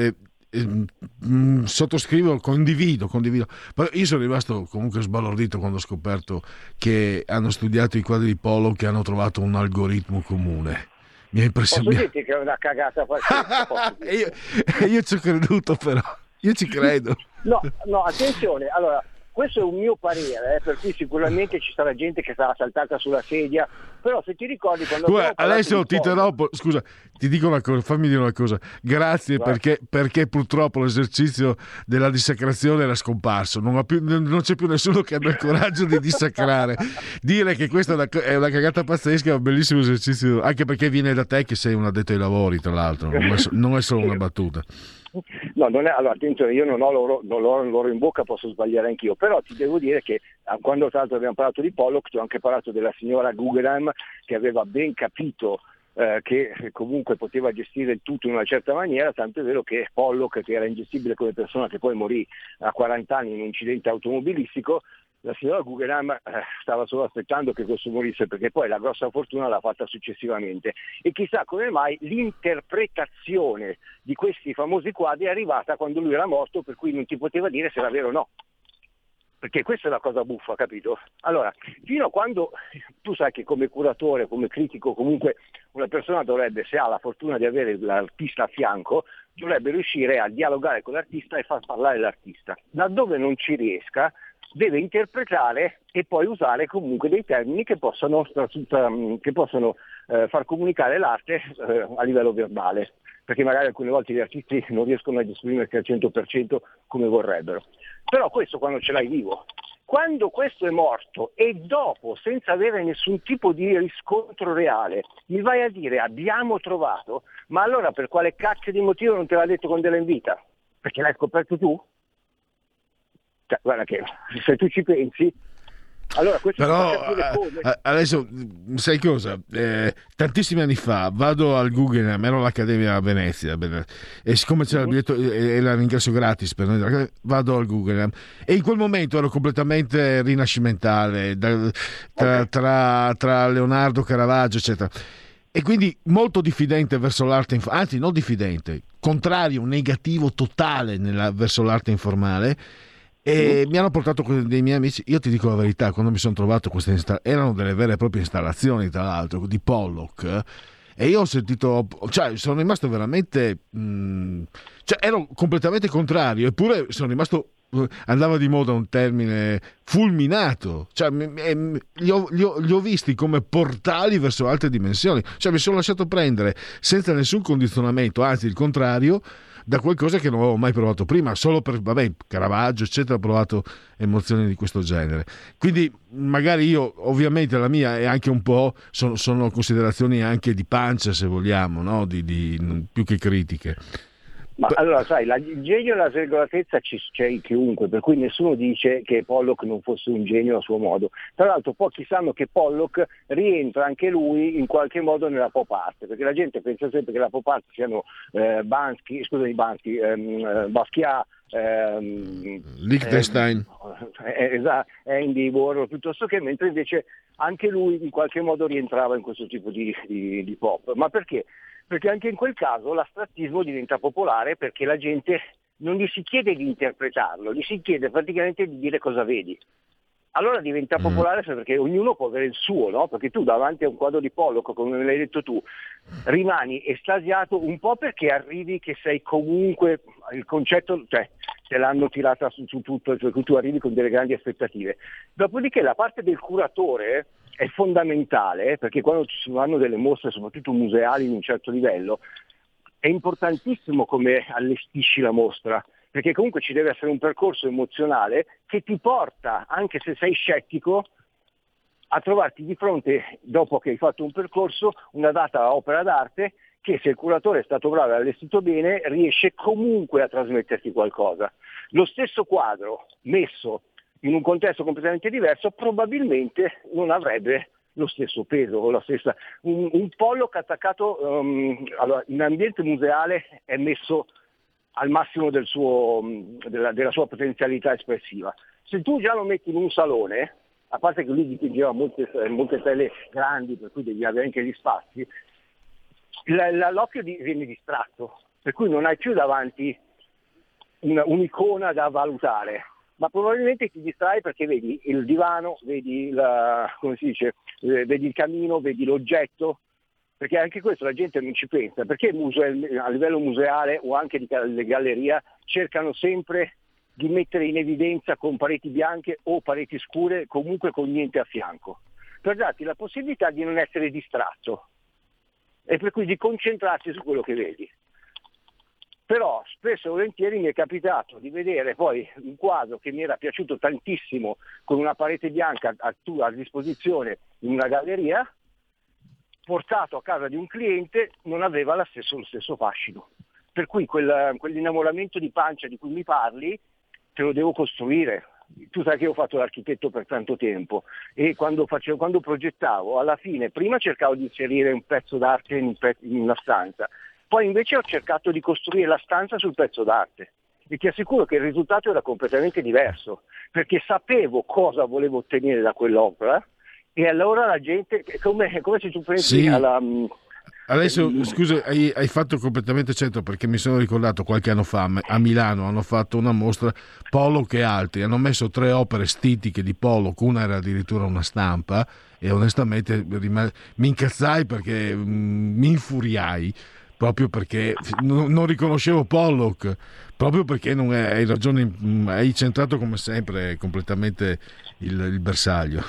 eh, mh, sottoscrivo, condivido, condivido. Però io sono rimasto comunque sbalordito quando ho scoperto che hanno studiato i quadri di Pollock, che hanno trovato un algoritmo comune. Mi ha impressionato. Posso dirti che è una cagata pazzesca? io, io ci ho creduto, però io ci credo. No, no, attenzione, allora questo è un mio parere, eh, per cui sicuramente ci sarà gente che sarà saltata sulla sedia, però se ti ricordi quando... Guarda, adesso ti interrompo, scusa, ti dico una cosa, fammi dire una cosa, grazie perché, perché purtroppo l'esercizio della dissacrazione era scomparso, non, ha più, non c'è più nessuno che abbia il coraggio di dissacrare. Dire che questa è una, è una cagata pazzesca è un bellissimo esercizio, anche perché viene da te che sei un addetto ai lavori, tra l'altro, non è, non è solo una battuta. No, non è, allora attenzione, io non ho loro, non ho loro in bocca, posso sbagliare anch'io, però ti devo dire che quando tra l'altro abbiamo parlato di Pollock, ti ho anche parlato della signora Guggenheim che aveva ben capito eh, che comunque poteva gestire il tutto in una certa maniera, tanto è vero che Pollock, che era ingestibile come persona, che poi morì a quaranta anni in un incidente automobilistico, la signora Guggenheim eh, stava solo aspettando che questo morisse, perché poi la grossa fortuna l'ha fatta successivamente, e chissà come mai l'interpretazione di questi famosi quadri è arrivata quando lui era morto, per cui non ti poteva dire se era vero o no, perché questa è la cosa buffa, capito? Allora, fino a quando tu sai che come curatore, come critico, comunque una persona dovrebbe, se ha la fortuna di avere l'artista a fianco, dovrebbe riuscire a dialogare con l'artista e far parlare l'artista. Laddove non ci riesca, deve interpretare e poi usare comunque dei termini che possano, che possono eh, far comunicare l'arte eh, a livello verbale, perché magari alcune volte gli artisti non riescono ad esprimersi al cento per cento come vorrebbero. Però questo quando ce l'hai vivo. Quando questo è morto e dopo, senza avere nessun tipo di riscontro reale, mi vai a dire abbiamo trovato, ma allora per quale cacchio di motivo non te l'ha detto quando era in vita? Perché l'hai scoperto tu? Cioè, guarda che se tu ci pensi, allora questo però come... adesso sai cosa, eh, tantissimi anni fa vado al Guggenheim, ero all'Accademia a Venezia, e siccome c'era il biglietto e la ringrazio gratis per noi, vado al Guggenheim e in quel momento ero completamente rinascimentale da, tra, okay. tra, tra Leonardo, Caravaggio eccetera, e quindi molto diffidente verso l'arte, anzi non diffidente, contrario, negativo totale nella, verso l'arte informale. E mi hanno portato dei miei amici, io ti dico la verità, quando mi sono trovato queste install- erano delle vere e proprie installazioni, tra l'altro, di Pollock, eh, e io ho sentito, cioè sono rimasto veramente, mh, cioè ero completamente contrario, eppure sono rimasto, andava di moda un termine, fulminato, cioè li ho, li ho, li ho visti come portali verso altre dimensioni, cioè mi sono lasciato prendere senza nessun condizionamento, anzi il contrario, da qualcosa che non avevo mai provato prima, solo per, vabbè, Caravaggio eccetera, ho provato emozioni di questo genere. Quindi magari io, ovviamente la mia è anche un po', sono, sono considerazioni anche di pancia, se vogliamo, no? di, di, più che critiche. Ma allora sai, la, il genio e la sregolatezza ci, c'è in chiunque, per cui nessuno dice che Pollock non fosse un genio a suo modo. Tra l'altro pochi sanno che Pollock rientra anche lui in qualche modo nella pop art, perché la gente pensa sempre che la pop art siano eh, Bansky, scusami Bansky, ehm, Basquiat, ehm, Liechtenstein, eh, esatto, Andy Warhol, piuttosto che, mentre invece anche lui in qualche modo rientrava in questo tipo di, di, di pop. Ma perché? Perché anche in quel caso l'astrattismo diventa popolare, perché la gente non gli si chiede di interpretarlo, gli si chiede praticamente di dire cosa vedi. Allora diventa popolare perché ognuno può avere il suo, no? Perché tu davanti a un quadro di Pollock, come me l'hai detto tu, rimani estasiato un po' perché arrivi che sei comunque, il concetto, cioè te l'hanno tirata su, su tutto, cioè tu arrivi con delle grandi aspettative. Dopodiché la parte del curatore è fondamentale, perché quando ci vanno delle mostre, soprattutto museali di un certo livello, è importantissimo come allestisci la mostra, perché comunque ci deve essere un percorso emozionale che ti porta, anche se sei scettico, a trovarti di fronte, dopo che hai fatto un percorso, una data opera d'arte che, se il curatore è stato bravo e allestito bene, riesce comunque a trasmetterti qualcosa. Lo stesso quadro messo in un contesto completamente diverso probabilmente non avrebbe lo stesso peso o la stessa. Un, un Pollock attaccato um, allora, in ambiente museale è messo al massimo del suo, della, della sua potenzialità espressiva. Se tu già lo metti in un salone, a parte che lui dipingeva molte, molte tele grandi, per cui devi avere anche gli spazi, la, la, l'occhio di, viene distratto, per cui non hai più davanti una, un'icona da valutare, ma probabilmente ti distrai perché vedi il divano, vedi la, come si dice, eh, vedi il camino, vedi l'oggetto, perché anche questo la gente non ci pensa, perché museo, a livello museale o anche di galleria cercano sempre di mettere in evidenza con pareti bianche o pareti scure, comunque con niente a fianco, per darti la possibilità di non essere distratto e per cui di concentrarsi su quello che vedi. Però spesso e volentieri mi è capitato di vedere poi un quadro che mi era piaciuto tantissimo con una parete bianca a, a disposizione in una galleria, portato a casa di un cliente, non aveva la stesso, lo stesso fascino. Per cui quel, quell'innamoramento di pancia di cui mi parli te lo devo costruire. Tu sai che io ho fatto l'architetto per tanto tempo e quando, facevo, quando progettavo, alla fine prima cercavo di inserire un pezzo d'arte in, un pezzo, in una stanza, poi invece ho cercato di costruire la stanza sul pezzo d'arte e ti assicuro che il risultato era completamente diverso, perché sapevo cosa volevo ottenere da quell'opera. E allora la gente, è come, è come se tu pensi sì. alla... Adesso, scusa, hai, hai fatto completamente centro, perché mi sono ricordato qualche anno fa a Milano hanno fatto una mostra Pollock e altri, hanno messo tre opere stitiche di Pollock, una era addirittura una stampa e onestamente mi incazzai perché mh, mi infuriai proprio perché non, non riconoscevo Pollock, proprio perché non è, hai ragione, mh, hai centrato come sempre completamente il, il bersaglio.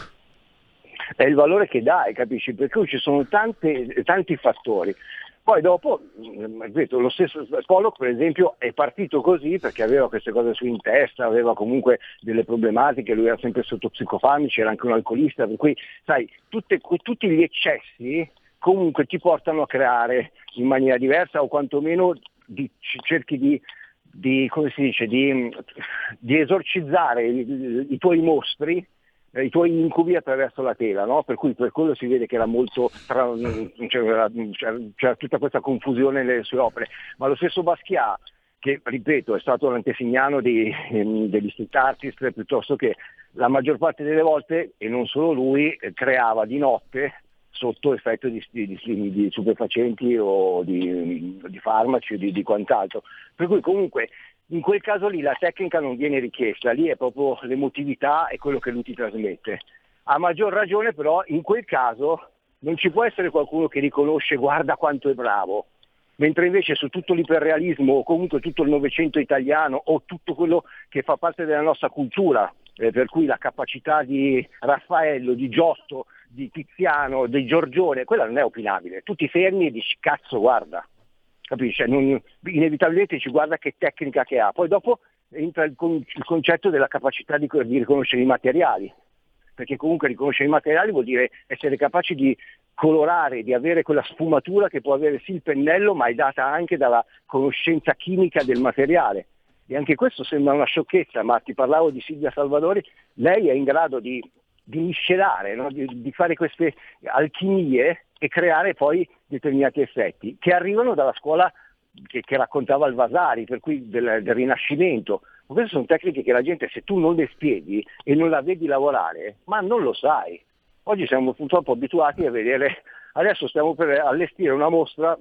È il valore che dai, capisci? Per cui ci sono tante, tanti fattori. Poi dopo, ripeto, lo stesso Pollock per esempio è partito così perché aveva queste cose su in testa, aveva comunque delle problematiche, lui era sempre sotto psicofarmaci, era anche un alcolista, per cui sai, tutte, tutti gli eccessi comunque ti portano a creare in maniera diversa o quantomeno di, cerchi di, di, come si dice, di, di esorcizzare i, i tuoi mostri, i tuoi incubi attraverso la tela, no? Per cui per quello si vede che era molto tra, c'era, c'era tutta questa confusione nelle sue opere, ma lo stesso Basquiat, che ripeto è stato l'antesignano di, degli street artist, piuttosto che la maggior parte delle volte, e non solo lui, creava di notte sotto effetto di, di, di, di stupefacenti o di, di farmaci o di, di quant'altro, per cui comunque in quel caso lì la tecnica non viene richiesta, lì è proprio l'emotività e quello che lui ti trasmette. A maggior ragione però in quel caso non ci può essere qualcuno che riconosce guarda quanto è bravo, mentre invece su tutto l'iperrealismo o comunque tutto il Novecento italiano o tutto quello che fa parte della nostra cultura, eh, per cui la capacità di Raffaello, di Giotto, di Tiziano, di Giorgione, quella non è opinabile, tu ti fermi e dici cazzo guarda. Capisci? Non, inevitabilmente ci guarda che tecnica che ha, poi dopo entra il, con, il concetto della capacità di, di riconoscere i materiali, perché comunque riconoscere i materiali vuol dire essere capaci di colorare, di avere quella sfumatura che può avere sì il pennello, ma è data anche dalla conoscenza chimica del materiale. E anche questo sembra una sciocchezza, ma ti parlavo di Silvia Salvadori, lei è in grado di, di miscelare, no? di, di fare queste alchimie e creare poi determinati effetti che arrivano dalla scuola che, che raccontava il Vasari, per cui del, del Rinascimento. Ma queste sono tecniche che la gente, se tu non le spieghi e non la vedi lavorare, ma non lo sai. Oggi siamo purtroppo abituati a vedere, adesso stiamo per allestire una mostra,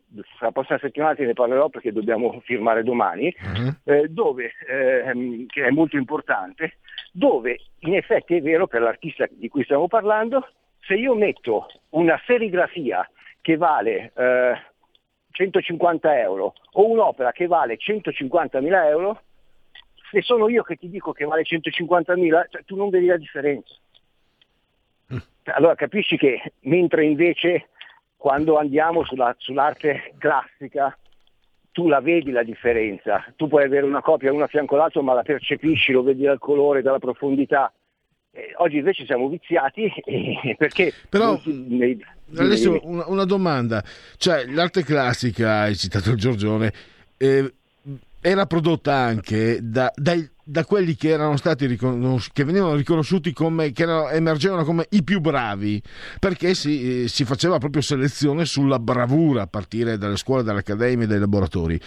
la prossima settimana te ne parlerò perché dobbiamo firmare domani, uh-huh. eh, dove, eh, che è molto importante, dove in effetti è vero per l'artista di cui stiamo parlando, se io metto una serigrafia che vale eh, centocinquanta euro o un'opera che vale centocinquantamila euro, se sono io che ti dico che vale centocinquantamila, cioè, tu non vedi la differenza. Mm. Allora capisci che mentre invece quando andiamo sulla, sull'arte classica tu la vedi la differenza, tu puoi avere una copia una a fianco all'altro ma la percepisci, lo vedi dal colore, dalla profondità. Eh, oggi invece siamo viziati eh, perché però si, nei, adesso nei... una, una domanda, cioè l'arte classica, hai citato il Giorgione, eh, era prodotta anche da, dai, da quelli che erano stati riconos- che venivano riconosciuti come, che erano, emergevano come i più bravi, perché si, eh, si faceva proprio selezione sulla bravura a partire dalle scuole, dalle accademie, dai laboratori.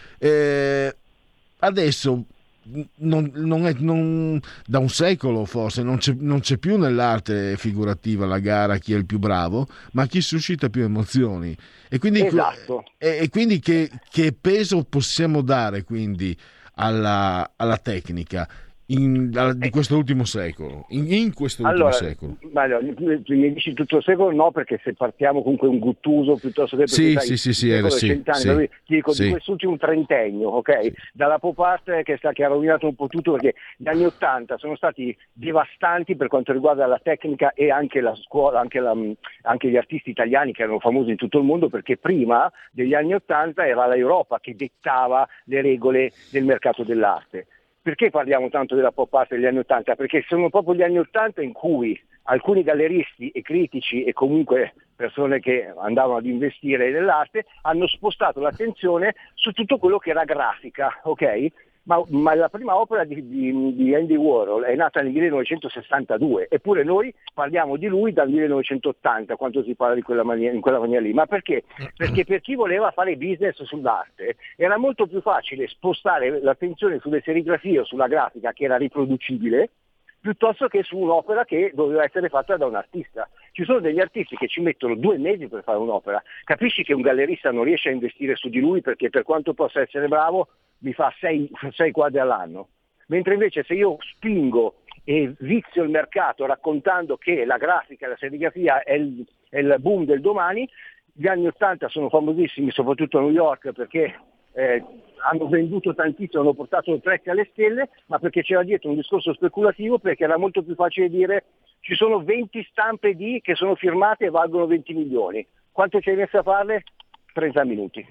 Eh, adesso Non, non è, non, da un secolo forse non c'è, non c'è più nell'arte figurativa la gara chi è il più bravo, ma chi suscita più emozioni. E quindi, esatto. e, e quindi che, che peso possiamo dare quindi alla, alla tecnica in, alla, di questo ultimo secolo, in, in questo allora, ultimo secolo? Allora, mi dici tutto il secolo? No, perché se partiamo comunque un Guttuso piuttosto che sì, sai, sì, sì, sì, era, sì, cent'anni, sì, ti dico sì. Di quest'ultimo trentennio, ok? Dalla pop art che, sta, che ha rovinato un po' tutto, perché gli anni ottanta sono stati devastanti per quanto riguarda la tecnica e anche la scuola, anche, la, anche gli artisti italiani che erano famosi in tutto il mondo, perché prima degli anni ottanta era l'Europa che dettava le regole del mercato dell'arte. Perché parliamo tanto della pop art degli anni Ottanta? Perché sono proprio gli anni Ottanta in cui alcuni galleristi e critici e comunque persone che andavano ad investire nell'arte hanno spostato l'attenzione su tutto quello che era grafica, ok? Ma, ma la prima opera di, di, di Andy Warhol è nata nel millenovecentosessantadue, eppure noi parliamo di lui dal millenovecentottanta, quando si parla di quella maniera, in quella maniera lì. Ma perché? Perché per chi voleva fare business sull'arte era molto più facile spostare l'attenzione sulle serigrafie o sulla grafica che era riproducibile, piuttosto che su un'opera che doveva essere fatta da un artista. Ci sono degli artisti che ci mettono due mesi per fare un'opera. Capisci che un gallerista non riesce a investire su di lui perché, per quanto possa essere bravo, mi fa sei, sei quadri all'anno. Mentre invece se io spingo e vizio il mercato raccontando che la grafica e la serigrafia è il, è il boom del domani, gli anni Ottanta sono famosissimi soprattutto a New York perché eh, hanno venduto tantissimo, hanno portato i prezzi alle stelle, ma perché c'era dietro un discorso speculativo, perché era molto più facile dire ci sono venti stampe di che sono firmate e valgono venti milioni. Quanto ci hai messo a farle? trenta minuti.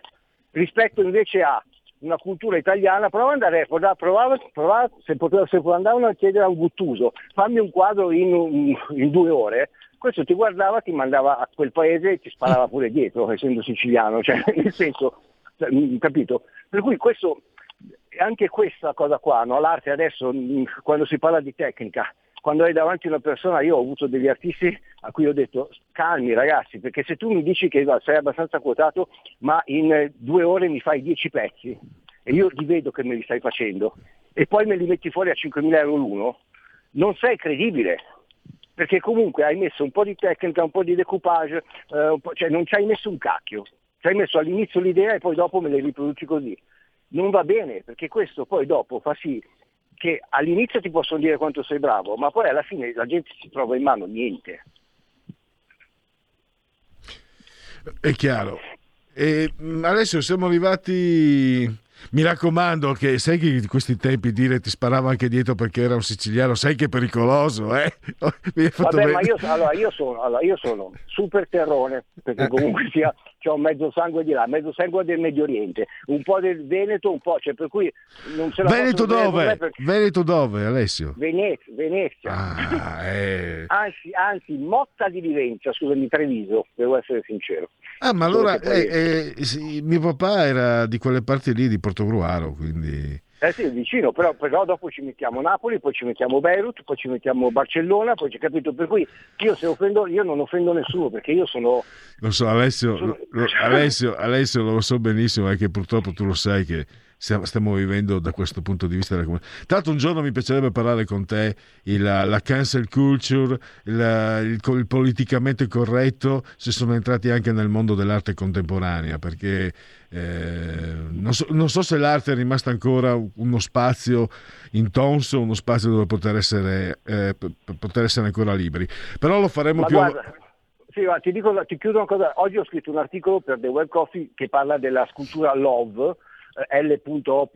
Rispetto invece a una cultura italiana, prova ad andare, provava, provava, se poteva, se andavano a chiedere a un Guttuso, fammi un quadro in, in due ore, questo ti guardava, ti mandava a quel paese e ti sparava pure dietro, essendo siciliano, cioè nel senso, capito? Per cui questo, anche questa cosa qua, no? L'arte adesso, quando si parla di tecnica, quando hai davanti una persona, io ho avuto degli artisti a cui ho detto calmi ragazzi, perché se tu mi dici che sei abbastanza quotato ma in due ore mi fai dieci pezzi e io ti vedo che me li stai facendo e poi me li metti fuori a cinquemila euro l'uno, non sei credibile, perché comunque hai messo un po' di tecnica, un po' di decoupage, eh, un po', cioè non ci hai messo un cacchio, ci hai messo all'inizio l'idea e poi dopo me le riproduci così. Non va bene, perché questo poi dopo fa sì che all'inizio ti possono dire quanto sei bravo, ma poi alla fine la gente si trova in mano niente. È chiaro. E adesso siamo arrivati, mi raccomando, che sai che in questi tempi dire ti sparava anche dietro perché era un siciliano, sai che è pericoloso, eh? Vabbè, ma io, allora, io, sono, allora, io sono super terrone, perché comunque sia c'ho mezzo sangue di là, mezzo sangue del Medio Oriente, un po' del Veneto, un po', cioè per cui non se la Veneto dove? Perché... Veneto dove, Alessio? Venezia, Venezia. Ah, eh. anzi, anzi, Motta di Vivenza, scusami, Treviso, devo essere sincero. Ah, ma allora eh, eh, sì, mio papà era di quelle parti lì di Portogruaro, quindi... Eh sì, vicino, però, però dopo ci mettiamo Napoli, poi ci mettiamo Beirut, poi ci mettiamo Barcellona, poi ci capito, per cui io se offendo, io non offendo nessuno, perché io sono... Lo so, Alessio, sono... Lo, Alessio, Alessio lo so benissimo, è che purtroppo tu lo sai che stiamo vivendo da questo punto di vista della comunità. Tanto un giorno mi piacerebbe parlare con te il, la cancel culture, il, il, il politicamente corretto, se sono entrati anche nel mondo dell'arte contemporanea, perché eh, non, so, non so se l'arte è rimasta ancora uno spazio intonso, uno spazio dove poter essere, eh, poter essere ancora liberi, però lo faremo Ma più guarda, sì, ma ti dico, ti chiudo una cosa. Oggi ho scritto un articolo per The Web Coffee che parla della scultura Love, L O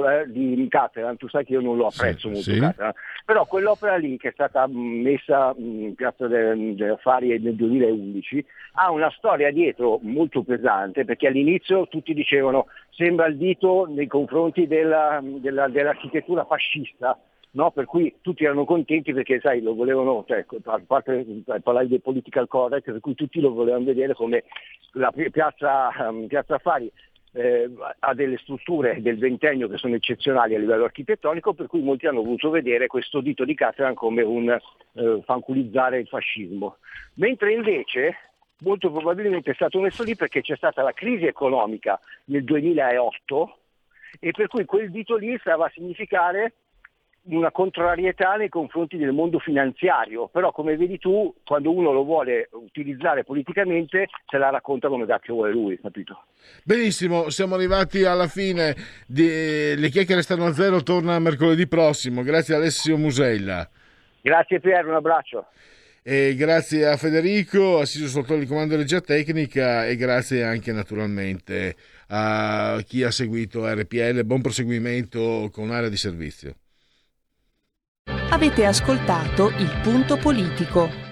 di Catalan. Tu sai che io non lo apprezzo sì, molto sì. Catalan, però quell'opera lì che è stata messa in Piazza degli Affari nel duemilaundici ha una storia dietro molto pesante, perché all'inizio tutti dicevano sembra il dito nei confronti della, della, dell'architettura fascista, no? Per cui tutti erano contenti perché sai lo volevano, cioè, a parte parlare del political correct, per cui tutti lo volevano vedere come la piazza, um, piazza Affari Eh, ha delle strutture del ventennio che sono eccezionali a livello architettonico, per cui molti hanno voluto vedere questo dito di Catalan come un eh, fanculizzare il fascismo, mentre invece molto probabilmente è stato messo lì perché c'è stata la crisi economica nel duemilaotto e per cui quel dito lì stava a significare una contrarietà nei confronti del mondo finanziario, però come vedi tu, quando uno lo vuole utilizzare politicamente, se la racconta come cacchio vuole lui, capito? Benissimo, siamo arrivati alla fine di Le chiacchiere stanno a zero, torna mercoledì prossimo. Grazie a Alessio Musella. Grazie Pier, un abbraccio. E grazie a Federico, assiso sotto il comando di regia tecnica, e grazie anche naturalmente a chi ha seguito R P L. Buon proseguimento con Area di Servizio. Avete ascoltato Il Punto Politico.